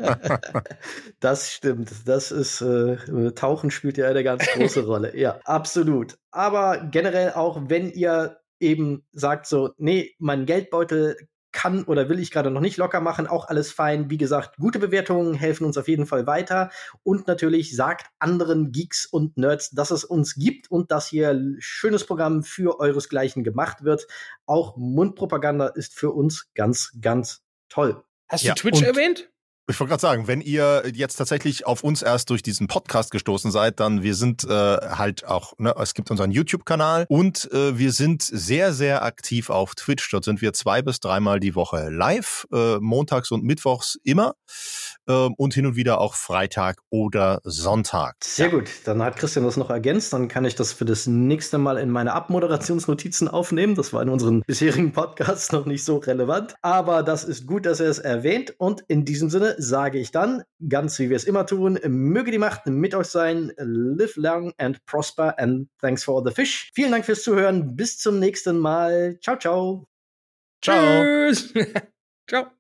Das stimmt. Das ist, äh, Tauchen spielt ja eine ganz große Rolle. Ja, absolut. Aber generell auch, wenn ihr eben sagt so, nee, mein Geldbeutel kann oder will ich gerade noch nicht locker machen, auch alles fein. Wie gesagt, gute Bewertungen helfen uns auf jeden Fall weiter. Und natürlich sagt anderen Geeks und Nerds, dass es uns gibt und dass hier ein schönes Programm für euresgleichen gemacht wird. Auch Mundpropaganda ist für uns ganz, ganz toll. Hast ja, du Twitch erwähnt? Ich wollte gerade sagen, wenn ihr jetzt tatsächlich auf uns erst durch diesen Podcast gestoßen seid, dann wir sind äh, halt auch, ne, es gibt unseren YouTube-Kanal und äh, wir sind sehr, sehr aktiv auf Twitch. Dort sind wir zwei bis dreimal die Woche live, äh, montags und mittwochs immer äh, und hin und wieder auch Freitag oder Sonntag. Sehr ja. gut, dann hat Christian das noch ergänzt, dann kann ich das für das nächste Mal in meine Abmoderationsnotizen aufnehmen. Das war in unseren bisherigen Podcasts noch nicht so relevant, aber das ist gut, dass er es erwähnt und in diesem Sinne sage ich dann, ganz wie wir es immer tun, möge die Macht mit euch sein, live long and prosper and thanks for the fish. Vielen Dank fürs Zuhören, bis zum nächsten Mal. Ciao, ciao. Ciao. Tschüss. Ciao.